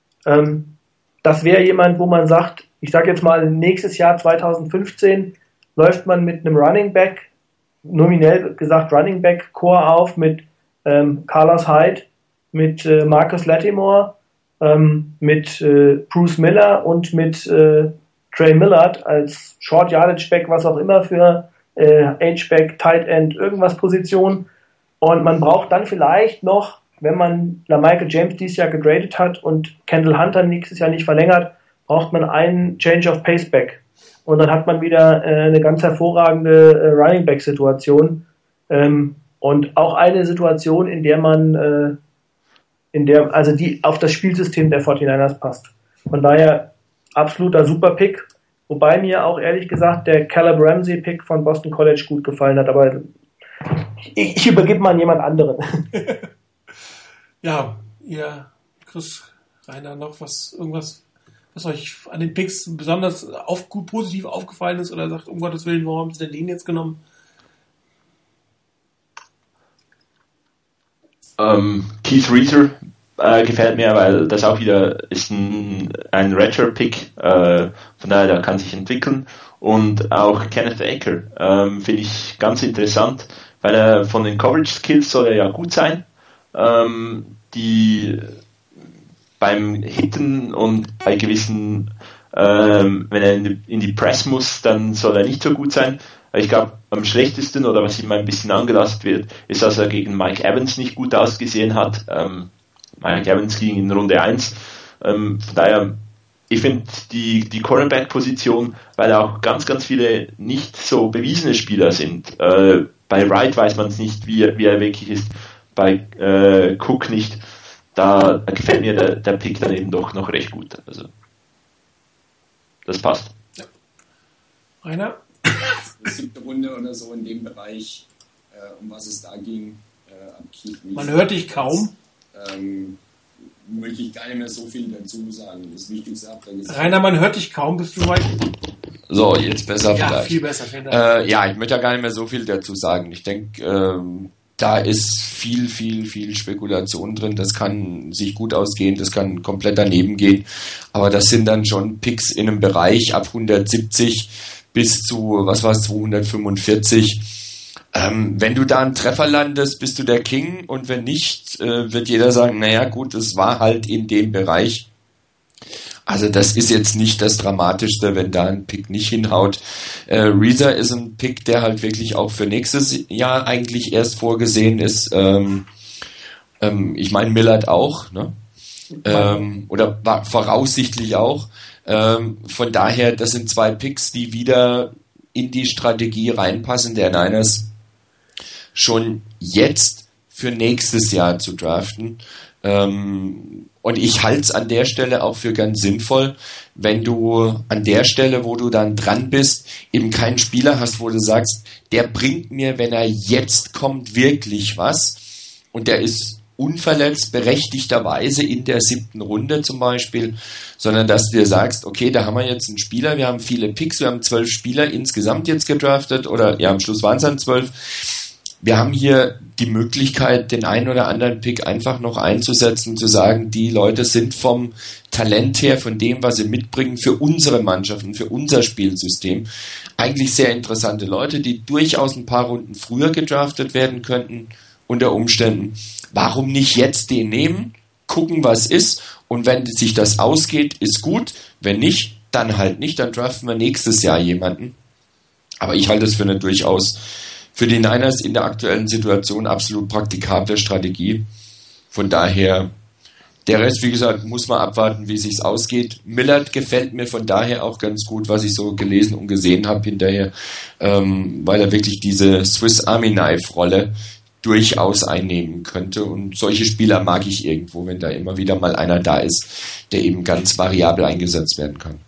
Ähm, das wäre jemand, wo man sagt, ich sage jetzt mal, nächstes Jahr zwanzig fünfzehn läuft man mit einem Running Back, nominell gesagt Running Back Core auf mit ähm, Carlos Hyde, mit äh, Marcus Lattimore, ähm, mit äh, Bruce Miller und mit äh, Trey Millard als Short Yardage Back, was auch immer für äh, H-Back, Tight End, irgendwas Position. Und man braucht dann vielleicht noch, wenn man LaMichael James dieses Jahr gegradet hat und Kendall Hunter nächstes Jahr nicht verlängert, braucht man einen Change of Pace Back. Und dann hat man wieder äh, eine ganz hervorragende äh, Running Back Situation. Ähm, und auch eine Situation, in der man, äh, in der, also die auf das Spielsystem der forty-niners passt. Von daher absoluter super Pick. Wobei mir auch ehrlich gesagt der Caleb Ramsey Pick von Boston College gut gefallen hat. Aber ich, ich übergebe mal an jemand anderen. Ja, ihr, Chris, Rainer, noch was, irgendwas, was euch an den Picks besonders auf, gut positiv aufgefallen ist oder sagt, um Gottes Willen, warum haben sie denn den jetzt genommen? Ähm, Keith Reeser äh, gefällt mir, weil das auch wieder ist ein, ein Retro-Pick, äh, von daher, der kann sich entwickeln. Und auch Kenneth Aker ähm, finde ich ganz interessant, weil er von den Coverage-Skills soll er ja gut sein. Ähm, die beim Hitten und bei gewissen Ähm, wenn er in die, in die Press muss, dann soll er nicht so gut sein. Ich glaube, am schlechtesten, oder was ihm ein bisschen angelastet wird, ist, dass er gegen Mike Evans nicht gut ausgesehen hat. Ähm, Mike Evans ging in Runde eins. Ähm, von daher, ich finde die, die Cornerback-Position, weil auch ganz, ganz viele nicht so bewiesene Spieler sind. Äh, bei Wright weiß man es nicht, wie, wie er wirklich ist. Bei äh, Cook nicht. Da, da gefällt mir der, der Pick dann eben doch noch recht gut. Also, das passt. Ja. Rainer? Siebte Runde oder so in dem Bereich, äh, um was es da ging. Äh, ab Keith Reese. Man hört dich kaum. Ähm, möchte ich gar nicht mehr so viel dazu sagen. Das Wichtigste habt ihr gesagt. Rainer, man hört dich kaum, bist du weit? So, jetzt besser Ja, vielleicht. viel besser, vielen Dank. Äh, ja, ich möchte ja gar nicht mehr so viel dazu sagen. Ich denke, ähm, da ist viel, viel, viel Spekulation drin. Das kann sich gut ausgehen, das kann komplett daneben gehen. Aber das sind dann schon Picks in einem Bereich ab hundertsiebzig bis zu, was war es, zweihundertfünfundvierzig. Ähm, wenn du da einen Treffer landest, bist du der King, und wenn nicht, äh, wird jeder sagen, naja gut, es war halt in dem Bereich. Also das ist jetzt nicht das Dramatischste, wenn da ein Pick nicht hinhaut. Äh, Reeser ist ein Pick, der halt wirklich auch für nächstes Jahr eigentlich erst vorgesehen ist. Ähm, ähm, ich meine Millard auch, ne? Ähm, oder war voraussichtlich auch. Ähm, von daher, das sind zwei Picks, die wieder in die Strategie reinpassen, der Niners schon jetzt für nächstes Jahr zu draften. Ähm, und ich halte es an der Stelle auch für ganz sinnvoll, wenn du an der Stelle, wo du dann dran bist, eben keinen Spieler hast, wo du sagst, der bringt mir, wenn er jetzt kommt, wirklich was, und der ist unverletzt, berechtigterweise in der siebten Runde zum Beispiel, sondern dass du dir sagst, okay, da haben wir jetzt einen Spieler, wir haben viele Picks, wir haben zwölf Spieler insgesamt jetzt gedraftet, oder ja, am Schluss waren es dann zwölf. Wir haben hier die Möglichkeit, den einen oder anderen Pick einfach noch einzusetzen, zu sagen, die Leute sind vom Talent her, von dem, was sie mitbringen, für unsere Mannschaften, für unser Spielsystem, eigentlich sehr interessante Leute, die durchaus ein paar Runden früher gedraftet werden könnten, unter Umständen. Warum nicht jetzt den nehmen, gucken, was ist, und wenn sich das ausgeht, ist gut, wenn nicht, dann halt nicht, dann draften wir nächstes Jahr jemanden. Aber ich halte es für eine durchaus für die Niners in der aktuellen Situation absolut praktikable Strategie. Von daher, der Rest, wie gesagt, muss man abwarten, wie es sich ausgeht. Millard gefällt mir von daher auch ganz gut, was ich so gelesen und gesehen habe hinterher, ähm, weil er wirklich diese Swiss Army Knife Rolle durchaus einnehmen könnte, und solche Spieler mag ich irgendwo, wenn da immer wieder mal einer da ist, der eben ganz variabel eingesetzt werden kann.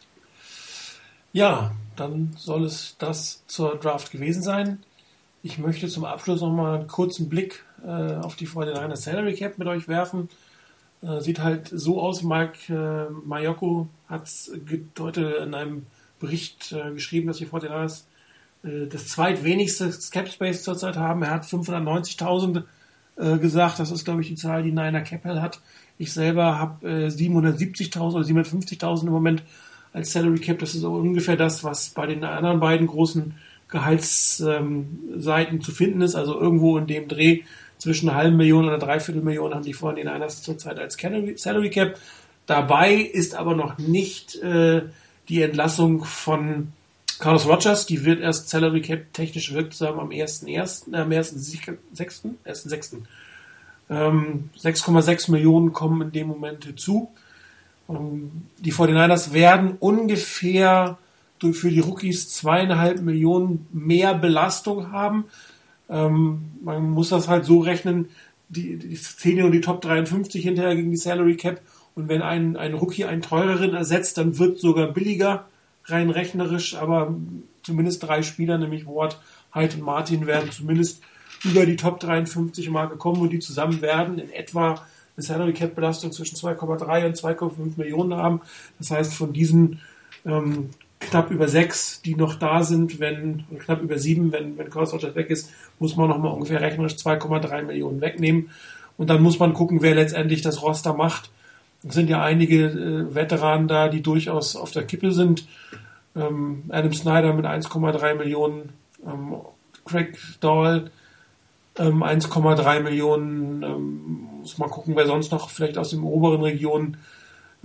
Ja, dann soll es das zur Draft gewesen sein. Ich möchte zum Abschluss noch mal einen kurzen Blick äh, auf die forty-niners Salary Cap mit euch werfen. Äh, sieht halt so aus, Mike äh, Mayoko hat heute in einem Bericht äh, geschrieben, dass die forty-niners äh, das zweitwenigste Cap Space zurzeit haben. Er hat fünfhundertneunzigtausend äh, gesagt, das ist, glaube ich, die Zahl, die Niner Capel hat. Ich selber habe äh, siebenhundertsiebzigtausend oder siebenhundertfünfzigtausend im Moment als Salary Cap. Das ist so ungefähr das, was bei den anderen beiden großen Gehaltsseiten ähm, zu finden ist, also irgendwo in dem Dreh zwischen einer halben Million oder dreiviertel Million haben die forty-niners zurzeit als Salary Cap. Dabei ist aber noch nicht äh, die Entlassung von Carlos Rogers, die wird erst Salary Cap technisch wirksam am ersten ersten, äh, am ersten sechsten ersten sechsten Ähm, sechs Komma sechs Millionen kommen in dem Moment hinzu. Ähm, die forty-niners werden ungefähr für die Rookies zweieinhalb Millionen mehr Belastung haben. Ähm, man muss das halt so rechnen, die, die zählen ja nur die Top dreiundfünfzig hinterher gegen die Salary Cap, und wenn ein, ein Rookie einen teureren ersetzt, dann wird es sogar billiger, rein rechnerisch, aber zumindest drei Spieler, nämlich Ward, Hyde und Martin, werden zumindest über die Top dreiundfünfzig Marke kommen, und die zusammen werden in etwa eine Salary Cap Belastung zwischen zwei Komma drei und zwei Komma fünf Millionen haben. Das heißt, von diesen ähm, knapp über sechs, die noch da sind, wenn, knapp über sieben, wenn, wenn Carlos Rogers weg ist, muss man nochmal ungefähr rechnerisch zwei Komma drei Millionen wegnehmen. Und dann muss man gucken, wer letztendlich das Roster macht. Es sind ja einige äh, Veteranen da, die durchaus auf der Kippe sind. Ähm, Adam Snyder mit eins Komma drei Millionen, ähm, Craig Dahl ähm, eins Komma drei Millionen, ähm, muss man gucken, wer sonst noch vielleicht aus den oberen Regionen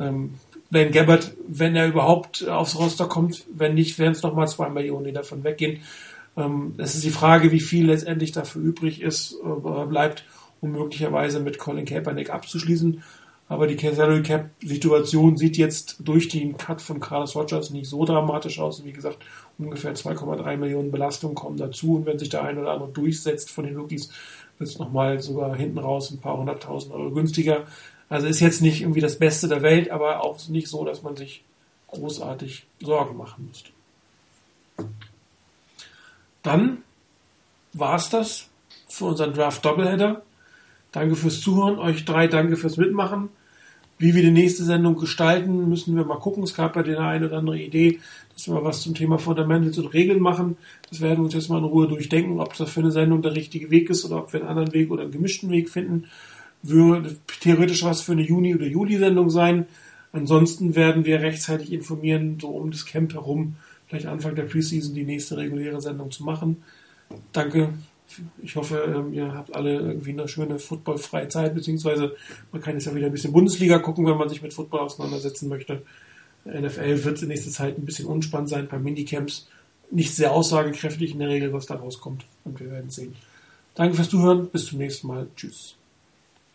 ähm, Blaine Gabbert, wenn er überhaupt aufs Roster kommt, wenn nicht, wären es nochmal zwei Millionen, die davon weggehen. Ähm, es ist die Frage, wie viel letztendlich dafür übrig ist, äh, bleibt, um möglicherweise mit Colin Kaepernick abzuschließen. Aber die Salary Cap Situation sieht jetzt durch den Cut von Carlos Rogers nicht so dramatisch aus. Wie gesagt, ungefähr zwei Komma drei Millionen Belastungen kommen dazu. Und wenn sich der ein oder andere durchsetzt von den Rookies, wird es nochmal sogar hinten raus ein paar hunderttausend Euro günstiger. Also ist jetzt nicht irgendwie das Beste der Welt, aber auch nicht so, dass man sich großartig Sorgen machen müsste. Dann war es das für unseren Draft Doubleheader. Danke fürs Zuhören, euch drei danke fürs Mitmachen. Wie wir die nächste Sendung gestalten, müssen wir mal gucken. Es gab ja die eine oder andere Idee, dass wir mal was zum Thema Fundamentals und Regeln machen. Das werden wir uns jetzt mal in Ruhe durchdenken, ob das für eine Sendung der richtige Weg ist oder ob wir einen anderen Weg oder einen gemischten Weg finden. Würde theoretisch was für eine Juni- oder Juli-Sendung sein. Ansonsten werden wir rechtzeitig informieren, so um das Camp herum, vielleicht Anfang der Preseason die nächste reguläre Sendung zu machen. Danke. Ich hoffe, ihr habt alle irgendwie eine schöne footballfreie Zeit, beziehungsweise man kann jetzt ja wieder ein bisschen Bundesliga gucken, wenn man sich mit Football auseinandersetzen möchte. N F L wird in nächster Zeit ein bisschen unspannend sein, bei Minicamps nicht sehr aussagekräftig in der Regel, was da rauskommt. Und wir werden sehen. Danke fürs Zuhören, bis zum nächsten Mal. Tschüss.